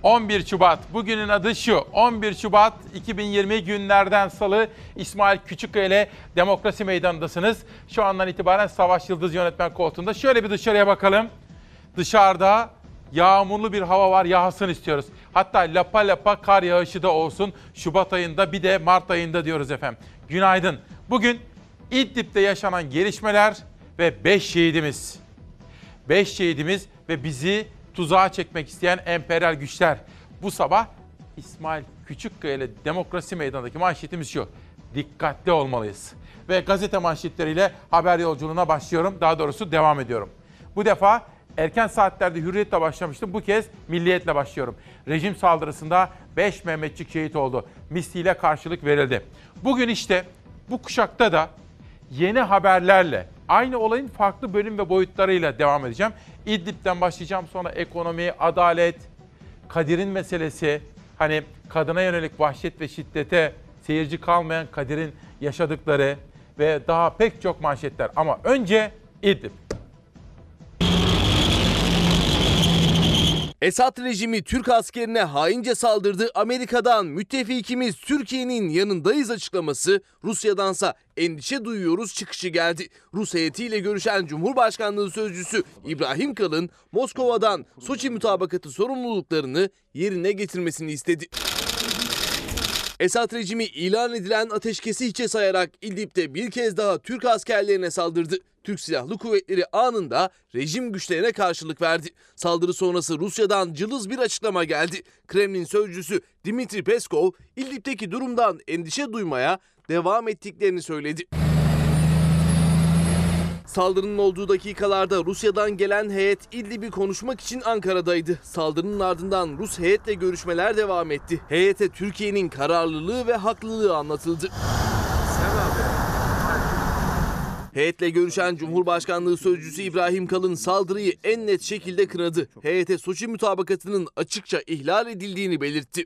Speaker 1: 11 Şubat. Bugünün adı şu. 11 Şubat 2020 günlerden salı. İsmail Küçükkaya ile Demokrasi Meydanı'ndasınız. Şu andan itibaren Savaş Yıldız yönetmen koltuğunda. Şöyle bir dışarıya bakalım. Dışarıda yağmurlu bir hava var. Yağsın istiyoruz. Hatta lapa lapa kar yağışı da olsun. Şubat ayında bir de Mart ayında diyoruz efendim. Günaydın. Bugün İdlib'de yaşanan gelişmeler ve 5 şehidimiz. 5 şehidimiz ve bizi tuzağa çekmek isteyen emperyal güçler. Bu sabah İsmail Küçükkaya ile Demokrasi Meydanı'ndaki manşetimiz şu. Dikkatli olmalıyız. Ve gazete manşetleriyle haber yolculuğuna başlıyorum. Daha doğrusu devam ediyorum. Bu defa erken saatlerde Hürriyet'le başlamıştım. Bu kez Milliyet'le başlıyorum. Rejim saldırısında 5 Mehmetçik şehit oldu. Misliyle karşılık verildi. Bugün işte bu kuşakta da yeni haberlerle, aynı olayın farklı bölüm ve boyutlarıyla devam edeceğim. İdlib'den başlayacağım, sonra ekonomi, adalet, Kadir'in meselesi, hani kadına yönelik vahşet ve şiddete seyirci kalmayan Kadir'in yaşadıkları ve daha pek çok manşetler. Ama önce İdlib.
Speaker 3: Esad rejimi Türk askerine haince saldırdı. Amerika'dan müttefikimiz Türkiye'nin yanındayız açıklaması, Rusya'dansa endişe duyuyoruz çıkışı geldi. Rus heyetiyle görüşen Cumhurbaşkanlığı Sözcüsü İbrahim Kalın, Moskova'dan Soçi mutabakatı sorumluluklarını yerine getirmesini istedi. Esad rejimi ilan edilen ateşkesi hiçe sayarak İdlib'de bir kez daha Türk askerlerine saldırdı. Türk Silahlı Kuvvetleri anında rejim güçlerine karşılık verdi. Saldırı sonrası Rusya'dan cılız bir açıklama geldi. Kremlin sözcüsü Dmitri Peskov, İdlib'deki durumdan endişe duymaya devam ettiklerini söyledi. Saldırının olduğu dakikalarda Rusya'dan gelen heyet İdlib'i konuşmak için Ankara'daydı. Saldırının ardından Rus heyetle görüşmeler devam etti. Heyete Türkiye'nin kararlılığı ve haklılığı anlatıldı. Heyetle görüşen Cumhurbaşkanlığı Sözcüsü İbrahim Kalın saldırıyı en net şekilde kınadı. Heyete Soçi mutabakatının açıkça ihlal edildiğini belirtti.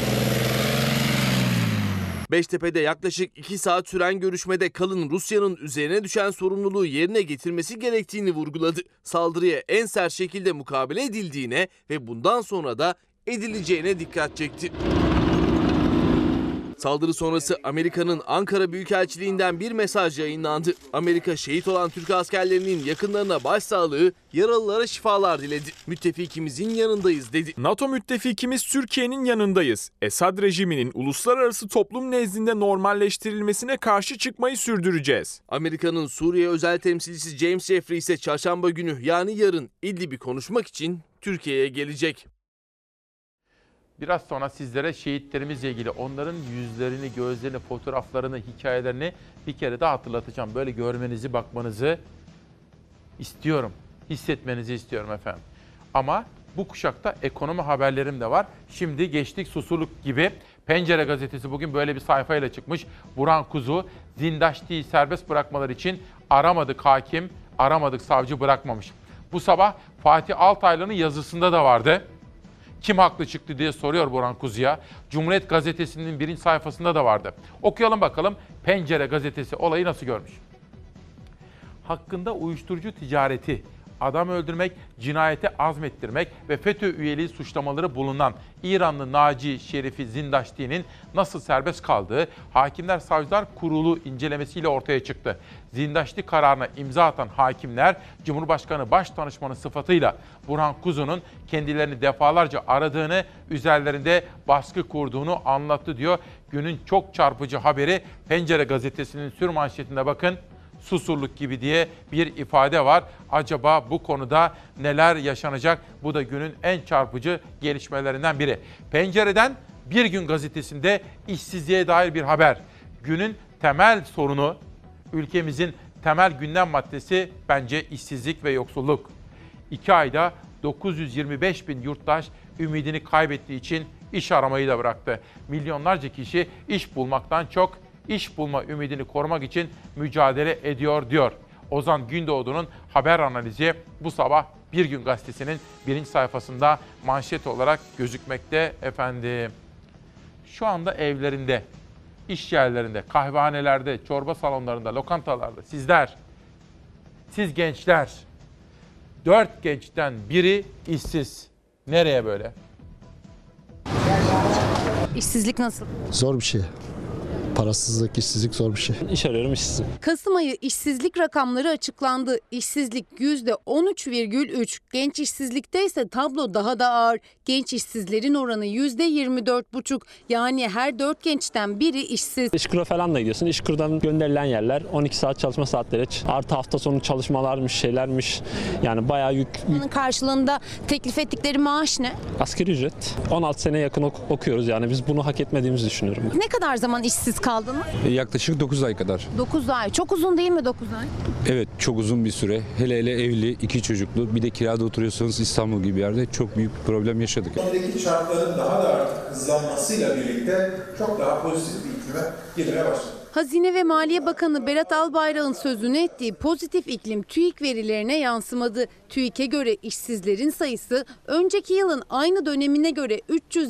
Speaker 3: Beştepe'de yaklaşık 2 saat süren görüşmede Kalın, Rusya'nın üzerine düşen sorumluluğu yerine getirmesi gerektiğini vurguladı. Saldırıya en sert şekilde mukabele edildiğine ve bundan sonra da edileceğine dikkat çekti. Saldırı sonrası Amerika'nın Ankara Büyükelçiliğinden bir mesaj yayınlandı. Amerika şehit olan Türk askerlerinin yakınlarına başsağlığı, yaralılara şifalar diledi. Müttefikimizin yanındayız dedi.
Speaker 12: NATO müttefikimiz Türkiye'nin yanındayız. Esad rejiminin uluslararası toplum nezdinde normalleştirilmesine karşı çıkmayı sürdüreceğiz.
Speaker 3: Amerika'nın Suriye özel temsilcisi James Jeffrey ise çarşamba günü yani yarın İdlib'i konuşmak için Türkiye'ye gelecek.
Speaker 1: Biraz sonra sizlere şehitlerimizle ilgili onların yüzlerini, gözlerini, fotoğraflarını, hikayelerini bir kere daha hatırlatacağım. Böyle görmenizi, bakmanızı istiyorum, hissetmenizi istiyorum efendim. Ama bu kuşakta ekonomi haberlerim de var. Şimdi geçtik Susurluk gibi. Pencere gazetesi bugün böyle bir sayfayla çıkmış. Burhan Kuzu, Zindaşti'yi serbest bırakmalar için aramadık hakim, aramadık savcı bırakmamış. Bu sabah Fatih Altaylı'nın yazısında da vardı. Kim haklı çıktı diye soruyor Burhan Kuzu'ya. Cumhuriyet Gazetesi'nin birinci sayfasında da vardı. Okuyalım bakalım Pencere Gazetesi olayı nasıl görmüş. Hakkında uyuşturucu ticareti, adam öldürmek, cinayete azmettirmek ve FETÖ üyeliği suçlamaları bulunan İranlı Naci Şerifi Zindaşti'nin nasıl serbest kaldığı Hakimler Savcılar Kurulu incelemesiyle ortaya çıktı. Zindaşti kararına imza atan hakimler, Cumhurbaşkanı Başdanışmanı sıfatıyla Burhan Kuzu'nun kendilerini defalarca aradığını, üzerlerinde baskı kurduğunu anlattı diyor. Günün çok çarpıcı haberi Pencere Gazetesi'nin sürmanşetinde bakın. Susurluk gibi diye bir ifade var. Acaba bu konuda neler yaşanacak? Bu da günün en çarpıcı gelişmelerinden biri. Pencereden Bir Gün Gazetesi'nde işsizliğe dair bir haber. Günün temel sorunu, ülkemizin temel gündem maddesi bence işsizlik ve yoksulluk. 2 ayda 925 bin yurttaş ümidini kaybettiği için iş aramayı da bıraktı. Milyonlarca kişi iş bulmaktan çok iş bulma ümidini korumak için mücadele ediyor diyor. Ozan Gündoğdu'nun haber analizi bu sabah Bir Gün Gazetesi'nin birinci sayfasında manşet olarak gözükmekte efendim. Şu anda evlerinde, iş yerlerinde, kahvehanelerde, çorba salonlarında, lokantalarda siz gençler, 4 gençten biri işsiz. Nereye böyle?
Speaker 18: İşsizlik nasıl?
Speaker 19: Zor bir şey. Parasızlık, işsizlik zor bir şey.
Speaker 20: İş arıyorum, işsizim.
Speaker 18: Kasım ayı işsizlik rakamları açıklandı. İşsizlik %13,3. Genç işsizlikte ise tablo daha da ağır. Genç işsizlerin oranı %24,5. Yani her 4 gençten biri işsiz.
Speaker 20: İşkur'a falan da gidiyorsun. İşkur'dan gönderilen yerler 12 saat çalışma saatleri. Artı hafta sonu çalışmalarmış, şeylermiş. Yani bayağı yük.
Speaker 18: Bunun karşılığında teklif ettikleri maaş ne?
Speaker 20: Asgari ücret. 16 sene yakın okuyoruz yani. Biz bunu hak etmediğimizi düşünüyorum.
Speaker 18: Ne kadar zaman işsiz kaldınız?
Speaker 21: Yaklaşık 9 ay kadar.
Speaker 18: 9 ay. Çok uzun değil mi 9 ay?
Speaker 21: Evet, çok uzun bir süre. Hele evli, 2 çocuklu, bir de kirada oturuyorsanız İstanbul gibi bir yerde çok büyük bir problem yaşadık.
Speaker 1: Ekonomideki şartların daha da artık hızlanmasıyla birlikte çok daha pozitif bir iklime girmeye başladı.
Speaker 18: Hazine ve Maliye Bakanı Berat Albayrak'ın sözünü ettiği pozitif iklim TÜİK verilerine yansımadı. TÜİK'e göre işsizlerin sayısı önceki yılın aynı dönemine göre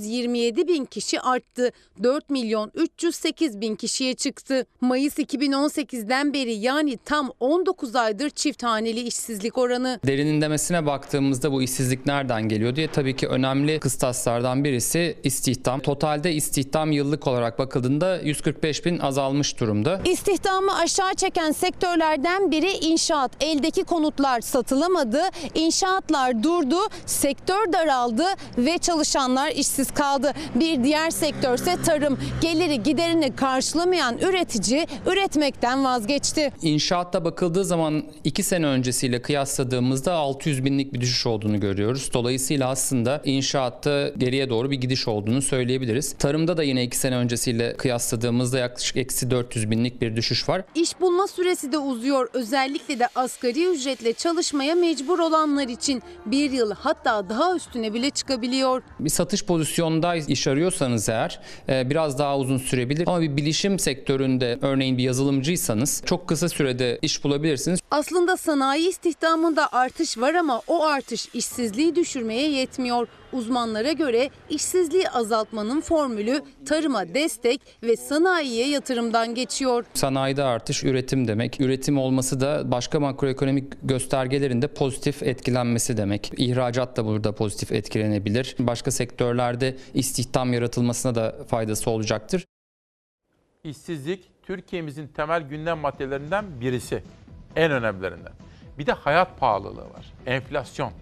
Speaker 18: 327 bin kişi arttı. 4 milyon 308 bin kişiye çıktı. Mayıs 2018'den beri yani tam 19 aydır çift haneli işsizlik oranı.
Speaker 23: Derinlemesine baktığımızda bu işsizlik nereden geliyor diye tabii ki önemli kıstaslardan birisi istihdam. Totalde istihdam yıllık olarak bakıldığında 145 bin azalmış durumda.
Speaker 18: İstihdamı aşağı çeken sektörlerden biri inşaat. Eldeki konutlar satılamadı, inşaatlar durdu, sektör daraldı ve çalışanlar işsiz kaldı. Bir diğer sektörse tarım. Geliri giderini karşılamayan üretici üretmekten vazgeçti.
Speaker 23: İnşaatta bakıldığı zaman 2 sene öncesiyle kıyasladığımızda 600 binlik bir düşüş olduğunu görüyoruz. Dolayısıyla aslında inşaatta geriye doğru bir gidiş olduğunu söyleyebiliriz. Tarımda da yine 2 sene öncesiyle kıyasladığımızda yaklaşık eksi 400 binlik bir düşüş var.
Speaker 18: İş bulma süresi de uzuyor. Özellikle de asgari ücretle çalışmaya mecbur olanlar için bir yıl hatta daha üstüne bile çıkabiliyor.
Speaker 23: Bir satış pozisyonunda iş arıyorsanız eğer biraz daha uzun sürebilir. Ama bir bilişim sektöründe örneğin bir yazılımcıysanız çok kısa sürede iş bulabilirsiniz.
Speaker 18: Aslında sanayi istihdamında artış var ama o artış işsizliği düşürmeye yetmiyor. Uzmanlara göre işsizliği azaltmanın formülü tarıma destek ve sanayiye yatırımdan geçiyor.
Speaker 23: Sanayide artış üretim demek. Üretim olması da başka makroekonomik göstergelerin de pozitif etkilenmesi demek. İhracat da burada pozitif etkilenebilir. Başka sektörlerde istihdam yaratılmasına da faydası olacaktır.
Speaker 1: İşsizlik Türkiye'mizin temel gündem maddelerinden birisi. En önemlilerinden. Bir de hayat pahalılığı var. Enflasyon.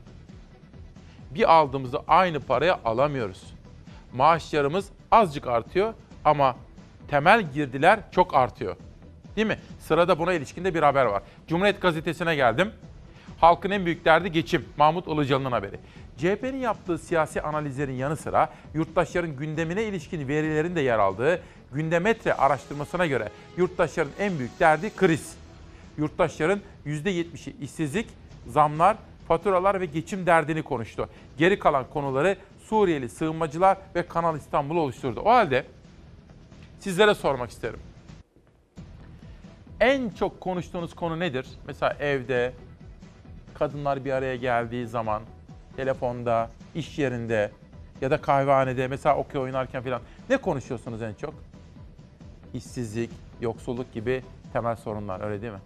Speaker 1: Bir aldığımızda aynı paraya alamıyoruz. Maaşlarımız azıcık artıyor ama temel girdiler çok artıyor. Değil mi? Sırada buna ilişkin de bir haber var. Cumhuriyet Gazetesi'ne geldim. Halkın en büyük derdi geçim. Mahmut Ilıcalı'nın haberi. CHP'nin yaptığı siyasi analizlerin yanı sıra yurttaşların gündemine ilişkin verilerin de yer aldığı Gündemetre araştırmasına göre yurttaşların en büyük derdi kriz. Yurttaşların %70'i işsizlik, zamlar, faturalar ve geçim derdini konuştu. Geri kalan konuları Suriyeli sığınmacılar ve Kanal İstanbul oluşturdu. O halde sizlere sormak isterim. En çok konuştuğunuz konu nedir? Mesela evde, kadınlar bir araya geldiği zaman, telefonda, iş yerinde ya da kahvehanede, mesela okey oynarken falan ne konuşuyorsunuz en çok? İşsizlik, yoksulluk gibi temel sorunlar, öyle değil mi?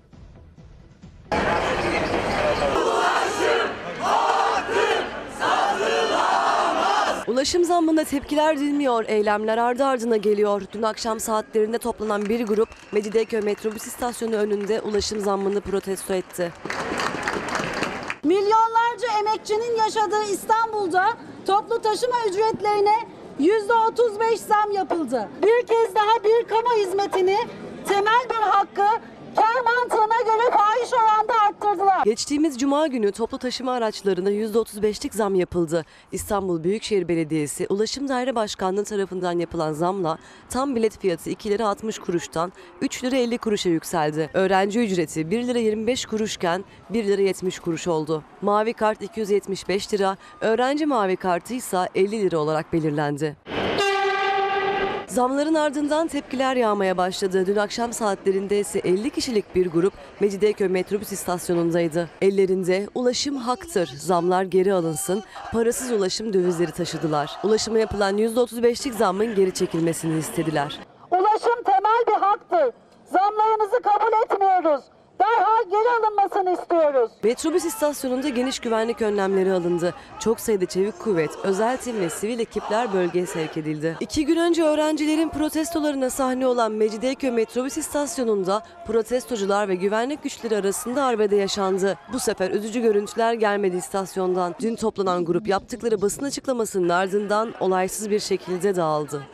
Speaker 24: Ulaşım zammında tepkiler dinmiyor, eylemler ardı ardına geliyor. Dün akşam saatlerinde toplanan bir grup Mecidiyeköy metrobüs istasyonu önünde ulaşım zammını protesto etti.
Speaker 27: Milyonlarca emekçinin yaşadığı İstanbul'da toplu taşıma ücretlerine %35 zam yapıldı. Bir kez daha bir kamu hizmetini, temel bir hakkı kâr mantığına göre fahiş oranda arttırdılar.
Speaker 24: Geçtiğimiz cuma günü toplu taşıma araçlarına %35'lik zam yapıldı. İstanbul Büyükşehir Belediyesi Ulaşım Daire Başkanlığı tarafından yapılan zamla tam bilet fiyatı 2 lira 60 kuruştan 3 lira 50 kuruşa yükseldi. Öğrenci ücreti 1 lira 25 kuruşken 1 lira 70 kuruş oldu. Mavi kart 275 lira, öğrenci mavi kartı ise 50 lira olarak belirlendi. Zamların ardından tepkiler yağmaya başladı. Dün akşam saatlerinde ise 50 kişilik bir grup Mecidiyeköy metrobüs istasyonundaydı. Ellerinde ulaşım haktır, zamlar geri alınsın, parasız ulaşım dövizleri taşıdılar. Ulaşıma yapılan %35'lik zammın geri çekilmesini istediler.
Speaker 27: Ulaşım temel bir haktır. Zamlarınızı kabul etmiyoruz. derhal geri alınmasını istiyoruz.
Speaker 24: Metrobüs istasyonunda geniş güvenlik önlemleri alındı. Çok sayıda çevik kuvvet, özel tim ve sivil ekipler bölgeye sevk edildi. 2 gün önce öğrencilerin protestolarına sahne olan Mecidiyeköy metrobüs istasyonunda protestocular ve güvenlik güçleri arasında arbede yaşandı. Bu sefer üzücü görüntüler gelmedi istasyondan. Dün toplanan grup yaptıkları basın açıklamasının ardından olaysız bir şekilde dağıldı.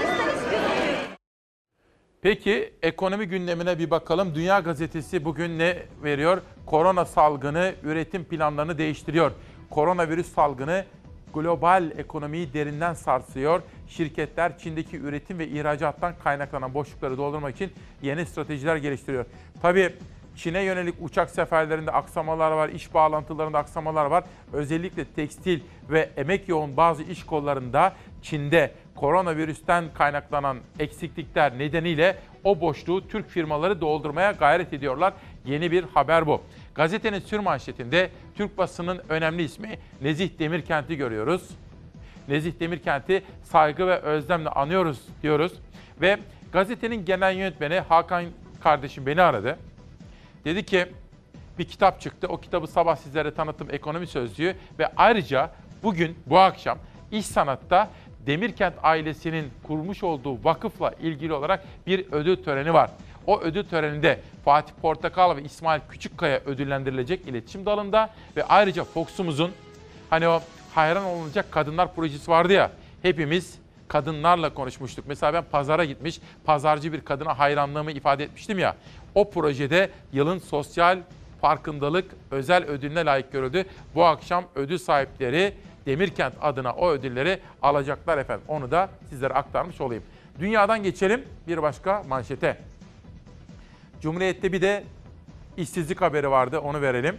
Speaker 1: Peki ekonomi gündemine bir bakalım. Dünya Gazetesi bugün ne veriyor? Korona salgını üretim planlarını değiştiriyor. Koronavirüs salgını global ekonomiyi derinden sarsıyor. Şirketler Çin'deki üretim ve ihracattan kaynaklanan boşlukları doldurmak için yeni stratejiler geliştiriyor. Tabii Çin'e yönelik uçak seferlerinde aksamalar var, iş bağlantılarında aksamalar var. Özellikle tekstil ve emek yoğun bazı iş kollarında Çin'de koronavirüsten kaynaklanan eksiklikler nedeniyle o boşluğu Türk firmaları doldurmaya gayret ediyorlar. Yeni bir haber bu. Gazetenin sürmanşetinde Türk basının önemli ismi Nezih Demirkent'i görüyoruz. Nezih Demirkent'i saygı ve özlemle anıyoruz diyoruz. Ve gazetenin genel yönetmeni Hakan kardeşim beni aradı. Dedi ki bir kitap çıktı. O kitabı sabah sizlere tanıttım, Ekonomi Sözlüğü. Ve ayrıca bugün, bu akşam İş Sanat'ta Demirkent ailesinin kurmuş olduğu vakıfla ilgili olarak bir ödül töreni var. O ödül töreninde Fatih Portakal ve İsmail Küçükkaya ödüllendirilecek iletişim dalında ve ayrıca Fox'umuzun hani o hayran olunacak kadınlar projesi vardı ya, hepimiz kadınlarla konuşmuştuk. Mesela ben pazara gitmiş, pazarcı bir kadına hayranlığımı ifade etmiştim ya. O projede yılın sosyal farkındalık özel ödülüne layık görüldü. Bu akşam ödül sahipleri Demirkent adına o ödülleri alacaklar efendim. Onu da sizlere aktarmış olayım. Dünyadan geçelim bir başka manşete. Cumhuriyet'te bir de işsizlik haberi vardı, onu verelim.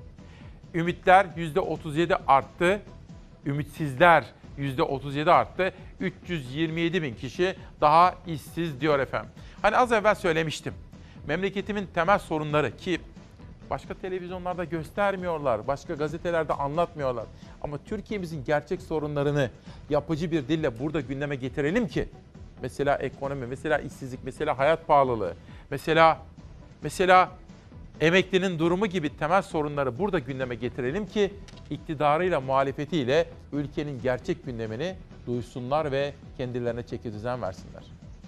Speaker 1: Ümitler %37 arttı. Ümitsizler %37 arttı. 327 bin kişi daha işsiz diyor efendim. Hani az evvel söylemiştim. Memleketimin temel sorunları ki başka televizyonlarda göstermiyorlar, başka gazetelerde anlatmıyorlar. Ama Türkiye'mizin gerçek sorunlarını yapıcı bir dille burada gündeme getirelim ki mesela ekonomi, mesela işsizlik, mesela hayat pahalılığı, mesela emeklinin durumu gibi temel sorunları burada gündeme getirelim ki iktidarıyla, muhalefetiyle ülkenin gerçek gündemini duysunlar ve kendilerine çekidüzen versinler.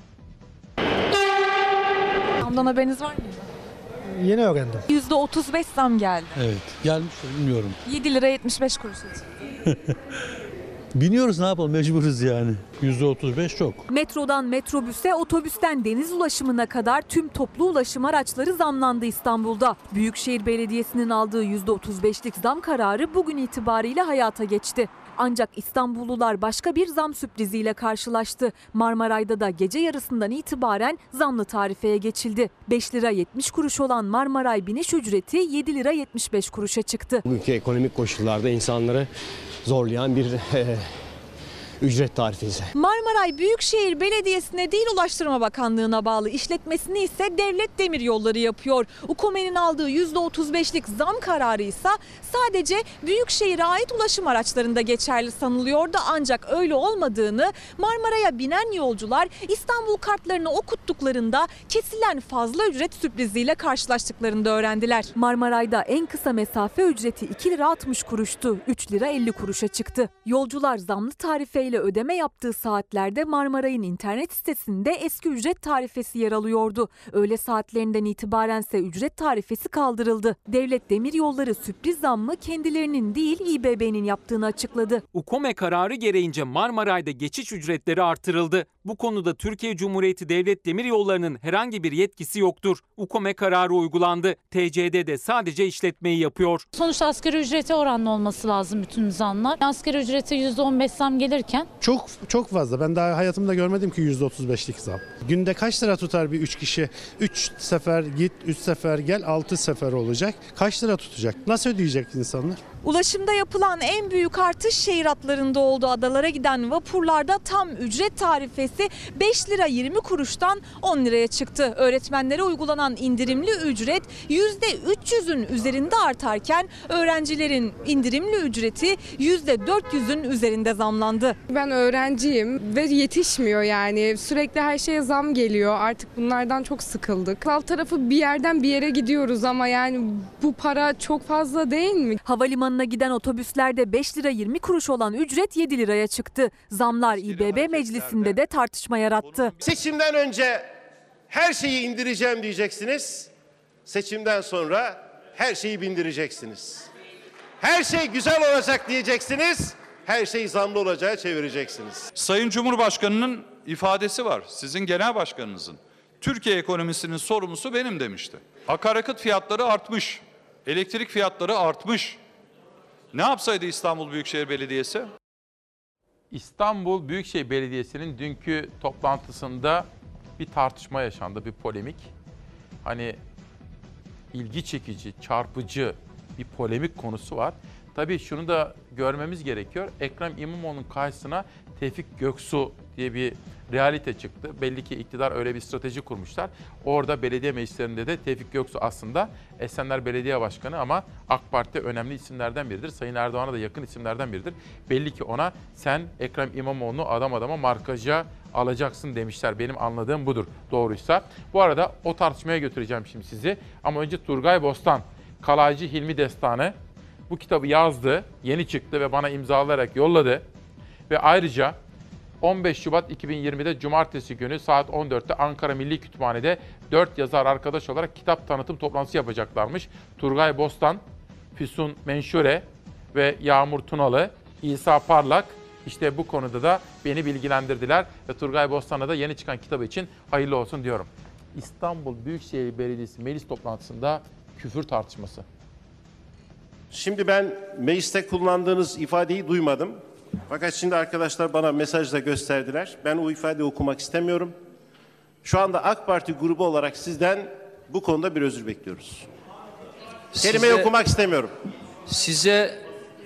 Speaker 4: Zamdan haberiniz var mı?
Speaker 7: Yeni öğrendim.
Speaker 4: %35 zam geldi.
Speaker 7: Evet. Gelmiştir, bilmiyorum.
Speaker 4: 7 lira 75 kuruş.
Speaker 7: Biniyoruz, ne yapalım, mecburuz yani. %35 çok.
Speaker 4: Metrodan metrobüse, otobüsten deniz ulaşımına kadar tüm toplu ulaşım araçları zamlandı İstanbul'da. Büyükşehir Belediyesi'nin aldığı %35'lik zam kararı bugün itibariyle hayata geçti. Ancak İstanbullular başka bir zam sürpriziyle karşılaştı. Marmaray'da da gece yarısından itibaren zamlı tarifeye geçildi. 5 lira 70 kuruş olan Marmaray biniş ücreti 7 lira 75 kuruşa çıktı.
Speaker 8: Bugünkü ekonomik koşullarda insanları zorlayan bir ücret tarifesi.
Speaker 4: Marmaray Büyükşehir Belediyesi'ne değil Ulaştırma Bakanlığı'na bağlı, işletmesini ise Devlet Demiryolları yapıyor. UKOME'nin aldığı %35'lik zam kararı ise sadece Büyükşehir'e ait ulaşım araçlarında geçerli sanılıyordu. Ancak öyle olmadığını Marmaray'a binen yolcular İstanbul kartlarını okuttuklarında kesilen fazla ücret sürpriziyle karşılaştıklarını da öğrendiler. Marmaray'da en kısa mesafe ücreti 2 lira 60 kuruştu. 3 lira 50 kuruşa çıktı. Yolcular zamlı tarifeyle ödeme yaptığı saatlerde Marmaray'ın internet sitesinde eski ücret tarifesi yer alıyordu. Öğle saatlerinden itibarense ücret tarifesi kaldırıldı. Devlet Demiryolları sürpriz zammı kendilerinin değil İBB'nin yaptığını açıkladı.
Speaker 9: UKOME kararı gereğince Marmaray'da geçiş ücretleri artırıldı. Bu konuda Türkiye Cumhuriyeti Devlet Demiryolları'nın herhangi bir yetkisi yoktur. UKOME kararı uygulandı. TCD de sadece işletmeyi yapıyor.
Speaker 15: Sonuçta asgari ücrete oranlı olması lazım bütün zamlar. Asgari ücrete %15 zam gelirken.
Speaker 7: Çok fazla. Ben daha hayatımda görmedim ki %35'lik zam. Günde kaç lira tutar bir 3 kişi? 3 sefer git, 3 sefer gel, 6 sefer olacak. Kaç lira tutacak? Nasıl ödeyecek insanlar?
Speaker 4: Ulaşımda yapılan en büyük artış şehir hatlarında oldu. Adalara giden vapurlarda tam ücret tarifesi 5 lira 20 kuruştan 10 liraya çıktı. Öğretmenlere uygulanan indirimli ücret %300'ün üzerinde artarken öğrencilerin indirimli ücreti %400'ün üzerinde zamlandı.
Speaker 6: Ben öğrenciyim ve yetişmiyor yani. Sürekli her şeye zam geliyor. Artık bunlardan çok sıkıldık. Alt tarafı bir yerden bir yere gidiyoruz ama yani bu para çok fazla değil mi?
Speaker 4: Havalimanına giden otobüslerde 5 lira 20 kuruş olan ücret 7 liraya çıktı. Zamlar İBB meclisinde de tartışma yarattı.
Speaker 10: Seçimden önce her şeyi indireceğim diyeceksiniz. Seçimden sonra her şeyi bindireceksiniz. Her şey güzel olacak diyeceksiniz. Her şey zamlı olacağı çevireceksiniz.
Speaker 11: Sayın Cumhurbaşkanı'nın ifadesi var. Sizin genel başkanınızın. Türkiye ekonomisinin sorumlusu benim demişti. Akaryakıt fiyatları artmış. Elektrik fiyatları artmış. Ne yapsaydı İstanbul Büyükşehir Belediyesi?
Speaker 1: İstanbul Büyükşehir Belediyesi'nin dünkü toplantısında bir tartışma yaşandı, bir polemik. Hani ilgi çekici, çarpıcı bir polemik konusu var. Tabii şunu da görmemiz gerekiyor. Ekrem İmamoğlu'nun karşısına Tevfik Göksu diye bir realite çıktı. Belli ki iktidar öyle bir strateji kurmuşlar. Orada belediye meclislerinde de Tevfik Göksu aslında Esenler Belediye Başkanı ama AK Parti önemli isimlerden biridir. Sayın Erdoğan'a da yakın isimlerden biridir. Belli ki ona sen Ekrem İmamoğlu'nu adam adama markaja alacaksın demişler. Benim anladığım budur doğruysa. Bu arada o tartışmaya götüreceğim şimdi sizi. Ama önce Turgay Bostan, Kalaycı Hilmi Destanı bu kitabı yazdı, yeni çıktı ve bana imzalayarak yolladı. Ve ayrıca 15 Şubat 2020'de Cumartesi günü saat 14'te Ankara Milli Kütüphane'de 4 yazar arkadaş olarak kitap tanıtım toplantısı yapacaklarmış. Turgay Bostan, Füsun Menşure ve Yağmur Tunalı, İsa Parlak işte bu konuda da beni bilgilendirdiler. Ve Turgay Bostan'a da yeni çıkan kitabı için hayırlı olsun diyorum. İstanbul Büyükşehir Belediyesi meclis toplantısında küfür tartışması.
Speaker 10: Şimdi ben mecliste kullandığınız ifadeyi duymadım. Fakat şimdi arkadaşlar bana mesajla gösterdiler. Ben o ifadeyi okumak istemiyorum. Şu anda AK Parti grubu olarak sizden bu konuda bir özür bekliyoruz. Kelimeyi okumak istemiyorum.
Speaker 16: Size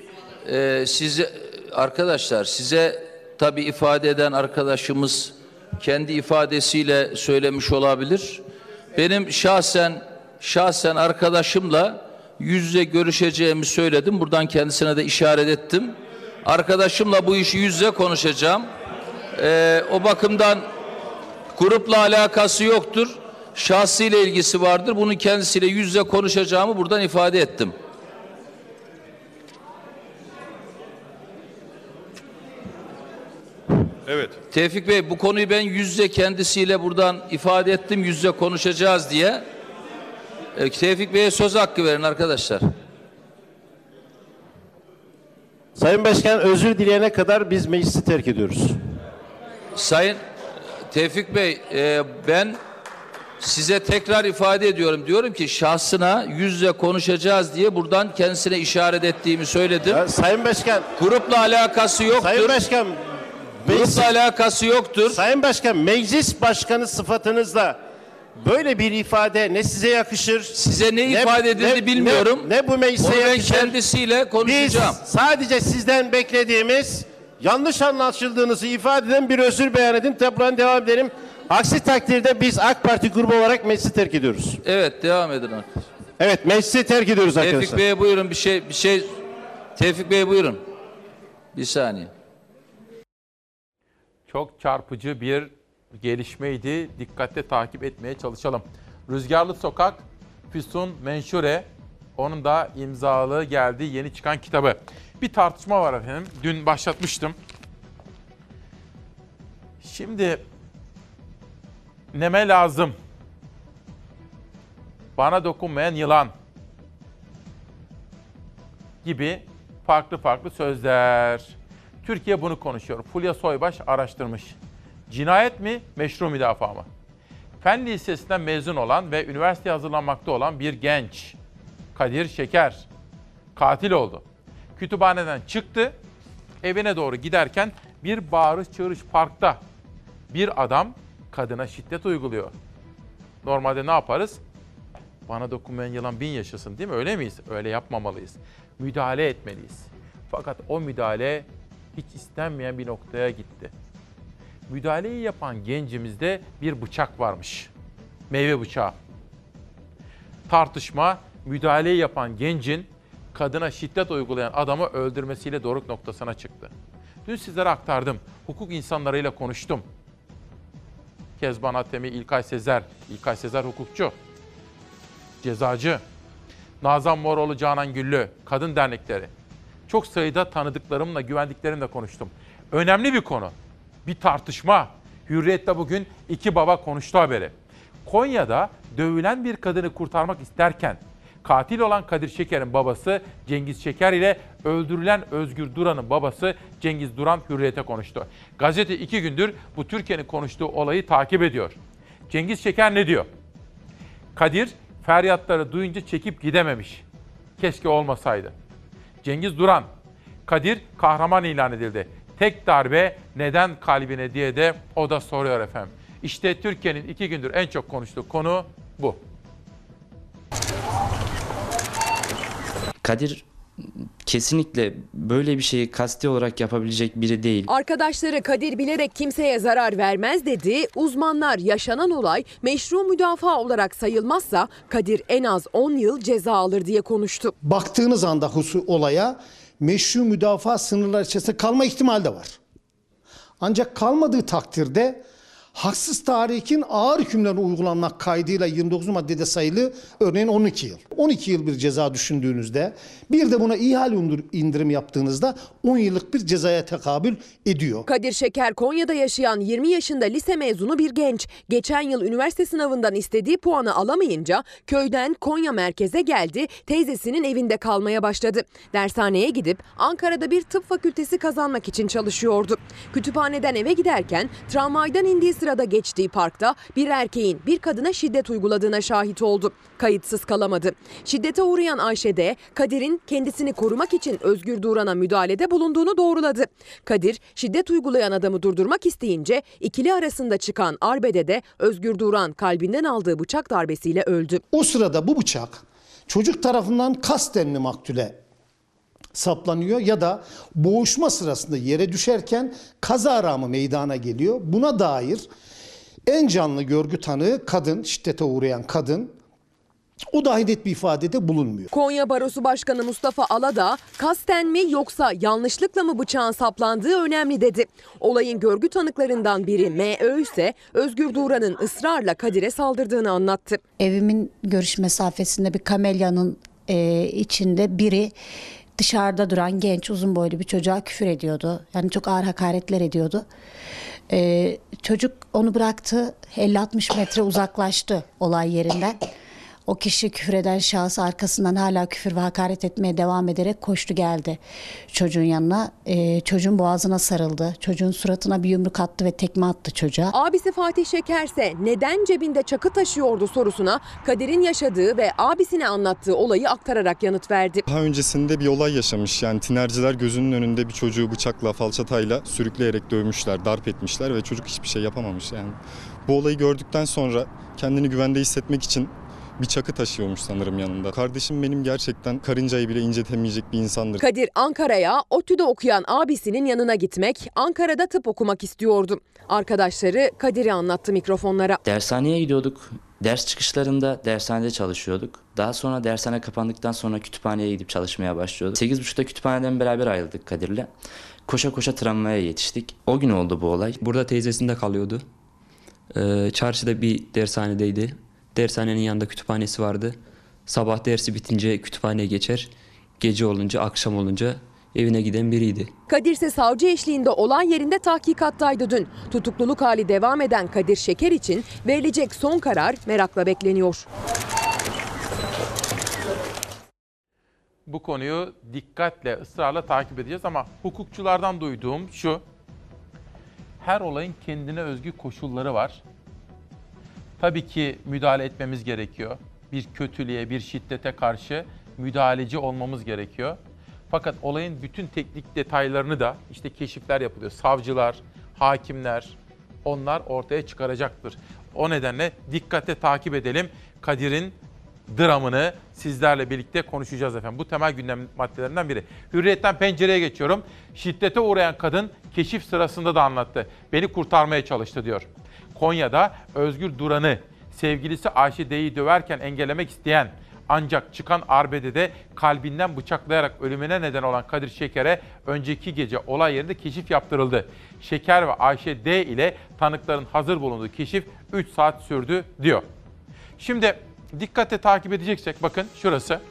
Speaker 16: arkadaşlar size tabii ifade eden arkadaşımız kendi ifadesiyle söylemiş olabilir. Benim şahsen arkadaşımla yüz yüze görüşeceğimi söyledim. Buradan kendisine de işaret ettim. Arkadaşımla bu işi yüz yüze konuşacağım. O bakımdan grupla alakası yoktur. Şahsıyla ilgisi vardır. Bunu kendisiyle yüz yüze konuşacağımı buradan ifade ettim.
Speaker 11: Evet.
Speaker 16: Tevfik Bey bu konuyu ben yüz yüze kendisiyle buradan ifade ettim. Yüz yüze konuşacağız diye. Tevfik Bey'e söz hakkı verin arkadaşlar.
Speaker 10: Sayın Başkan özür dileyene kadar biz meclisi terk ediyoruz.
Speaker 16: Sayın Tevfik Bey ben size tekrar ifade ediyorum. Diyorum ki şahsına yüz yüze konuşacağız diye buradan kendisine işaret ettiğimi söyledim.
Speaker 10: Ya, Sayın Başkan.
Speaker 16: Grupla alakası yoktur.
Speaker 10: Sayın Başkan.
Speaker 16: Grupla alakası yoktur.
Speaker 10: Sayın Başkan meclis başkanı sıfatınızla böyle bir ifade ne size yakışır?
Speaker 16: Size ne ifade edildi bilmiyorum.
Speaker 10: Ne bu meclise yakışır?
Speaker 16: Ben kendisiyle konuşacağım.
Speaker 10: Biz sadece sizden beklediğimiz yanlış anlaşıldığınızı ifade eden bir özür beyan edin. Buradan devam edelim. Aksi takdirde biz AK Parti grubu olarak meclisi terk ediyoruz.
Speaker 16: Evet devam edin arkadaşlar.
Speaker 10: Evet meclisi terk ediyoruz arkadaşlar.
Speaker 16: Tevfik Bey'e buyurun bir şey. Tevfik Bey buyurun. Bir saniye.
Speaker 1: Çok çarpıcı bir gelişmeydi. Dikkatle takip etmeye çalışalım. Rüzgarlı Sokak, Füsun Menşure. Onun da imzalı geldi yeni çıkan kitabı. Bir tartışma var efendim. Dün başlatmıştım. Şimdi neme lazım? Bana dokunmayan yılan gibi farklı sözler. Türkiye bunu konuşuyor. Fulya Soybaş araştırmış. Cinayet mi, meşru müdafaa mı? Fen Lisesi'nden mezun olan ve üniversiteye hazırlanmakta olan bir genç, Kadir Şeker, katil oldu. Kütüphaneden çıktı, evine doğru giderken bir bağırış çığırış parkta bir adam kadına şiddet uyguluyor. Normalde ne yaparız? Bana dokunmayan yılan bin yaşasın değil mi? Öyle miyiz? Öyle yapmamalıyız. müdahale etmeliyiz. Fakat o müdahale hiç istenmeyen bir noktaya gitti. Müdahaleyi yapan gencimizde bir bıçak varmış. Meyve bıçağı. Tartışma, müdahaleyi yapan gencin kadına şiddet uygulayan adamı öldürmesiyle doruk noktasına çıktı. Dün sizlere aktardım. Hukuk insanlarıyla konuştum. Kezban Atemi, İlkay Sezer hukukçu, cezacı, Nazan Moroğlu, Canan Güllü, kadın dernekleri. Çok sayıda tanıdıklarımla, güvendiklerimle konuştum. Önemli bir konu, bir tartışma. Hürriyet'te bugün iki baba konuştu haberi. Konya'da dövülen bir kadını kurtarmak isterken katil olan Kadir Şeker'in babası Cengiz Şeker ile öldürülen Özgür Duran'ın babası Cengiz Duran Hürriyet'e konuştu. Gazete 2 gündür bu Türkiye'nin konuştuğu olayı takip ediyor. Cengiz Şeker ne diyor? Kadir feryatları duyunca çekip gidememiş. Keşke olmasaydı. Cengiz Duran, Kadir kahraman ilan edildi. Tek darbe neden kalbine diye de o da soruyor efendim. İşte Türkiye'nin 2 gündür en çok konuştuğu konu bu.
Speaker 2: Kadir kesinlikle böyle bir şeyi kasti olarak yapabilecek biri değil.
Speaker 5: Arkadaşları Kadir bilerek kimseye zarar vermez dedi. Uzmanlar yaşanan olay meşru müdafaa olarak sayılmazsa Kadir en az 10 yıl ceza alır diye konuştu.
Speaker 13: Baktığınız anda olaya meşru müdafaa sınırlar içerisinde kalma ihtimali de var. Ancak kalmadığı takdirde haksız tahrikin ağır hükümlerine uygulanmak kaydıyla 29 maddede sayılı örneğin 12 yıl. 12 yıl bir ceza düşündüğünüzde bir de buna ihale indirim yaptığınızda 10 yıllık bir cezaya tekabül ediyor.
Speaker 5: Kadir Şeker Konya'da yaşayan 20 yaşında lise mezunu bir genç. Geçen yıl üniversite sınavından istediği puanı alamayınca köyden Konya merkeze geldi, teyzesinin evinde kalmaya başladı. Dershaneye gidip Ankara'da bir tıp fakültesi kazanmak için çalışıyordu. Kütüphaneden eve giderken tramvaydan indiği sırada geçtiği parkta bir erkeğin bir kadına şiddet uyguladığına şahit oldu. Kayıtsız kalamadı. Şiddete uğrayan Ayşe de Kadir'in kendisini korumak için Özgür Duran'a müdahalede bulunduğunu doğruladı. Kadir şiddet uygulayan adamı durdurmak isteyince ikili arasında çıkan arbedede Özgür Duran kalbinden aldığı bıçak darbesiyle öldü.
Speaker 13: O sırada bu bıçak çocuk tarafından kasten mi maktule saplanıyor ya da boğuşma sırasında yere düşerken kazara mı meydana geliyor? Buna dair en canlı görgü tanığı kadın, şiddete uğrayan kadın. O dahi net bir ifadede bulunmuyor.
Speaker 5: Konya Barosu Başkanı Mustafa Aladağ kasten mi yoksa yanlışlıkla mı bıçağın saplandığı önemli dedi. Olayın görgü tanıklarından biri M.Ö. ise Özgür Duran'ın ısrarla Kadir'e saldırdığını anlattı.
Speaker 14: Evimin görüş mesafesinde bir kamelyanın içinde biri dışarıda duran genç uzun boylu bir çocuğa küfür ediyordu. Yani çok ağır hakaretler ediyordu. Çocuk onu bıraktı, 50-60 metre uzaklaştı olay yerinden. O kişi küfür eden şahıs arkasından hala küfür ve hakaret etmeye devam ederek koştu geldi çocuğun yanına. Çocuğun boğazına sarıldı. Çocuğun suratına bir yumruk attı ve tekme attı çocuğa.
Speaker 5: Abisi Fatih Şeker ise neden cebinde çakı taşıyordu sorusuna Kadir'in yaşadığı ve abisine anlattığı olayı aktararak yanıt verdi.
Speaker 22: Daha öncesinde bir olay yaşamış. Yani tinerciler gözünün önünde bir çocuğu bıçakla, falçatayla sürükleyerek dövmüşler, darp etmişler ve çocuk hiçbir şey yapamamış. Yani bu olayı gördükten sonra kendini güvende hissetmek için bir çakı taşıyormuş sanırım yanında. Kardeşim benim gerçekten karıncayı bile incetemeyecek bir insandır.
Speaker 5: Kadir Ankara'ya ODTÜ'de okuyan abisinin yanına gitmek, Ankara'da tıp okumak istiyordu. Arkadaşları Kadir'i anlattı mikrofonlara.
Speaker 2: Dershaneye gidiyorduk. Ders çıkışlarında dershanede çalışıyorduk. Daha sonra dershane kapandıktan sonra kütüphaneye gidip çalışmaya başlıyorduk. 8.30'da kütüphaneden beraber ayrıldık Kadir'le. Koşa koşa tramvaya yetiştik. O gün oldu bu olay.
Speaker 25: Burada teyzesinde kalıyordu. Çarşıda bir dershanedeydi. Dershanenin yanında kütüphanesi vardı. Sabah dersi bitince kütüphaneye geçer. Gece olunca, akşam olunca evine giden biriydi.
Speaker 5: Kadir ise savcı eşliğinde olay yerinde tahkikattaydı dün. Tutukluluk hali devam eden Kadir Şeker için verilecek son karar merakla bekleniyor.
Speaker 1: Bu konuyu dikkatle, ısrarla takip edeceğiz ama hukukçulardan duyduğum şu: her olayın kendine özgü koşulları var. Tabii ki müdahale etmemiz gerekiyor. Bir kötülüğe, bir şiddete karşı müdahaleci olmamız gerekiyor. Fakat olayın bütün teknik detaylarını da işte keşifler yapılıyor. Savcılar, hakimler onlar ortaya çıkaracaktır. O nedenle dikkatle takip edelim. Kadir'in dramını sizlerle birlikte konuşacağız efendim. Bu temel gündem maddelerinden biri. Hürriyet'ten Pencere'ye geçiyorum. Şiddete uğrayan kadın keşif sırasında da anlattı. Beni kurtarmaya çalıştı diyor. Konya'da Özgür Duran'ı sevgilisi Ayşe D'yi döverken engellemek isteyen ancak çıkan arbedede kalbinden bıçaklayarak ölümüne neden olan Kadir Şeker'e önceki gece olay yerinde keşif yaptırıldı. Şeker ve Ayşe D ile tanıkların hazır bulunduğu keşif 3 saat sürdü diyor. Şimdi dikkatle takip edeceksek bakın şurası.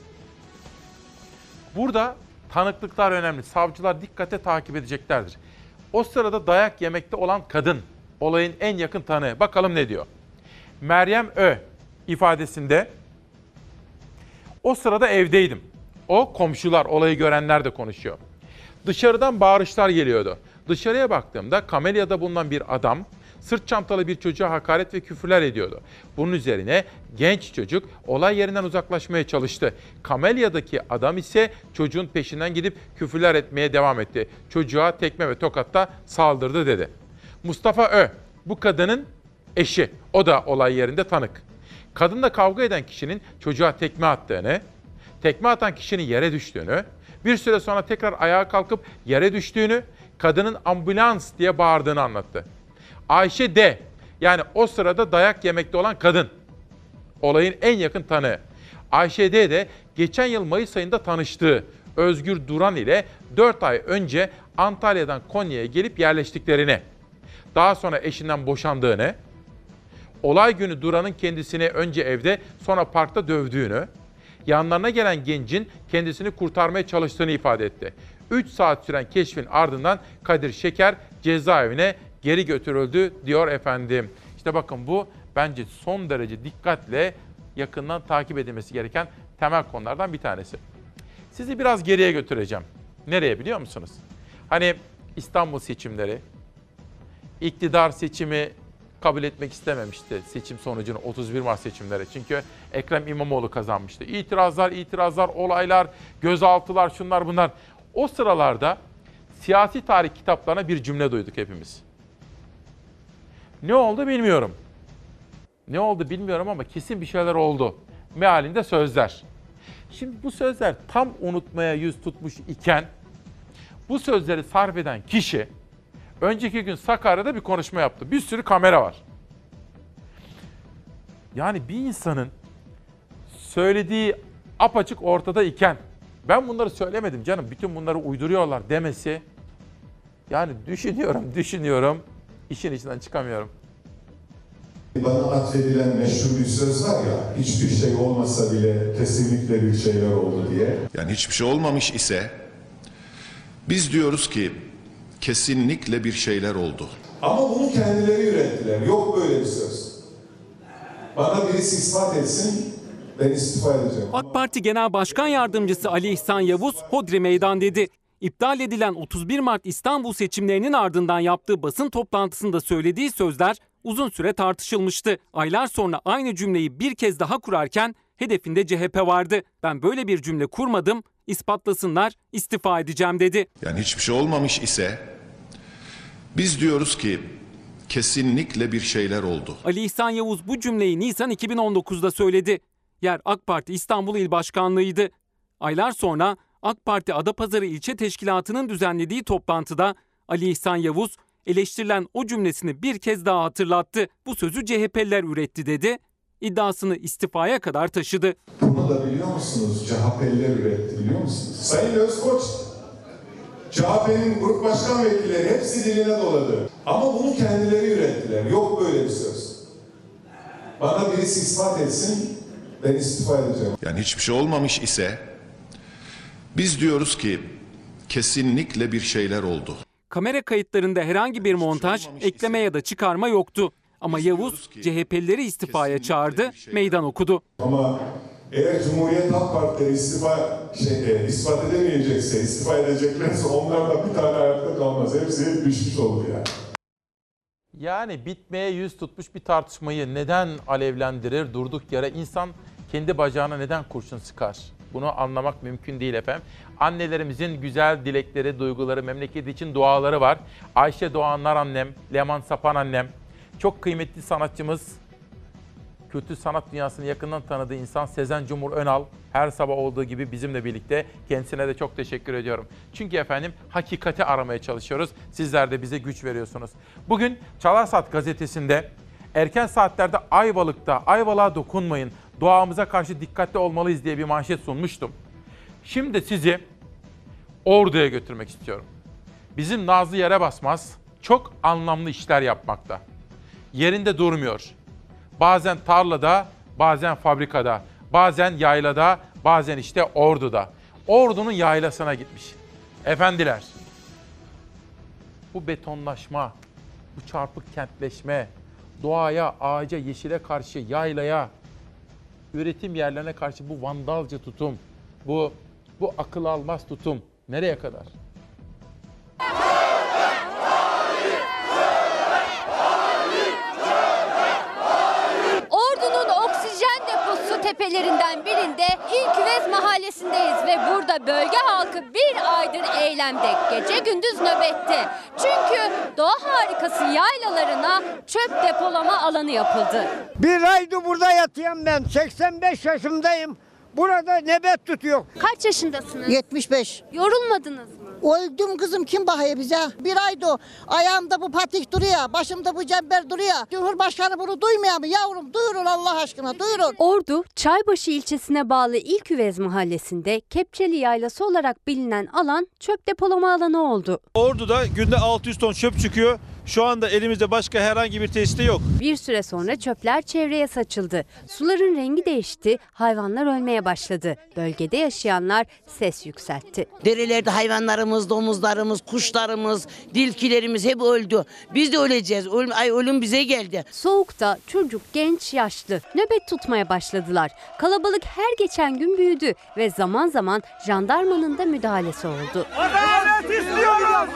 Speaker 1: Burada tanıklıklar önemli. Savcılar dikkatle takip edeceklerdir. O sırada dayak yemekte olan kadın olayın en yakın tanığı. Bakalım ne diyor? Meryem Ö ifadesinde o sırada evdeydim. O komşular, olayı görenler de konuşuyor. Dışarıdan bağırışlar geliyordu. Dışarıya baktığımda kamelyada bulunan bir adam sırt çantalı bir çocuğa hakaret ve küfürler ediyordu. Bunun üzerine genç çocuk olay yerinden uzaklaşmaya çalıştı. Kamelyadaki adam ise çocuğun peşinden gidip küfürler etmeye devam etti. Çocuğa tekme ve tokatla saldırdı dedi. Mustafa Ö, bu kadının eşi. O da olay yerinde tanık. Kadınla kavga eden kişinin çocuğa tekme attığını, tekme atan kişinin yere düştüğünü, bir süre sonra tekrar ayağa kalkıp yere düştüğünü, kadının ambulans diye bağırdığını anlattı. Ayşe D, yani o sırada dayak yemekte olan kadın, olayın en yakın tanığı. Ayşe D de geçen yıl Mayıs ayında tanıştığı Özgür Duran ile 4 ay önce Antalya'dan Konya'ya gelip yerleştiklerini, daha sonra eşinden boşandığını, olay günü Duran'ın kendisini önce evde sonra parkta dövdüğünü, yanlarına gelen gencin kendisini kurtarmaya çalıştığını ifade etti. 3 saat süren keşfin ardından Kadir Şeker cezaevine geri götürüldü diyor efendim. İşte bakın bu bence son derece dikkatle yakından takip edilmesi gereken temel konulardan bir tanesi. Sizi biraz geriye götüreceğim. Nereye biliyor musunuz? Hani İstanbul seçimleri, iktidar seçimi kabul etmek istememişti seçim sonucunu 31 Mart seçimleri. Çünkü Ekrem İmamoğlu kazanmıştı. İtirazlar, olaylar, gözaltılar, şunlar bunlar. O sıralarda siyasi tarih kitaplarına bir cümle duyduk hepimiz. Ne oldu bilmiyorum. Ne oldu bilmiyorum ama kesin bir şeyler oldu. Mealinde sözler. Şimdi bu sözler tam unutmaya yüz tutmuş iken bu sözleri sarf eden kişi önceki gün Sakarya'da bir konuşma yaptı. Bir sürü kamera var. Yani bir insanın söylediği apaçık ortada iken ben bunları söylemedim canım, bütün bunları uyduruyorlar demesi, yani düşünüyorum, işin içinden çıkamıyorum.
Speaker 3: Bana atfedilen meşhur bir söz var ya, hiçbir şey olmasa bile kesinlikle bir şeyler oldu diye.
Speaker 12: Yani hiçbir şey olmamış ise biz diyoruz ki kesinlikle bir şeyler oldu.
Speaker 3: Ama bunu kendileri ürettiler. Yok böyle bir söz. Bana birisi ispat etsin, ben istifa edeceğim.
Speaker 9: AK Parti Genel Başkan Yardımcısı Ali İhsan Yavuz hodri meydan dedi. İptal edilen 31 Mart İstanbul seçimlerinin ardından yaptığı basın toplantısında söylediği sözler uzun süre tartışılmıştı. Aylar sonra aynı cümleyi bir kez daha kurarken hedefinde CHP vardı. Ben böyle bir cümle kurmadım, ispatlasınlar, istifa edeceğim dedi.
Speaker 12: Yani hiçbir şey olmamış ise biz diyoruz ki kesinlikle bir şeyler oldu.
Speaker 9: Ali İhsan Yavuz bu cümleyi Nisan 2019'da söyledi. Yer AK Parti İstanbul İl Başkanlığı'ydı. Aylar sonra AK Parti Adapazarı İlçe Teşkilatı'nın düzenlediği toplantıda Ali İhsan Yavuz eleştirilen o cümlesini bir kez daha hatırlattı. Bu sözü CHP'liler üretti dedi. İddiasını istifaya kadar taşıdı.
Speaker 3: Bunu da biliyor musunuz? CHP'liler üretti, biliyor musunuz? Sayın Özkoç, CHP'nin grup başkan vekilleri hepsi diline doladı. Ama bunu kendileri ürettiler. Yok böyle bir söz. Bana birisi ispat etsin, ben istifa edeceğim.
Speaker 12: Yani hiçbir şey olmamış ise biz diyoruz ki kesinlikle bir şeyler oldu.
Speaker 9: Kamera kayıtlarında herhangi bir montaj, ekleme ya da çıkarma yoktu. Ama Yavuz CHP'lileri istifaya çağırdı, meydan okudu.
Speaker 3: Ama eğer Cumhuriyet Halk Partileri ispat edemeyecekse, istifa edeceklerse onlardan bir tane ayakta kalmaz. Hepsi düşmüş oldu yani.
Speaker 1: Yani bitmeye yüz tutmuş bir tartışmayı neden alevlendirir durduk yere? İnsan kendi bacağına neden kurşun sıkar? Bunu anlamak mümkün değil efendim. Annelerimizin güzel dilekleri, duyguları, memleketi için duaları var. Ayşe Doğanlar annem, Leman Sapan annem, çok kıymetli sanatçımız kültür sanat dünyasını yakından tanıdığı insan Sezen Cumhur Önal her sabah olduğu gibi bizimle birlikte. Kendisine de çok teşekkür ediyorum. Çünkü efendim hakikati aramaya çalışıyoruz. Sizler de bize güç veriyorsunuz. Bugün Çalarsat gazetesinde erken saatlerde Ayvalık'ta Ayvalık'a dokunmayın, doğamıza karşı dikkatli olmalıyız diye bir manşet sunmuştum. Şimdi sizi Ordu'ya götürmek istiyorum. Bizim Nazlı Yere Basmaz çok anlamlı işler yapmakta. Yerinde durmuyor. Bazen tarlada, bazen fabrikada, bazen yaylada, bazen işte Ordu'da. Ordu'nun yaylasına gitmiş. Efendiler, bu betonlaşma, bu çarpık kentleşme, doğaya, ağaca, yeşile karşı, yaylaya, üretim yerlerine karşı bu vandalca tutum, bu akıl almaz tutum nereye kadar?
Speaker 17: Ordu'nun oksijen deposu tepelerinden birinde İlküvez mahallesindeyiz ve burada bölge halkı bir aydır eylemde, gece gündüz nöbette. Çünkü doğa harikası yaylalarına çöp depolama alanı yapıldı.
Speaker 18: Bir aydır burada yatıyorum ben, 85 yaşındayım. Burada nöbet tutuyor.
Speaker 17: Kaç yaşındasınız?
Speaker 19: 75.
Speaker 17: Yorulmadınız mı?
Speaker 19: Öldüm kızım, kim bakıyor bize? Bir ayda ayağımda bu patik duruyor, başımda bu cember duruyor. Cumhurbaşkanı bunu duymuyor mu yavrum? Duyurun Allah aşkına, duyurun.
Speaker 17: Ordu, Çaybaşı ilçesine bağlı İlküvez mahallesinde Kepçeli Yaylası olarak bilinen alan çöp depolama alanı oldu.
Speaker 20: Ordu'da günde 600 ton çöp çıkıyor. Şu anda elimizde başka herhangi bir tesiste yok.
Speaker 17: Bir süre sonra çöpler çevreye saçıldı. Suların rengi değişti, hayvanlar ölmeye başladı. Bölgede yaşayanlar ses yükseltti.
Speaker 19: Derelerde hayvanlarımız, domuzlarımız, kuşlarımız, dilkilerimiz hep öldü. Biz de öleceğiz. Ölüm bize geldi.
Speaker 17: Soğukta çocuk, genç, yaşlı nöbet tutmaya başladılar. Kalabalık her geçen gün büyüdü ve zaman zaman jandarmanın da müdahalesi oldu.
Speaker 18: Adalet istiyoruz!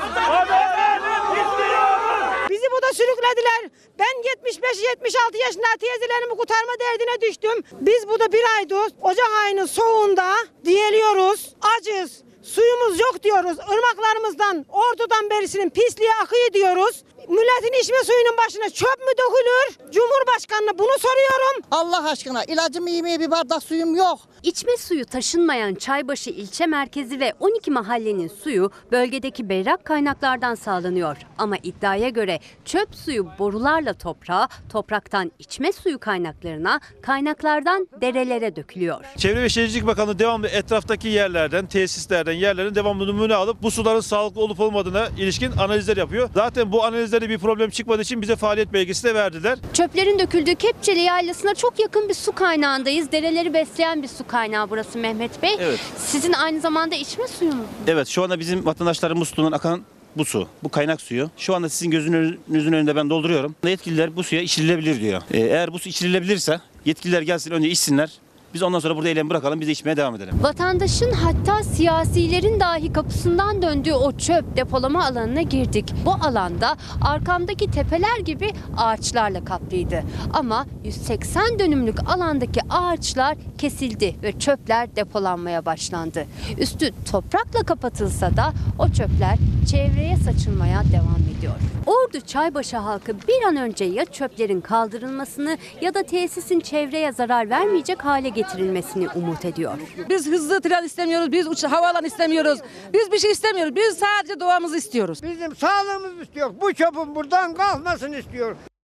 Speaker 18: Adalet istiyoruz! Bizi burada sürüklediler. Ben 75-76 yaşında teyzelerimi kurtarma derdine düştüm. Biz burada bir aydır Ocak ayının soğuğunda diyeliyoruz. Acız. Suyumuz yok diyoruz. Irmaklarımızdan, Ordu'dan berisinin pisliği akıyor diyoruz. Milletin içme suyunun başına çöp mü dökülür? Cumhurbaşkanına bunu soruyorum.
Speaker 19: Allah aşkına ilacımı yemeye bir bardak suyum yok.
Speaker 17: İçme suyu taşınmayan Çaybaşı ilçe merkezi ve 12 mahallenin suyu bölgedeki berrak kaynaklardan sağlanıyor. Ama iddiaya göre çöp suyu borularla toprağa, topraktan içme suyu kaynaklarına, kaynaklardan derelere dökülüyor.
Speaker 20: Çevre ve Şehircilik Bakanlığı devamlı etraftaki yerlerden, tesislerden, yerlerin devamlı numune alıp bu suların sağlıklı olup olmadığına ilişkin analizler yapıyor. Zaten bu analizlerde bir problem çıkmadığı için bize faaliyet belgesi de verdiler.
Speaker 17: Çöplerin döküldüğü Kepçeli Yaylası'na çok yakın bir su kaynağındayız. Dereleri besleyen bir su kaynağı burası Mehmet Bey.
Speaker 21: Evet.
Speaker 17: Sizin aynı zamanda içme suyu mu?
Speaker 21: Evet, şu anda bizim vatandaşların musluğundan akan bu su, bu kaynak suyu. Şu anda sizin gözünüzün önünde ben dolduruyorum. Yetkililer bu suya içilebilir diyor. Eğer bu su içilebilirse yetkililer gelsin önce içsinler. Biz ondan sonra burada eylemi bırakalım, biz de içmeye devam edelim.
Speaker 17: Vatandaşın hatta siyasilerin dahi kapısından döndüğü o çöp depolama alanına girdik. Bu alanda arkamdaki tepeler gibi ağaçlarla kaplıydı. Ama 180 dönümlük alandaki ağaçlar kesildi ve çöpler depolanmaya başlandı. Üstü toprakla kapatılsa da o çöpler çevreye saçılmaya devam ediyor. Ordu Çaybaşı halkı bir an önce ya çöplerin kaldırılmasını ya da tesisin çevreye zarar vermeyecek hale getirilmesini umut ediyor.
Speaker 23: Biz hızlı tren istemiyoruz, biz havaalanı istemiyoruz. Biz bir şey istemiyoruz, biz sadece doğamızı istiyoruz.
Speaker 18: Bizim sağlığımızı istiyor. Bu çöpün buradan kalkmasını istiyor.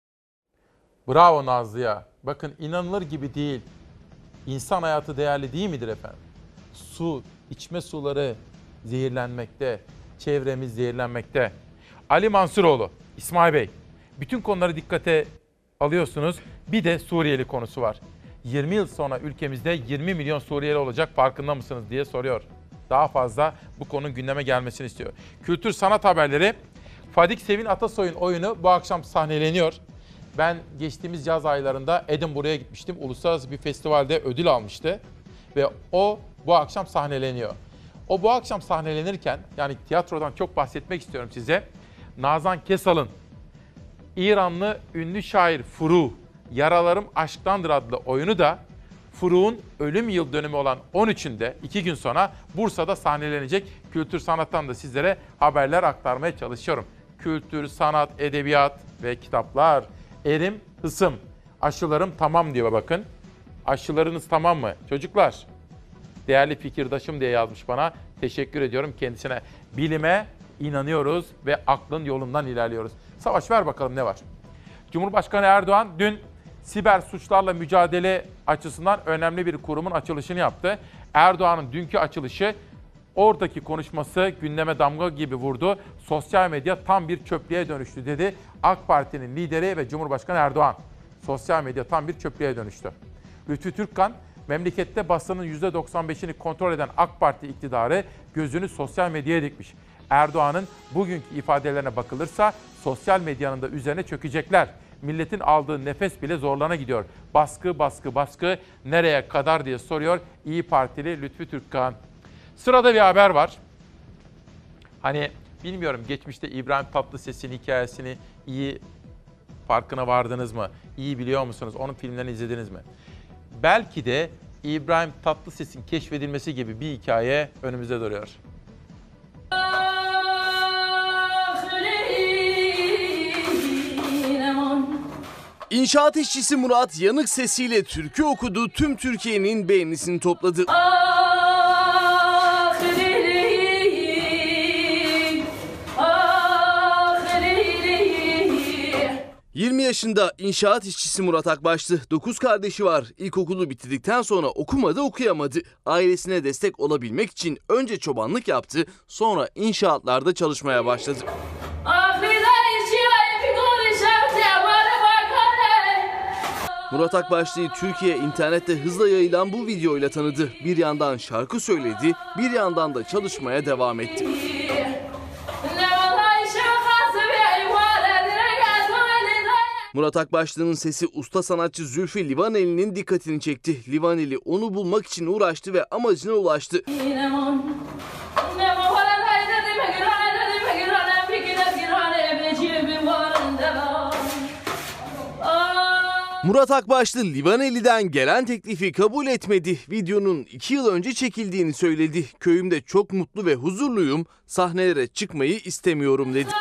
Speaker 1: Bravo Nazlı'ya. Bakın inanılır gibi değil. İnsan hayatı değerli değil midir efendim? Su, içme suları zehirlenmekte, çevremiz zehirlenmekte. Ali Mansuroğlu, İsmail Bey, bütün konuları dikkate alıyorsunuz. Bir de Suriyeli konusu var. 20 yıl sonra ülkemizde 20 milyon Suriyeli olacak, farkında mısınız diye soruyor. Daha fazla bu konunun gündeme gelmesini istiyor. Kültür sanat haberleri. Fadik Sevin Atasoy'un oyunu bu akşam sahneleniyor. Ben geçtiğimiz yaz aylarında Edinburgh'a gitmiştim. Uluslararası bir festivalde ödül almıştı. Ve o bu akşam sahneleniyor. O bu akşam sahnelenirken, yani tiyatrodan çok bahsetmek istiyorum size. Nazan Kesal'ın İranlı ünlü şair Furuh, Yaralarım Aşktandır adlı oyunu da Furuh'un ölüm yıl dönümü olan 13'ünde 2 gün sonra Bursa'da sahnelenecek. Kültür sanattan da sizlere haberler aktarmaya çalışıyorum. Kültür, sanat, edebiyat ve kitaplar. Erim Hısım, Aşılarım tamam diyor bakın. Aşılarınız tamam mı? Çocuklar, değerli fikirdaşım diye yazmış bana. Teşekkür ediyorum kendisine. Bilime inanıyoruz ve aklın yolundan ilerliyoruz. Savaş, ver bakalım ne var? Cumhurbaşkanı Erdoğan dün siber suçlarla mücadele açısından önemli bir kurumun açılışını yaptı. Erdoğan'ın dünkü açılışı, oradaki konuşması gündeme damga gibi vurdu. Sosyal medya tam bir çöplüğe dönüştü dedi AK Parti'nin lideri ve Cumhurbaşkanı Erdoğan. Sosyal medya tam bir çöplüğe dönüştü. Lütfü Türkkan, memlekette basının %95'ini kontrol eden AK Parti iktidarı gözünü sosyal medyaya dikmiş. Erdoğan'ın bugünkü ifadelerine bakılırsa sosyal medyanın da üzerine çökecekler. Milletin aldığı nefes bile zorlarına gidiyor. Baskı, baskı, baskı nereye kadar diye soruyor İYİ Partili Lütfü Türkkan. Sırada bir haber var. Hani bilmiyorum, geçmişte İbrahim Tatlıses'in hikayesini iyi farkına vardınız mı? İyi biliyor musunuz? Onun filmlerini izlediniz mi? Belki de İbrahim Tatlıses'in keşfedilmesi gibi bir hikaye önümüzde duruyor.
Speaker 6: İnşaat işçisi Murat yanık sesiyle türkü okudu, tüm Türkiye'nin beğenisini topladı. 20 yaşında inşaat işçisi Murat Akbaşlı. 9 kardeşi var. İlkokulu bitirdikten sonra okumadı, okuyamadı. Ailesine destek olabilmek için önce çobanlık yaptı, sonra inşaatlarda çalışmaya başladı. Murat Akbaşlı'yı Türkiye internette hızla yayılan bu videoyla tanıdı. Bir yandan şarkı söyledi, bir yandan da çalışmaya devam etti. Murat Akbaşlı'nın sesi usta sanatçı Zülfü Livaneli'nin dikkatini çekti. Livaneli onu bulmak için uğraştı ve amacına ulaştı. Murat Akbaşlı Livaneli'den gelen teklifi kabul etmedi. Videonun 2 yıl önce çekildiğini söyledi. Köyümde çok mutlu ve huzurluyum. Sahnelere çıkmayı istemiyorum dedi.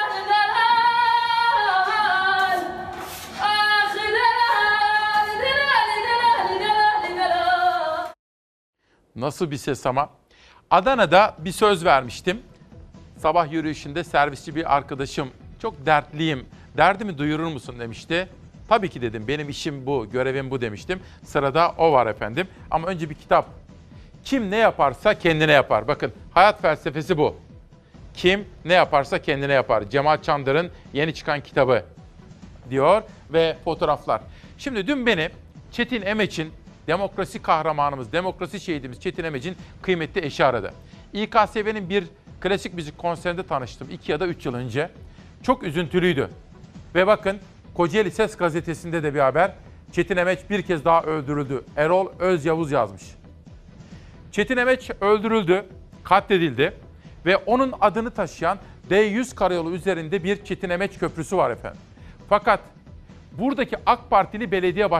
Speaker 1: Nasıl bir ses ama. Adana'da bir söz vermiştim. Sabah yürüyüşünde servisçi bir arkadaşım, çok dertliyim, derdimi duyurur musun demişti. Tabii ki dedim, benim işim bu, görevim bu demiştim. Sırada o var efendim. Ama önce bir kitap. Kim ne yaparsa kendine yapar. Bakın, hayat felsefesi bu. Kim ne yaparsa kendine yapar. Cemal Çandır'ın yeni çıkan kitabı diyor ve fotoğraflar. Şimdi dün beni Çetin Emeç'in, demokrasi kahramanımız, demokrasi şehidimiz Çetin Emeç'in kıymetli eşi aradı. İKSV'nin bir klasik müzik konserinde tanıştım 2 ya da 3 yıl önce. Çok üzüntülüydü. Ve bakın, Kocaeli Ses Gazetesi'nde de bir haber. Çetin Emeç bir kez daha öldürüldü. Erol Özyavuz yazmış. Çetin Emeç öldürüldü, katledildi ve onun adını taşıyan D100 karayolu üzerinde bir Çetin Emeç Köprüsü var efendim. Fakat buradaki AK Partili belediye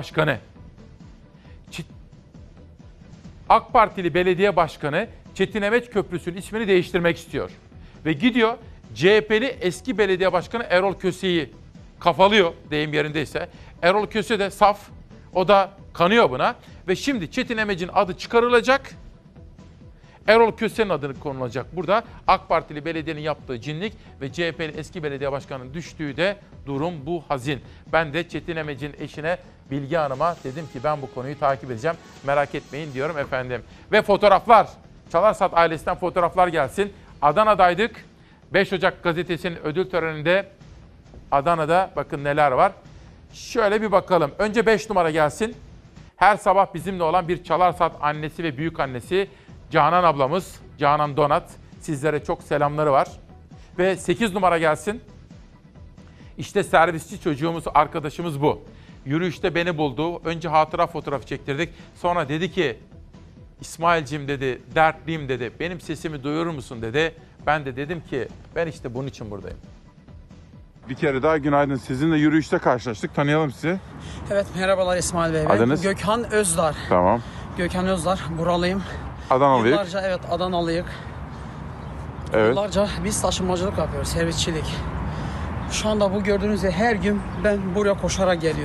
Speaker 1: başkanı Çetin Emeç Köprüsü'nün ismini değiştirmek istiyor. Ve gidiyor CHP'li eski belediye başkanı Erol Köse'yi kafalıyor, deyim yerindeyse. Erol Köse de saf, o da kanıyor buna. Ve şimdi Çetin Emeç'in adı çıkarılacak, Erol Köse'nin adını konulacak. Burada AK Partili belediyenin yaptığı cinlik ve CHP'li eski belediye başkanının düştüğü de durum bu hazin. Ben de Çetin Emeç'in eşine Bilge Hanım'a dedim ki ben bu konuyu takip edeceğim. Merak etmeyin diyorum efendim. Ve fotoğraflar. Çalarsat ailesinden fotoğraflar gelsin. Adana'daydık. 5 Ocak gazetesinin ödül töreninde Adana'da bakın neler var. Şöyle bir bakalım. Önce 5 numara gelsin. Her sabah bizimle olan bir Çalarsat annesi ve büyük annesi Canan ablamız, Canan Donat. Sizlere çok selamları var. Ve 8 numara gelsin. İşte servisçi çocuğumuz, arkadaşımız bu. Yürüyüşte beni buldu. Önce hatıra fotoğrafı çektirdik. Sonra dedi ki, İsmail'cim dedi, dertliyim dedi. Benim sesimi duyurur musun dedi. Ben de dedim ki, ben işte bunun için buradayım.
Speaker 7: Bir kere daha günaydın. Sizinle yürüyüşte karşılaştık. Tanıyalım sizi.
Speaker 8: Evet, merhabalar İsmail Bey.
Speaker 7: Adınız?
Speaker 8: Gökhan Özdar.
Speaker 7: Tamam.
Speaker 8: Gökhan Özdar, buralıyım.
Speaker 7: Adanalıyık.
Speaker 8: Yıllarca evet Adanalıyık.
Speaker 7: Evet.
Speaker 8: Yıllarca biz taşımacılık yapıyoruz, servisçilik. Şu anda bu gördüğünüz her gün ben buraya koşarak geliyorum.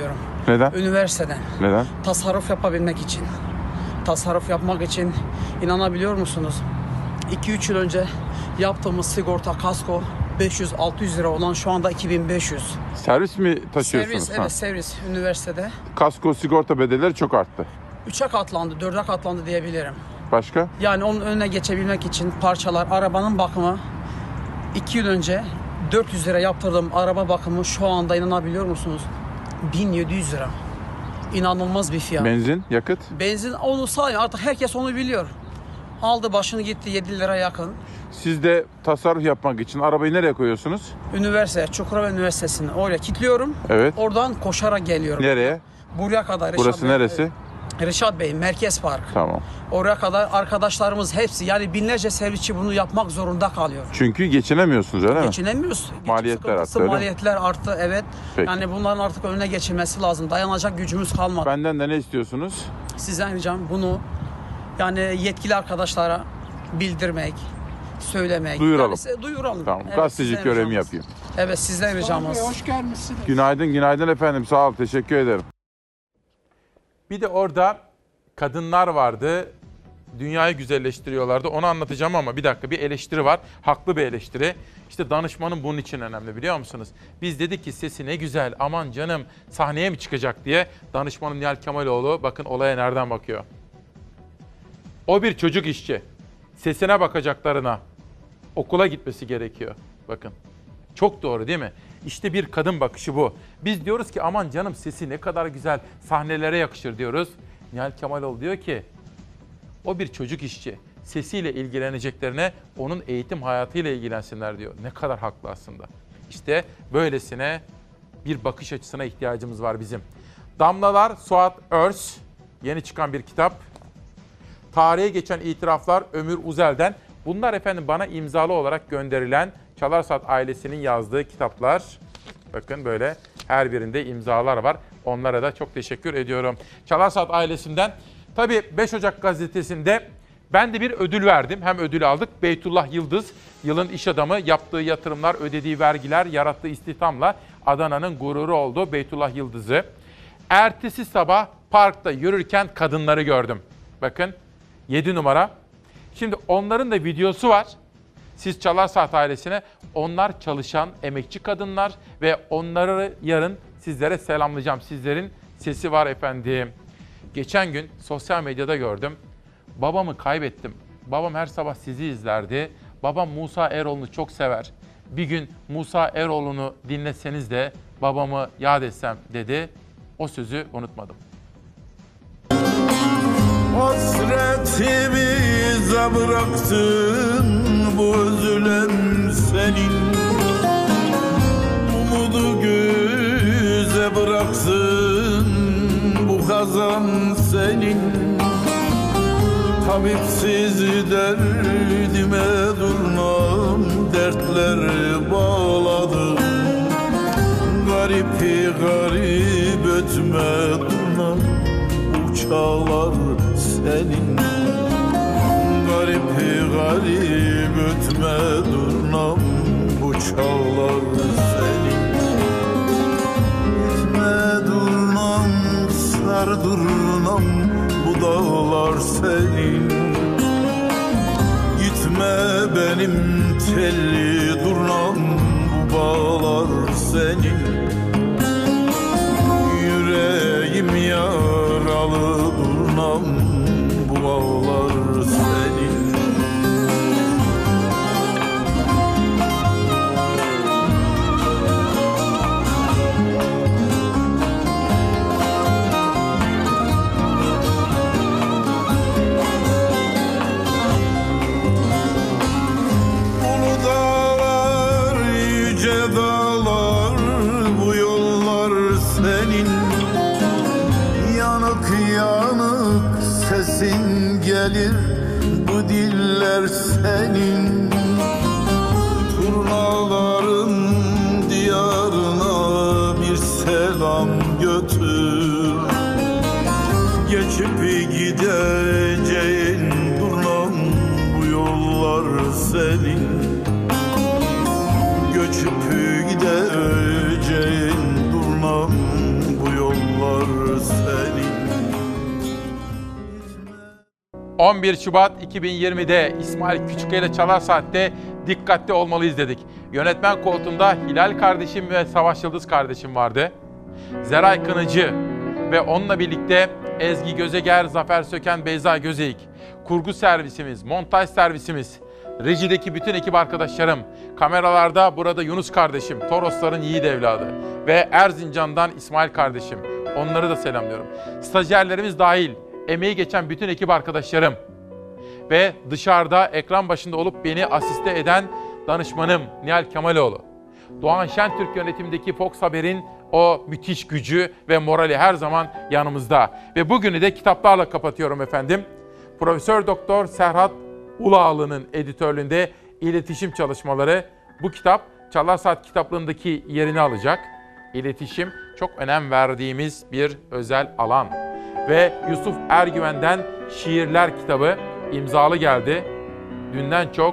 Speaker 7: Neden?
Speaker 8: Üniversiteden.
Speaker 7: Neden?
Speaker 8: Tasarruf yapabilmek için. Tasarruf yapmak için inanabiliyor musunuz? 2-3 yıl önce yaptığımız sigorta kasko 500-600 lira olan şu anda 2500.
Speaker 7: Servis mi taşıyorsunuz?
Speaker 8: Servis, evet, servis üniversitede.
Speaker 7: Kasko sigorta bedelleri çok arttı.
Speaker 8: 3'e katlandı, 4'e katlandı diyebilirim.
Speaker 7: Başka?
Speaker 8: Yani onun önüne geçebilmek için parçalar, arabanın bakımı 2 yıl önce 400 lira yaptırdığım araba bakımı şu anda inanabiliyor musunuz? 1700 lira. İnanılmaz bir fiyat.
Speaker 7: Benzin, yakıt?
Speaker 8: Benzin onu sayın, artık herkes onu biliyor. Aldı başını gitti 7 lira yakın.
Speaker 7: Siz de tasarruf yapmak için arabayı nereye koyuyorsunuz?
Speaker 8: Üniversite, Çukurova Üniversitesi'ni oraya kilitliyorum.
Speaker 7: Evet.
Speaker 8: Oradan koşarak geliyorum.
Speaker 7: Nereye?
Speaker 8: Buraya kadar.
Speaker 7: Burası neresi?
Speaker 8: Reşat Bey, Merkez Park.
Speaker 7: Tamam.
Speaker 8: Oraya kadar arkadaşlarımız hepsi, yani binlerce servisçi bunu yapmak zorunda kalıyor.
Speaker 7: Çünkü geçinemiyorsunuz öyle mi?
Speaker 8: Geçinemiyoruz.
Speaker 7: Maliyetler arttı öyle mi?
Speaker 8: Maliyetler arttı, evet.
Speaker 7: Peki.
Speaker 8: Yani bunların artık önüne geçilmesi lazım. Dayanacak gücümüz kalmadı.
Speaker 7: Benden de ne istiyorsunuz?
Speaker 8: Sizden ricam bunu yani yetkili arkadaşlara bildirmek, söylemek.
Speaker 7: Duyuralım.
Speaker 8: Yani duyuralım.
Speaker 7: Tamam.
Speaker 8: Evet,
Speaker 7: Gazetecilik
Speaker 8: sizden
Speaker 7: görevimi
Speaker 8: ricamız.
Speaker 7: yapayım.
Speaker 8: Evet, sizden ricamız.
Speaker 4: Hoş gelmişsiniz.
Speaker 7: Günaydın, günaydın efendim. Sağ ol, teşekkür ederim.
Speaker 1: Bir de orada kadınlar vardı. Dünyayı güzelleştiriyorlardı. Onu anlatacağım ama bir dakika, bir eleştiri var. Haklı bir eleştiri. İşte danışmanın bunun için önemli, biliyor musunuz? Biz dedik ki sesi ne güzel, aman canım sahneye mi çıkacak diye. Danışmanım Nihal Kemaloğlu bakın olaya nereden bakıyor. O bir çocuk işçi. Sesine bakacaklarına okula gitmesi gerekiyor. Bakın. Çok doğru değil mi? İşte bir kadın bakışı bu. Biz diyoruz ki aman canım sesi ne kadar güzel, sahnelere yakışır diyoruz. Nihal Kemaloğlu diyor ki o bir çocuk işçi. Sesiyle ilgileneceklerine onun eğitim hayatıyla ilgilensinler diyor. Ne kadar haklı aslında. İşte böylesine bir bakış açısına ihtiyacımız var bizim. Damlalar Suat Örs, yeni çıkan bir kitap. Tarihe geçen itiraflar Ömür Uzel'den. Bunlar efendim bana imzalı olarak gönderilen Çalarsat ailesinin yazdığı kitaplar. Bakın böyle her birinde imzalar var. Onlara da çok teşekkür ediyorum. Çalarsat ailesinden. Tabii 5 Ocak gazetesinde ben de bir ödül verdim. Hem ödül aldık. Beytullah Yıldız, yılın iş adamı, yaptığı yatırımlar, ödediği vergiler, yarattığı istihdamla Adana'nın gururu oldu Beytullah Yıldız'ı. Ertesi sabah parkta yürürken kadınları gördüm. Bakın 7 numara. Şimdi onların da videosu var. Siz Çalarsat ailesine, onlar çalışan emekçi kadınlar ve onları yarın sizlere selamlayacağım. Sizlerin sesi var efendim. Geçen gün sosyal medyada gördüm. Babamı kaybettim. Babam her sabah sizi izlerdi. Babam Musa Eroğlu'nu çok sever. Bir gün Musa Eroğlu'nu dinleseniz de babamı yad etsem dedi. O sözü unutmadım.
Speaker 10: Hasretimize bıraktın bu üzülen senin, umudu göze bıraktın bu kazan senin. Tabipsiz derdime durnam, dertler bağladım. Garipi garip ötme durnam, uçağlar senin. Garipi garip ötme durnam, bu çağlar senin. Gitme durnam, sar durnam, bu dağlar senin. Gitme benim telli durnam, bu bağlar senin. Yüreğim yaralı durnam, bu bağlar senin. Ulu dağlar, yüce dağlar, bu yollar senin. Yanık yanık sesin gelir, bu diller senin. Turnaların diyarına bir selam götür. Geçip gideceğin durnam, bu yollar senin. Göçüp gideceğin durnam, bu yollar
Speaker 1: 11 Şubat 2020'de İsmail Küçükkaya ile Çalar Saat'te dikkatli olmalıyız dedik. Yönetmen koltuğunda Hilal kardeşim ve Savaş Yıldız kardeşim vardı. Zeray Kınıcı ve onunla birlikte Ezgi Gözeger, Zafer Söken, Beyza Gözeyik. Kurgu servisimiz, montaj servisimiz, rejideki bütün ekip arkadaşlarım, kameralarda burada Yunus kardeşim, Torosların yiğit evladı ve Erzincan'dan İsmail kardeşim. Onları da selamlıyorum. Stajyerlerimiz dahil, emeği geçen bütün ekip arkadaşlarım ve dışarıda ekran başında olup beni asiste eden danışmanım Nihal Kemaloğlu. Doğan Şentürk yönetimindeki Fox Haber'in o müthiş gücü ve morali her zaman yanımızda. Ve bugünü de kitaplarla kapatıyorum efendim. Profesör Doktor Serhat Ulağlı'nın editörlüğünde iletişim çalışmaları. Bu kitap Çalar Saat kitaplığındaki yerini alacak. İletişim çok önem verdiğimiz bir özel alan. Ve Yusuf Ergüven'den Şiirler kitabı imzalı geldi. Dünden çok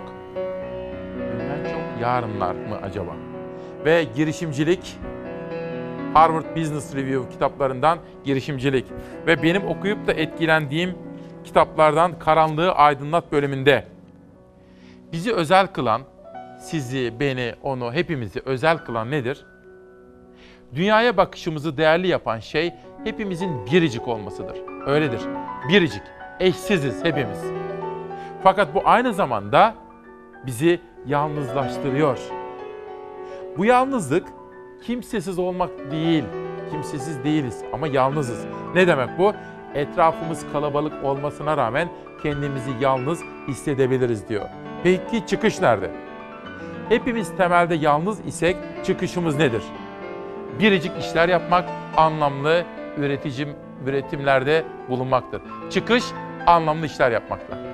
Speaker 1: yarınlar mı acaba? Ve girişimcilik, Harvard Business Review kitaplarından girişimcilik. Ve benim okuyup da etkilendiğim kitaplardan Karanlığı Aydınlat bölümünde. Bizi özel kılan, sizi, beni, onu, hepimizi özel kılan nedir? Dünyaya bakışımızı değerli yapan şey hepimizin biricik olmasıdır. Öyledir. Biricik, eşsiziz hepimiz. Fakat bu aynı zamanda bizi yalnızlaştırıyor. Bu yalnızlık kimsesiz olmak değil. Kimsesiz değiliz ama yalnızız. Ne demek bu? Etrafımız kalabalık olmasına rağmen kendimizi yalnız hissedebiliriz diyor. Peki çıkış nerede? Hepimiz temelde yalnız isek çıkışımız nedir? Biricik işler yapmak, anlamlı üretimlerde bulunmaktır. Çıkış anlamlı işler yapmakta.